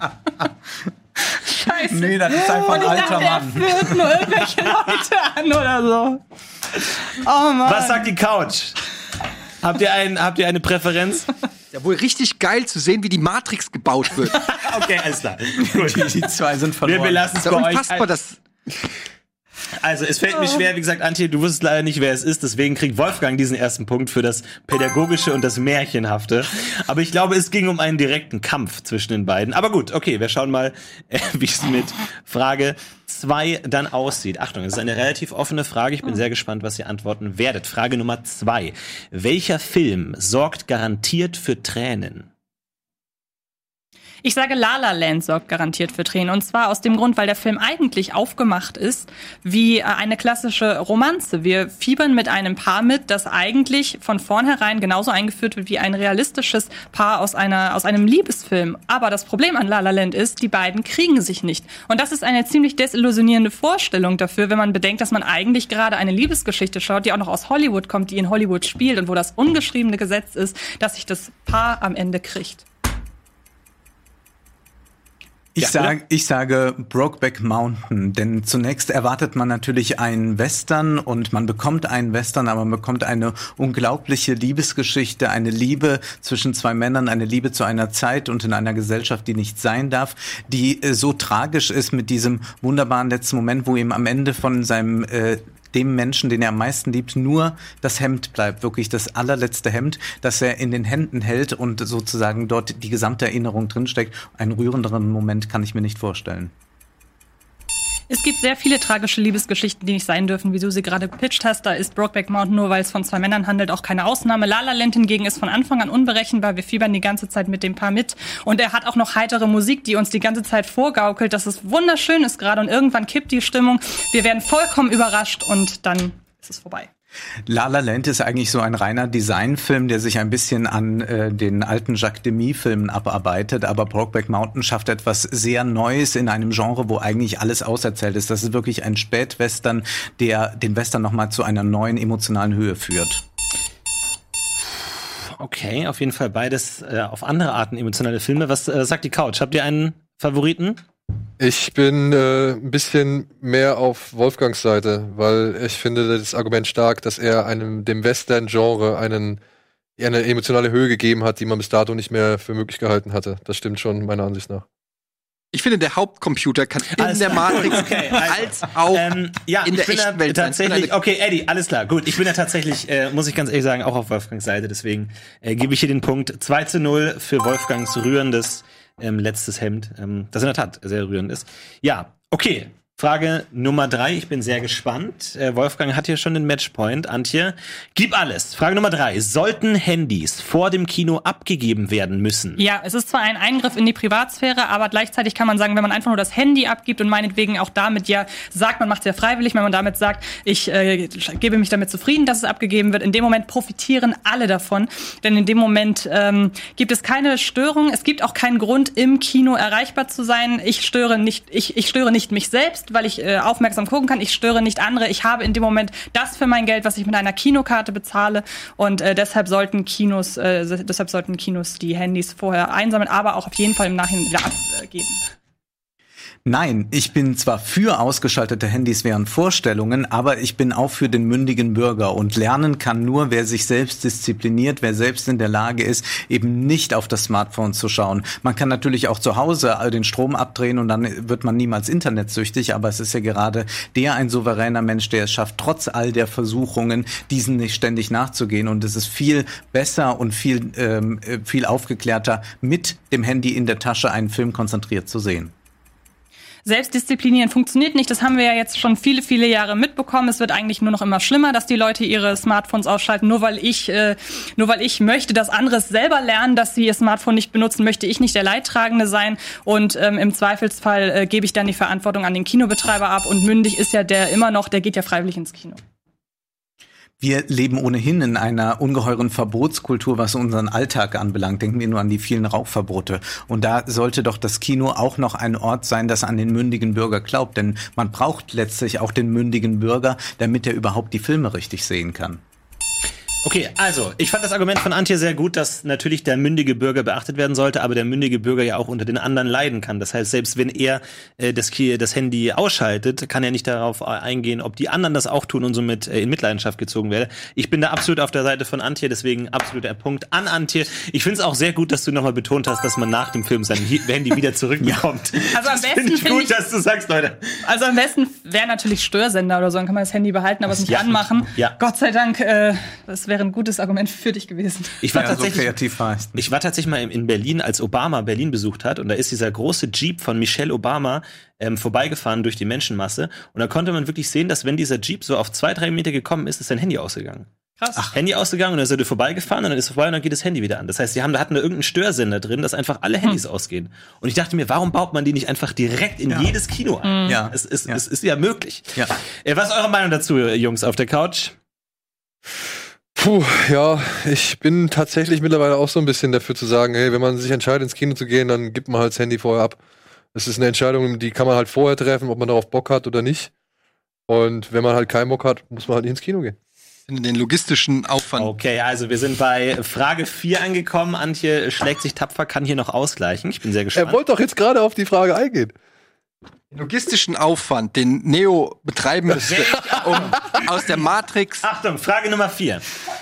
Scheiße. Nee, das ist einfach ein Und ich alter dachte, Mann. Er führt nur irgendwelche Leute an oder so. Oh Mann. Was sagt die Couch? Habt ihr, ein, habt ihr eine Präferenz? Ja, wohl richtig geil zu sehen, wie die Matrix gebaut wird. Okay, alles klar. Gut. Die, die zwei sind verloren. Wir belassen es Da bei euch. unfassbar, das. Also, es fällt mir schwer, wie gesagt, Antje, du wusstest leider nicht, wer es ist, deswegen kriegt Wolfgang diesen ersten Punkt für das Pädagogische und das Märchenhafte. Aber ich glaube, es ging um einen direkten Kampf zwischen den beiden. Aber gut, okay, wir schauen mal, äh, wie es mit Frage zwei dann aussieht. Achtung, es ist eine relativ offene Frage. Ich bin sehr gespannt, was ihr antworten werdet. Frage Nummer zwei. Welcher Film sorgt garantiert für Tränen? Ich sage, La La Land sorgt garantiert für Tränen. Und zwar aus dem Grund, weil der Film eigentlich aufgemacht ist wie eine klassische Romanze. Wir fiebern mit einem Paar mit, das eigentlich von vornherein genauso eingeführt wird wie ein realistisches Paar aus einer aus einem Liebesfilm. Aber das Problem an La La Land ist, die beiden kriegen sich nicht. Und das ist eine ziemlich desillusionierende Vorstellung dafür, wenn man bedenkt, dass man eigentlich gerade eine Liebesgeschichte schaut, die auch noch aus Hollywood kommt, die in Hollywood spielt und wo das ungeschriebene Gesetz ist, dass sich das Paar am Ende kriegt. Ich, Ja, sag, ich sage Brokeback Mountain, denn zunächst erwartet man natürlich einen Western und man bekommt einen Western, aber man bekommt eine unglaubliche Liebesgeschichte, eine Liebe zwischen zwei Männern, eine Liebe zu einer Zeit und in einer Gesellschaft, die nicht sein darf, die äh, so tragisch ist mit diesem wunderbaren letzten Moment, wo ihm am Ende von seinem äh, dem Menschen, den er am meisten liebt, nur das Hemd bleibt, wirklich das allerletzte Hemd, das er in den Händen hält und sozusagen dort die gesamte Erinnerung drinsteckt. Einen rührenderen Moment kann ich mir nicht vorstellen. Es gibt sehr viele tragische Liebesgeschichten, die nicht sein dürfen, wie du sie gerade gepitcht hast. Da ist Brokeback Mountain, nur weil es von zwei Männern handelt, auch keine Ausnahme. La La Land hingegen ist von Anfang an unberechenbar. Wir fiebern die ganze Zeit mit dem Paar mit. Und er hat auch noch heitere Musik, die uns die ganze Zeit vorgaukelt, dass es wunderschön ist gerade. Und irgendwann kippt die Stimmung. Wir werden vollkommen überrascht und dann ist es vorbei. La La Land ist eigentlich so ein reiner Designfilm, der sich ein bisschen an äh, den alten Jacques Demy-Filmen abarbeitet, aber Brokeback Mountain schafft etwas sehr Neues in einem Genre, wo eigentlich alles auserzählt ist. Das ist wirklich ein Spätwestern, der den Western nochmal zu einer neuen emotionalen Höhe führt. Okay, auf jeden Fall beides äh, auf andere Arten emotionale Filme. Was äh, sagt die Couch? Habt ihr einen Favoriten? Ich bin äh, ein bisschen mehr auf Wolfgangs Seite, weil ich finde das Argument stark, dass er einem dem Western-Genre einen eine emotionale Höhe gegeben hat, die man bis dato nicht mehr für möglich gehalten hatte. Das stimmt schon meiner Ansicht nach. Ich finde, der Hauptcomputer kann in Alles der klar. Matrix Okay, also, als auch ähm, ja, in der ich bin echten da Welt sein. tatsächlich, okay, Eddie, alles klar, gut. Ich bin da tatsächlich, äh, muss ich ganz ehrlich sagen, auch auf Wolfgangs Seite. Deswegen äh, gebe ich hier den Punkt zwei zu null für Wolfgangs rührendes ähm, letztes Hemd, ähm, das in der Tat sehr rührend ist. Ja, okay. Frage Nummer drei, ich bin sehr gespannt. Äh, Wolfgang hat hier schon den Matchpoint. Antje, gib alles. Frage Nummer drei, sollten Handys vor dem Kino abgegeben werden müssen? Ja, es ist zwar ein Eingriff in die Privatsphäre, aber gleichzeitig kann man sagen, wenn man einfach nur das Handy abgibt und meinetwegen auch damit ja sagt, man macht es ja freiwillig, wenn man damit sagt, ich äh, gebe mich damit zufrieden, dass es abgegeben wird, in dem Moment profitieren alle davon, denn in dem Moment ähm, gibt es keine Störung, es gibt auch keinen Grund, im Kino erreichbar zu sein. Ich störe nicht, ich, ich störe nicht mich selbst, weil ich äh, aufmerksam gucken kann. Ich störe nicht andere. Ich habe in dem Moment das für mein Geld, was ich mit einer Kinokarte bezahle. Und äh, deshalb sollten Kinos, äh, deshalb sollten Kinos die Handys vorher einsammeln, aber auch auf jeden Fall im Nachhinein wieder abgeben. Nein, ich bin zwar für ausgeschaltete Handys während Vorstellungen, aber ich bin auch für den mündigen Bürger. Und lernen kann nur, wer sich selbst diszipliniert, wer selbst in der Lage ist, eben nicht auf das Smartphone zu schauen. Man kann natürlich auch zu Hause den Strom abdrehen und dann wird man niemals internetsüchtig, aber es ist ja gerade der ein souveräner Mensch, der es schafft, trotz all der Versuchungen, diesen nicht ständig nachzugehen. Und es ist viel besser und viel, ähm, viel aufgeklärter, mit dem Handy in der Tasche einen Film konzentriert zu sehen. Selbstdisziplinieren funktioniert nicht. Das haben wir ja jetzt schon viele, viele Jahre mitbekommen. Es wird eigentlich nur noch immer schlimmer, dass die Leute ihre Smartphones ausschalten. Nur weil ich, äh, nur weil ich möchte, dass andere es selber lernen, dass sie ihr Smartphone nicht benutzen, möchte ich nicht der Leidtragende sein. Und ähm, im Zweifelsfall äh, gebe ich dann die Verantwortung an den Kinobetreiber ab. Und mündig ist ja der immer noch, der geht ja freiwillig ins Kino. Wir leben ohnehin in einer ungeheuren Verbotskultur, was unseren Alltag anbelangt. Denken wir nur an die vielen Rauchverbote. Und da sollte doch das Kino auch noch ein Ort sein, das an den mündigen Bürger glaubt. Denn man braucht letztlich auch den mündigen Bürger, damit er überhaupt die Filme richtig sehen kann. Okay, also, ich fand das Argument von Antje sehr gut, dass natürlich der mündige Bürger beachtet werden sollte, aber der mündige Bürger ja auch unter den anderen leiden kann. Das heißt, selbst wenn er äh, das, das Handy ausschaltet, kann er nicht darauf eingehen, ob die anderen das auch tun und somit äh, in Mitleidenschaft gezogen werde. Ich bin da absolut auf der Seite von Antje, deswegen absoluter Punkt an Antje. Ich finde es auch sehr gut, dass du nochmal betont hast, dass man nach dem Film sein Handy wieder zurückbekommt. Also am besten finde ich find gut, ich, dass du sagst, Leute. Also am besten wäre natürlich Störsender oder so, dann kann man das Handy behalten, aber es nicht Ja. anmachen. Ja. Gott sei Dank, äh, das wäre ein gutes Argument für dich gewesen. Ich war Ja, so tatsächlich kreativ war es nicht. Ich war tatsächlich mal in Berlin, als Obama Berlin besucht hat, und da ist dieser große Jeep von Michelle Obama ähm, vorbeigefahren durch die Menschenmasse, und da konnte man wirklich sehen, dass wenn dieser Jeep so auf zwei, drei Meter gekommen ist, ist sein Handy ausgegangen. Krass. Ach. Handy ausgegangen und dann ist er vorbeigefahren und dann ist er vorbei und dann geht das Handy wieder an. Das heißt, sie haben da hatten da irgendeinen Störsender drin, dass einfach alle Handys hm. ausgehen. Und ich dachte mir, warum baut man die nicht einfach direkt in ja. jedes Kino ein? Mhm. Ja. Es ist, ja. es ist ja möglich. Ja. Äh, was ist eure Meinung dazu, Jungs, auf der Couch? Puh, ja, ich bin tatsächlich mittlerweile auch so ein bisschen dafür zu sagen, hey, wenn man sich entscheidet, ins Kino zu gehen, dann gibt man halt das Handy vorher ab. Das ist eine Entscheidung, die kann man halt vorher treffen, ob man darauf Bock hat oder nicht. Und wenn man halt keinen Bock hat, muss man halt nicht ins Kino gehen. Den logistischen Aufwand. Okay, also wir sind bei Frage vier angekommen. Antje schlägt sich tapfer, kann hier noch ausgleichen. Ich bin sehr gespannt. Er wollte doch jetzt gerade auf die Frage eingehen. Den logistischen Aufwand, den Neo betreiben müsste, um aus der Matrix... Achtung, Frage Nummer vier.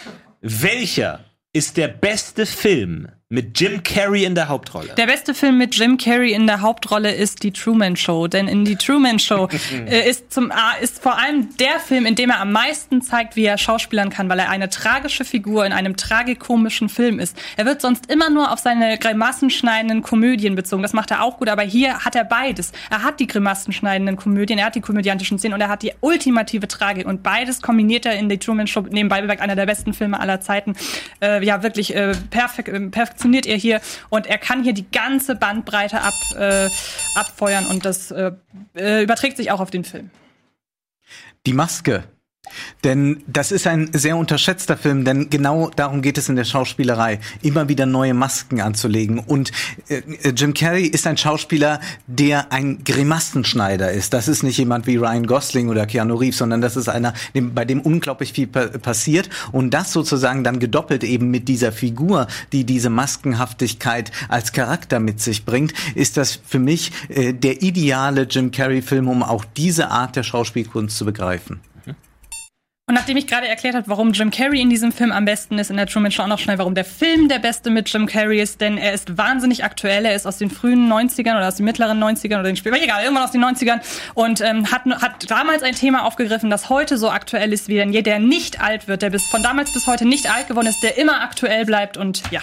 Welcher ist der beste Film mit Jim Carrey in der Hauptrolle? Der beste Film mit Jim Carrey in der Hauptrolle ist die Truman Show. Denn in die Truman Show äh, ist, zum, äh, ist vor allem der Film, in dem er am meisten zeigt, wie er schauspielern kann, weil er eine tragische Figur in einem tragikomischen Film ist. Er wird sonst immer nur auf seine grimassenschneidenden Komödien bezogen. Das macht er auch gut, aber hier hat er beides. Er hat die grimassenschneidenden Komödien, er hat die komödiantischen Szenen und er hat die ultimative Tragik. Und beides kombiniert er in die Truman Show. Nebenbei bemerkt, einer der besten Filme aller Zeiten. Äh, ja, wirklich äh, perfekt, äh, perfekt funktioniert er hier und er kann hier die ganze Bandbreite ab, äh, abfeuern und das äh, überträgt sich auch auf den Film. Die Maske. Denn das ist ein sehr unterschätzter Film, denn genau darum geht es in der Schauspielerei, immer wieder neue Masken anzulegen. Und äh, Jim Carrey ist ein Schauspieler, der ein Grimassenschneider ist. Das ist nicht jemand wie Ryan Gosling oder Keanu Reeves, sondern das ist einer, dem, bei dem unglaublich viel pa- passiert. Und das sozusagen dann gedoppelt eben mit dieser Figur, die diese Maskenhaftigkeit als Charakter mit sich bringt, ist das für mich äh, der ideale Jim Carrey-Film, um auch diese Art der Schauspielkunst zu begreifen. Und nachdem ich gerade erklärt habe, warum Jim Carrey in diesem Film am besten ist, in der Truman Show auch noch schnell, warum der Film der beste mit Jim Carrey ist, denn er ist wahnsinnig aktuell, er ist aus den frühen neunzigern oder aus den mittleren neunzigern oder den späteren, egal, irgendwann aus den neunzigern und ähm, hat, hat damals ein Thema aufgegriffen, das heute so aktuell ist wie denn je, der nicht alt wird, der bis von damals bis heute nicht alt geworden ist, der immer aktuell bleibt und ja.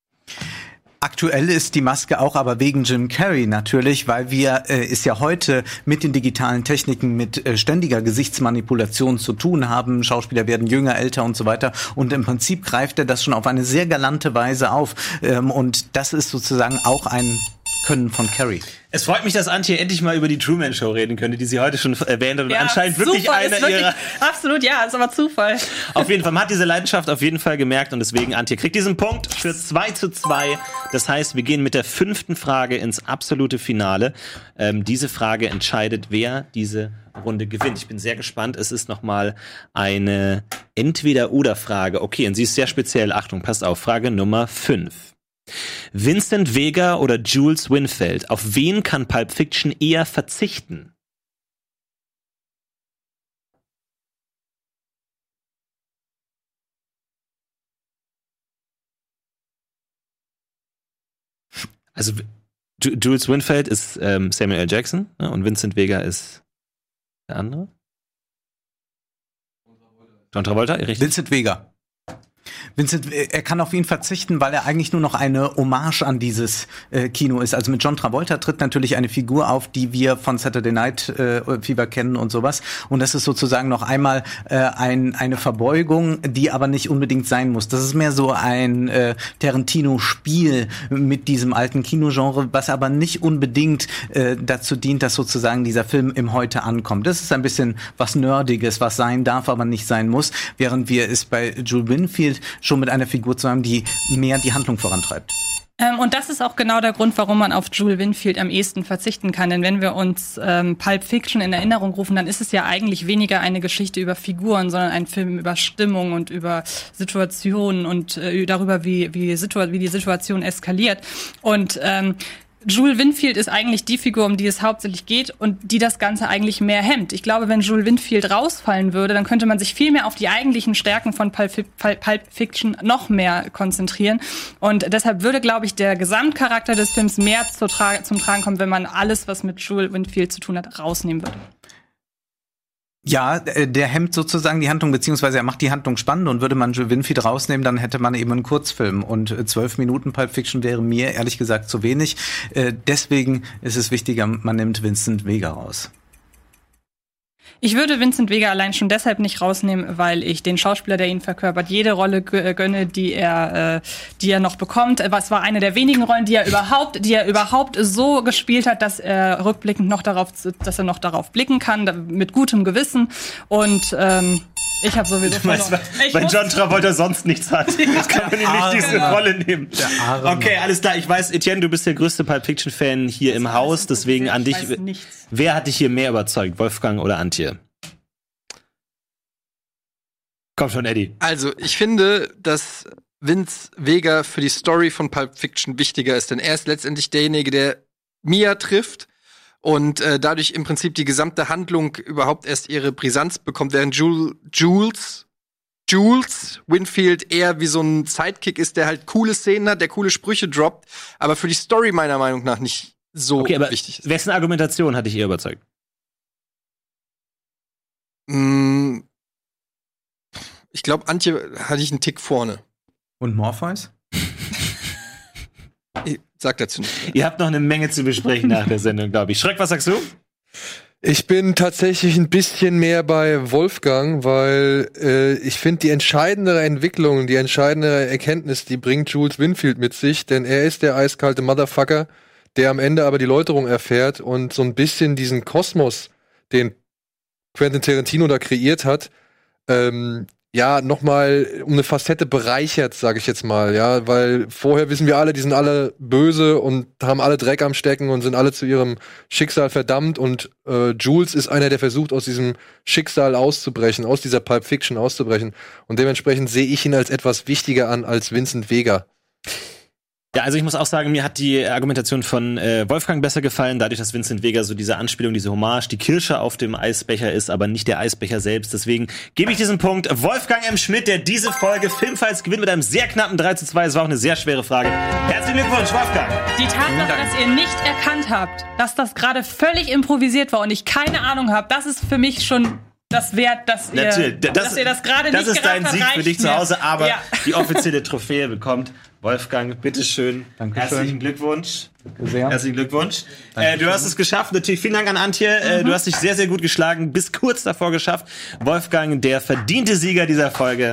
Aktuell ist die Maske auch, aber wegen Jim Carrey natürlich, weil wir äh, es ja heute mit den digitalen Techniken mit äh, ständiger Gesichtsmanipulation zu tun haben. Schauspieler werden jünger, älter und so weiter. Und im Prinzip greift er das schon auf eine sehr galante Weise auf. Ähm, und das ist sozusagen auch ein Können von Carrey. Es freut mich, dass Antje endlich mal über die Truman Show reden könnte, die sie heute schon erwähnt hat und ja, anscheinend wirklich Zufall einer ist wirklich, ihrer... Absolut, ja, ist aber Zufall. Auf jeden Fall, man hat diese Leidenschaft auf jeden Fall gemerkt und deswegen, Antje kriegt diesen Punkt für zwei zu zwei. Das heißt, wir gehen mit der fünften Frage ins absolute Finale. Ähm, diese Frage entscheidet, wer diese Runde gewinnt. Ich bin sehr gespannt. Es ist nochmal eine Entweder-Oder-Frage. Okay, und sie ist sehr speziell. Achtung, passt auf. Frage Nummer fünf. Vincent Vega oder Jules Winfield? Auf wen kann Pulp Fiction eher verzichten? Also Ju- Jules Winfield ist ähm, Samuel L. Jackson, ne? Und Vincent Vega ist der andere? John Travolta, richtig? Vincent Vega. Vincent, er kann auf ihn verzichten, weil er eigentlich nur noch eine Hommage an dieses äh, Kino ist. Also mit John Travolta tritt natürlich eine Figur auf, die wir von Saturday Night äh, Fever kennen und sowas. Und das ist sozusagen noch einmal äh, ein, eine Verbeugung, die aber nicht unbedingt sein muss. Das ist mehr so ein äh, Tarantino-Spiel mit diesem alten Kinogenre, was aber nicht unbedingt äh, dazu dient, dass sozusagen dieser Film im Heute ankommt. Das ist ein bisschen was Nerdiges, was sein darf, aber nicht sein muss. Während wir es bei Jules Winfield schon mit einer Figur zu haben, die mehr die Handlung vorantreibt. Ähm, und das ist auch genau der Grund, warum man auf Jules Winfield am ehesten verzichten kann. Denn wenn wir uns ähm, Pulp Fiction in Erinnerung rufen, dann ist es ja eigentlich weniger eine Geschichte über Figuren, sondern ein Film über Stimmung und über Situationen und äh, darüber, wie, wie, Situa- wie die Situation eskaliert. Und ähm, Jules Winfield ist eigentlich die Figur, um die es hauptsächlich geht und die das Ganze eigentlich mehr hemmt. Ich glaube, wenn Jules Winfield rausfallen würde, dann könnte man sich viel mehr auf die eigentlichen Stärken von Pulp, Pulp Fiction noch mehr konzentrieren. Und deshalb würde, glaube ich, der Gesamtcharakter des Films mehr zu tra- zum Tragen kommen, wenn man alles, was mit Jules Winfield zu tun hat, rausnehmen würde. Ja, der hemmt sozusagen die Handlung, beziehungsweise er macht die Handlung spannend und würde man Jules Winfield rausnehmen, dann hätte man eben einen Kurzfilm und zwölf Minuten Pulp Fiction wäre mir ehrlich gesagt zu wenig. Äh, deswegen ist es wichtiger, man nimmt Vincent Vega raus. Ich würde Vincent Vega allein schon deshalb nicht rausnehmen, weil ich den Schauspieler, der ihn verkörpert, jede Rolle gönne, die er, äh, die er noch bekommt. Es war eine der wenigen Rollen, die er überhaupt, die er überhaupt so gespielt hat, dass er rückblickend noch darauf, dass er noch darauf blicken kann, mit gutem Gewissen. Und ähm, ich habe sowieso du meinst, weil, weil John Travolta sonst nichts hat. Jetzt kann man ihm nicht diese genau. Rolle nehmen. Okay, alles klar. Ich weiß, Etienne, du bist der größte Pulp Fiction Fan hier im Haus, deswegen ich an dich. Nichts. Wer hat dich hier mehr überzeugt, Wolfgang oder Antje? Komm schon, Eddie. Also, ich finde, dass Vince Vega für die Story von Pulp Fiction wichtiger ist, denn er ist letztendlich derjenige, der Mia trifft und äh, dadurch im Prinzip die gesamte Handlung überhaupt erst ihre Brisanz bekommt, während Jules, Jules, Jules Winfield eher wie so ein Sidekick ist, der halt coole Szenen hat, der coole Sprüche droppt, aber für die Story meiner Meinung nach nicht so okay, aber wichtig ist. Wessen Argumentation hat dich eher überzeugt? Mm, ich glaube, Antje hatte ich einen Tick vorne. Und Morpheus? Ich sag dazu nicht. Ihr habt noch eine Menge zu besprechen nach der Sendung, glaube ich. Schreck, was sagst du? Ich bin tatsächlich ein bisschen mehr bei Wolfgang, weil äh, ich finde, die entscheidendere Entwicklung, die entscheidende Erkenntnis, die bringt Jules Winfield mit sich, denn er ist der eiskalte Motherfucker, der am Ende aber die Läuterung erfährt und so ein bisschen diesen Kosmos, den Quentin Tarantino da kreiert hat, ähm, ja, nochmal um eine Facette bereichert, sage ich jetzt mal, ja, weil vorher wissen wir alle, die sind alle böse und haben alle Dreck am Stecken und sind alle zu ihrem Schicksal verdammt und äh, Jules ist einer, der versucht, aus diesem Schicksal auszubrechen, aus dieser Pulp Fiction auszubrechen und dementsprechend sehe ich ihn als etwas wichtiger an als Vincent Vega. Ja, also ich muss auch sagen, mir hat die Argumentation von äh, Wolfgang besser gefallen, dadurch, dass Vincent Vega so diese Anspielung, diese Hommage, die Kirsche auf dem Eisbecher ist, aber nicht der Eisbecher selbst. Deswegen gebe ich diesen Punkt Wolfgang M. Schmidt, der diese Folge Filmfights gewinnt mit einem sehr knappen drei zu zwei. Es war auch eine sehr schwere Frage. Herzlichen Glückwunsch, Wolfgang. Die Tatsache, dass ihr nicht erkannt habt, dass das gerade völlig improvisiert war und ich keine Ahnung habe, das ist für mich schon das wert, dass ihr Natürlich, das, dass ihr das gerade nicht Das ist dein Sieg für dich zu Hause, aber ja. die offizielle Trophäe bekommt Wolfgang, bitteschön. Dankeschön. Herzlichen Glückwunsch. Danke sehr. Herzlichen Glückwunsch. Äh, du hast es geschafft. Natürlich vielen Dank an Antje. Mhm. Äh, du hast dich sehr, sehr gut geschlagen. Bis kurz davor geschafft. Wolfgang, der verdiente Sieger dieser Folge.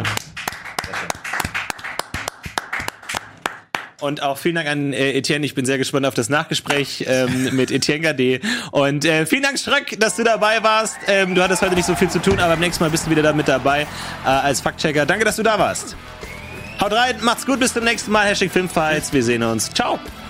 Und auch vielen Dank an äh, Etienne. Ich bin sehr gespannt auf das Nachgespräch ähm, mit Etienne Gardet. Und äh, vielen Dank, Schröck, dass du dabei warst. Ähm, du hattest heute nicht so viel zu tun, aber beim nächsten Mal bist du wieder da mit dabei äh, als Faktchecker. Danke, dass du da warst. Haut rein, macht's gut, bis zum nächsten Mal. Hashtag Filmfights. Wir sehen uns. Ciao.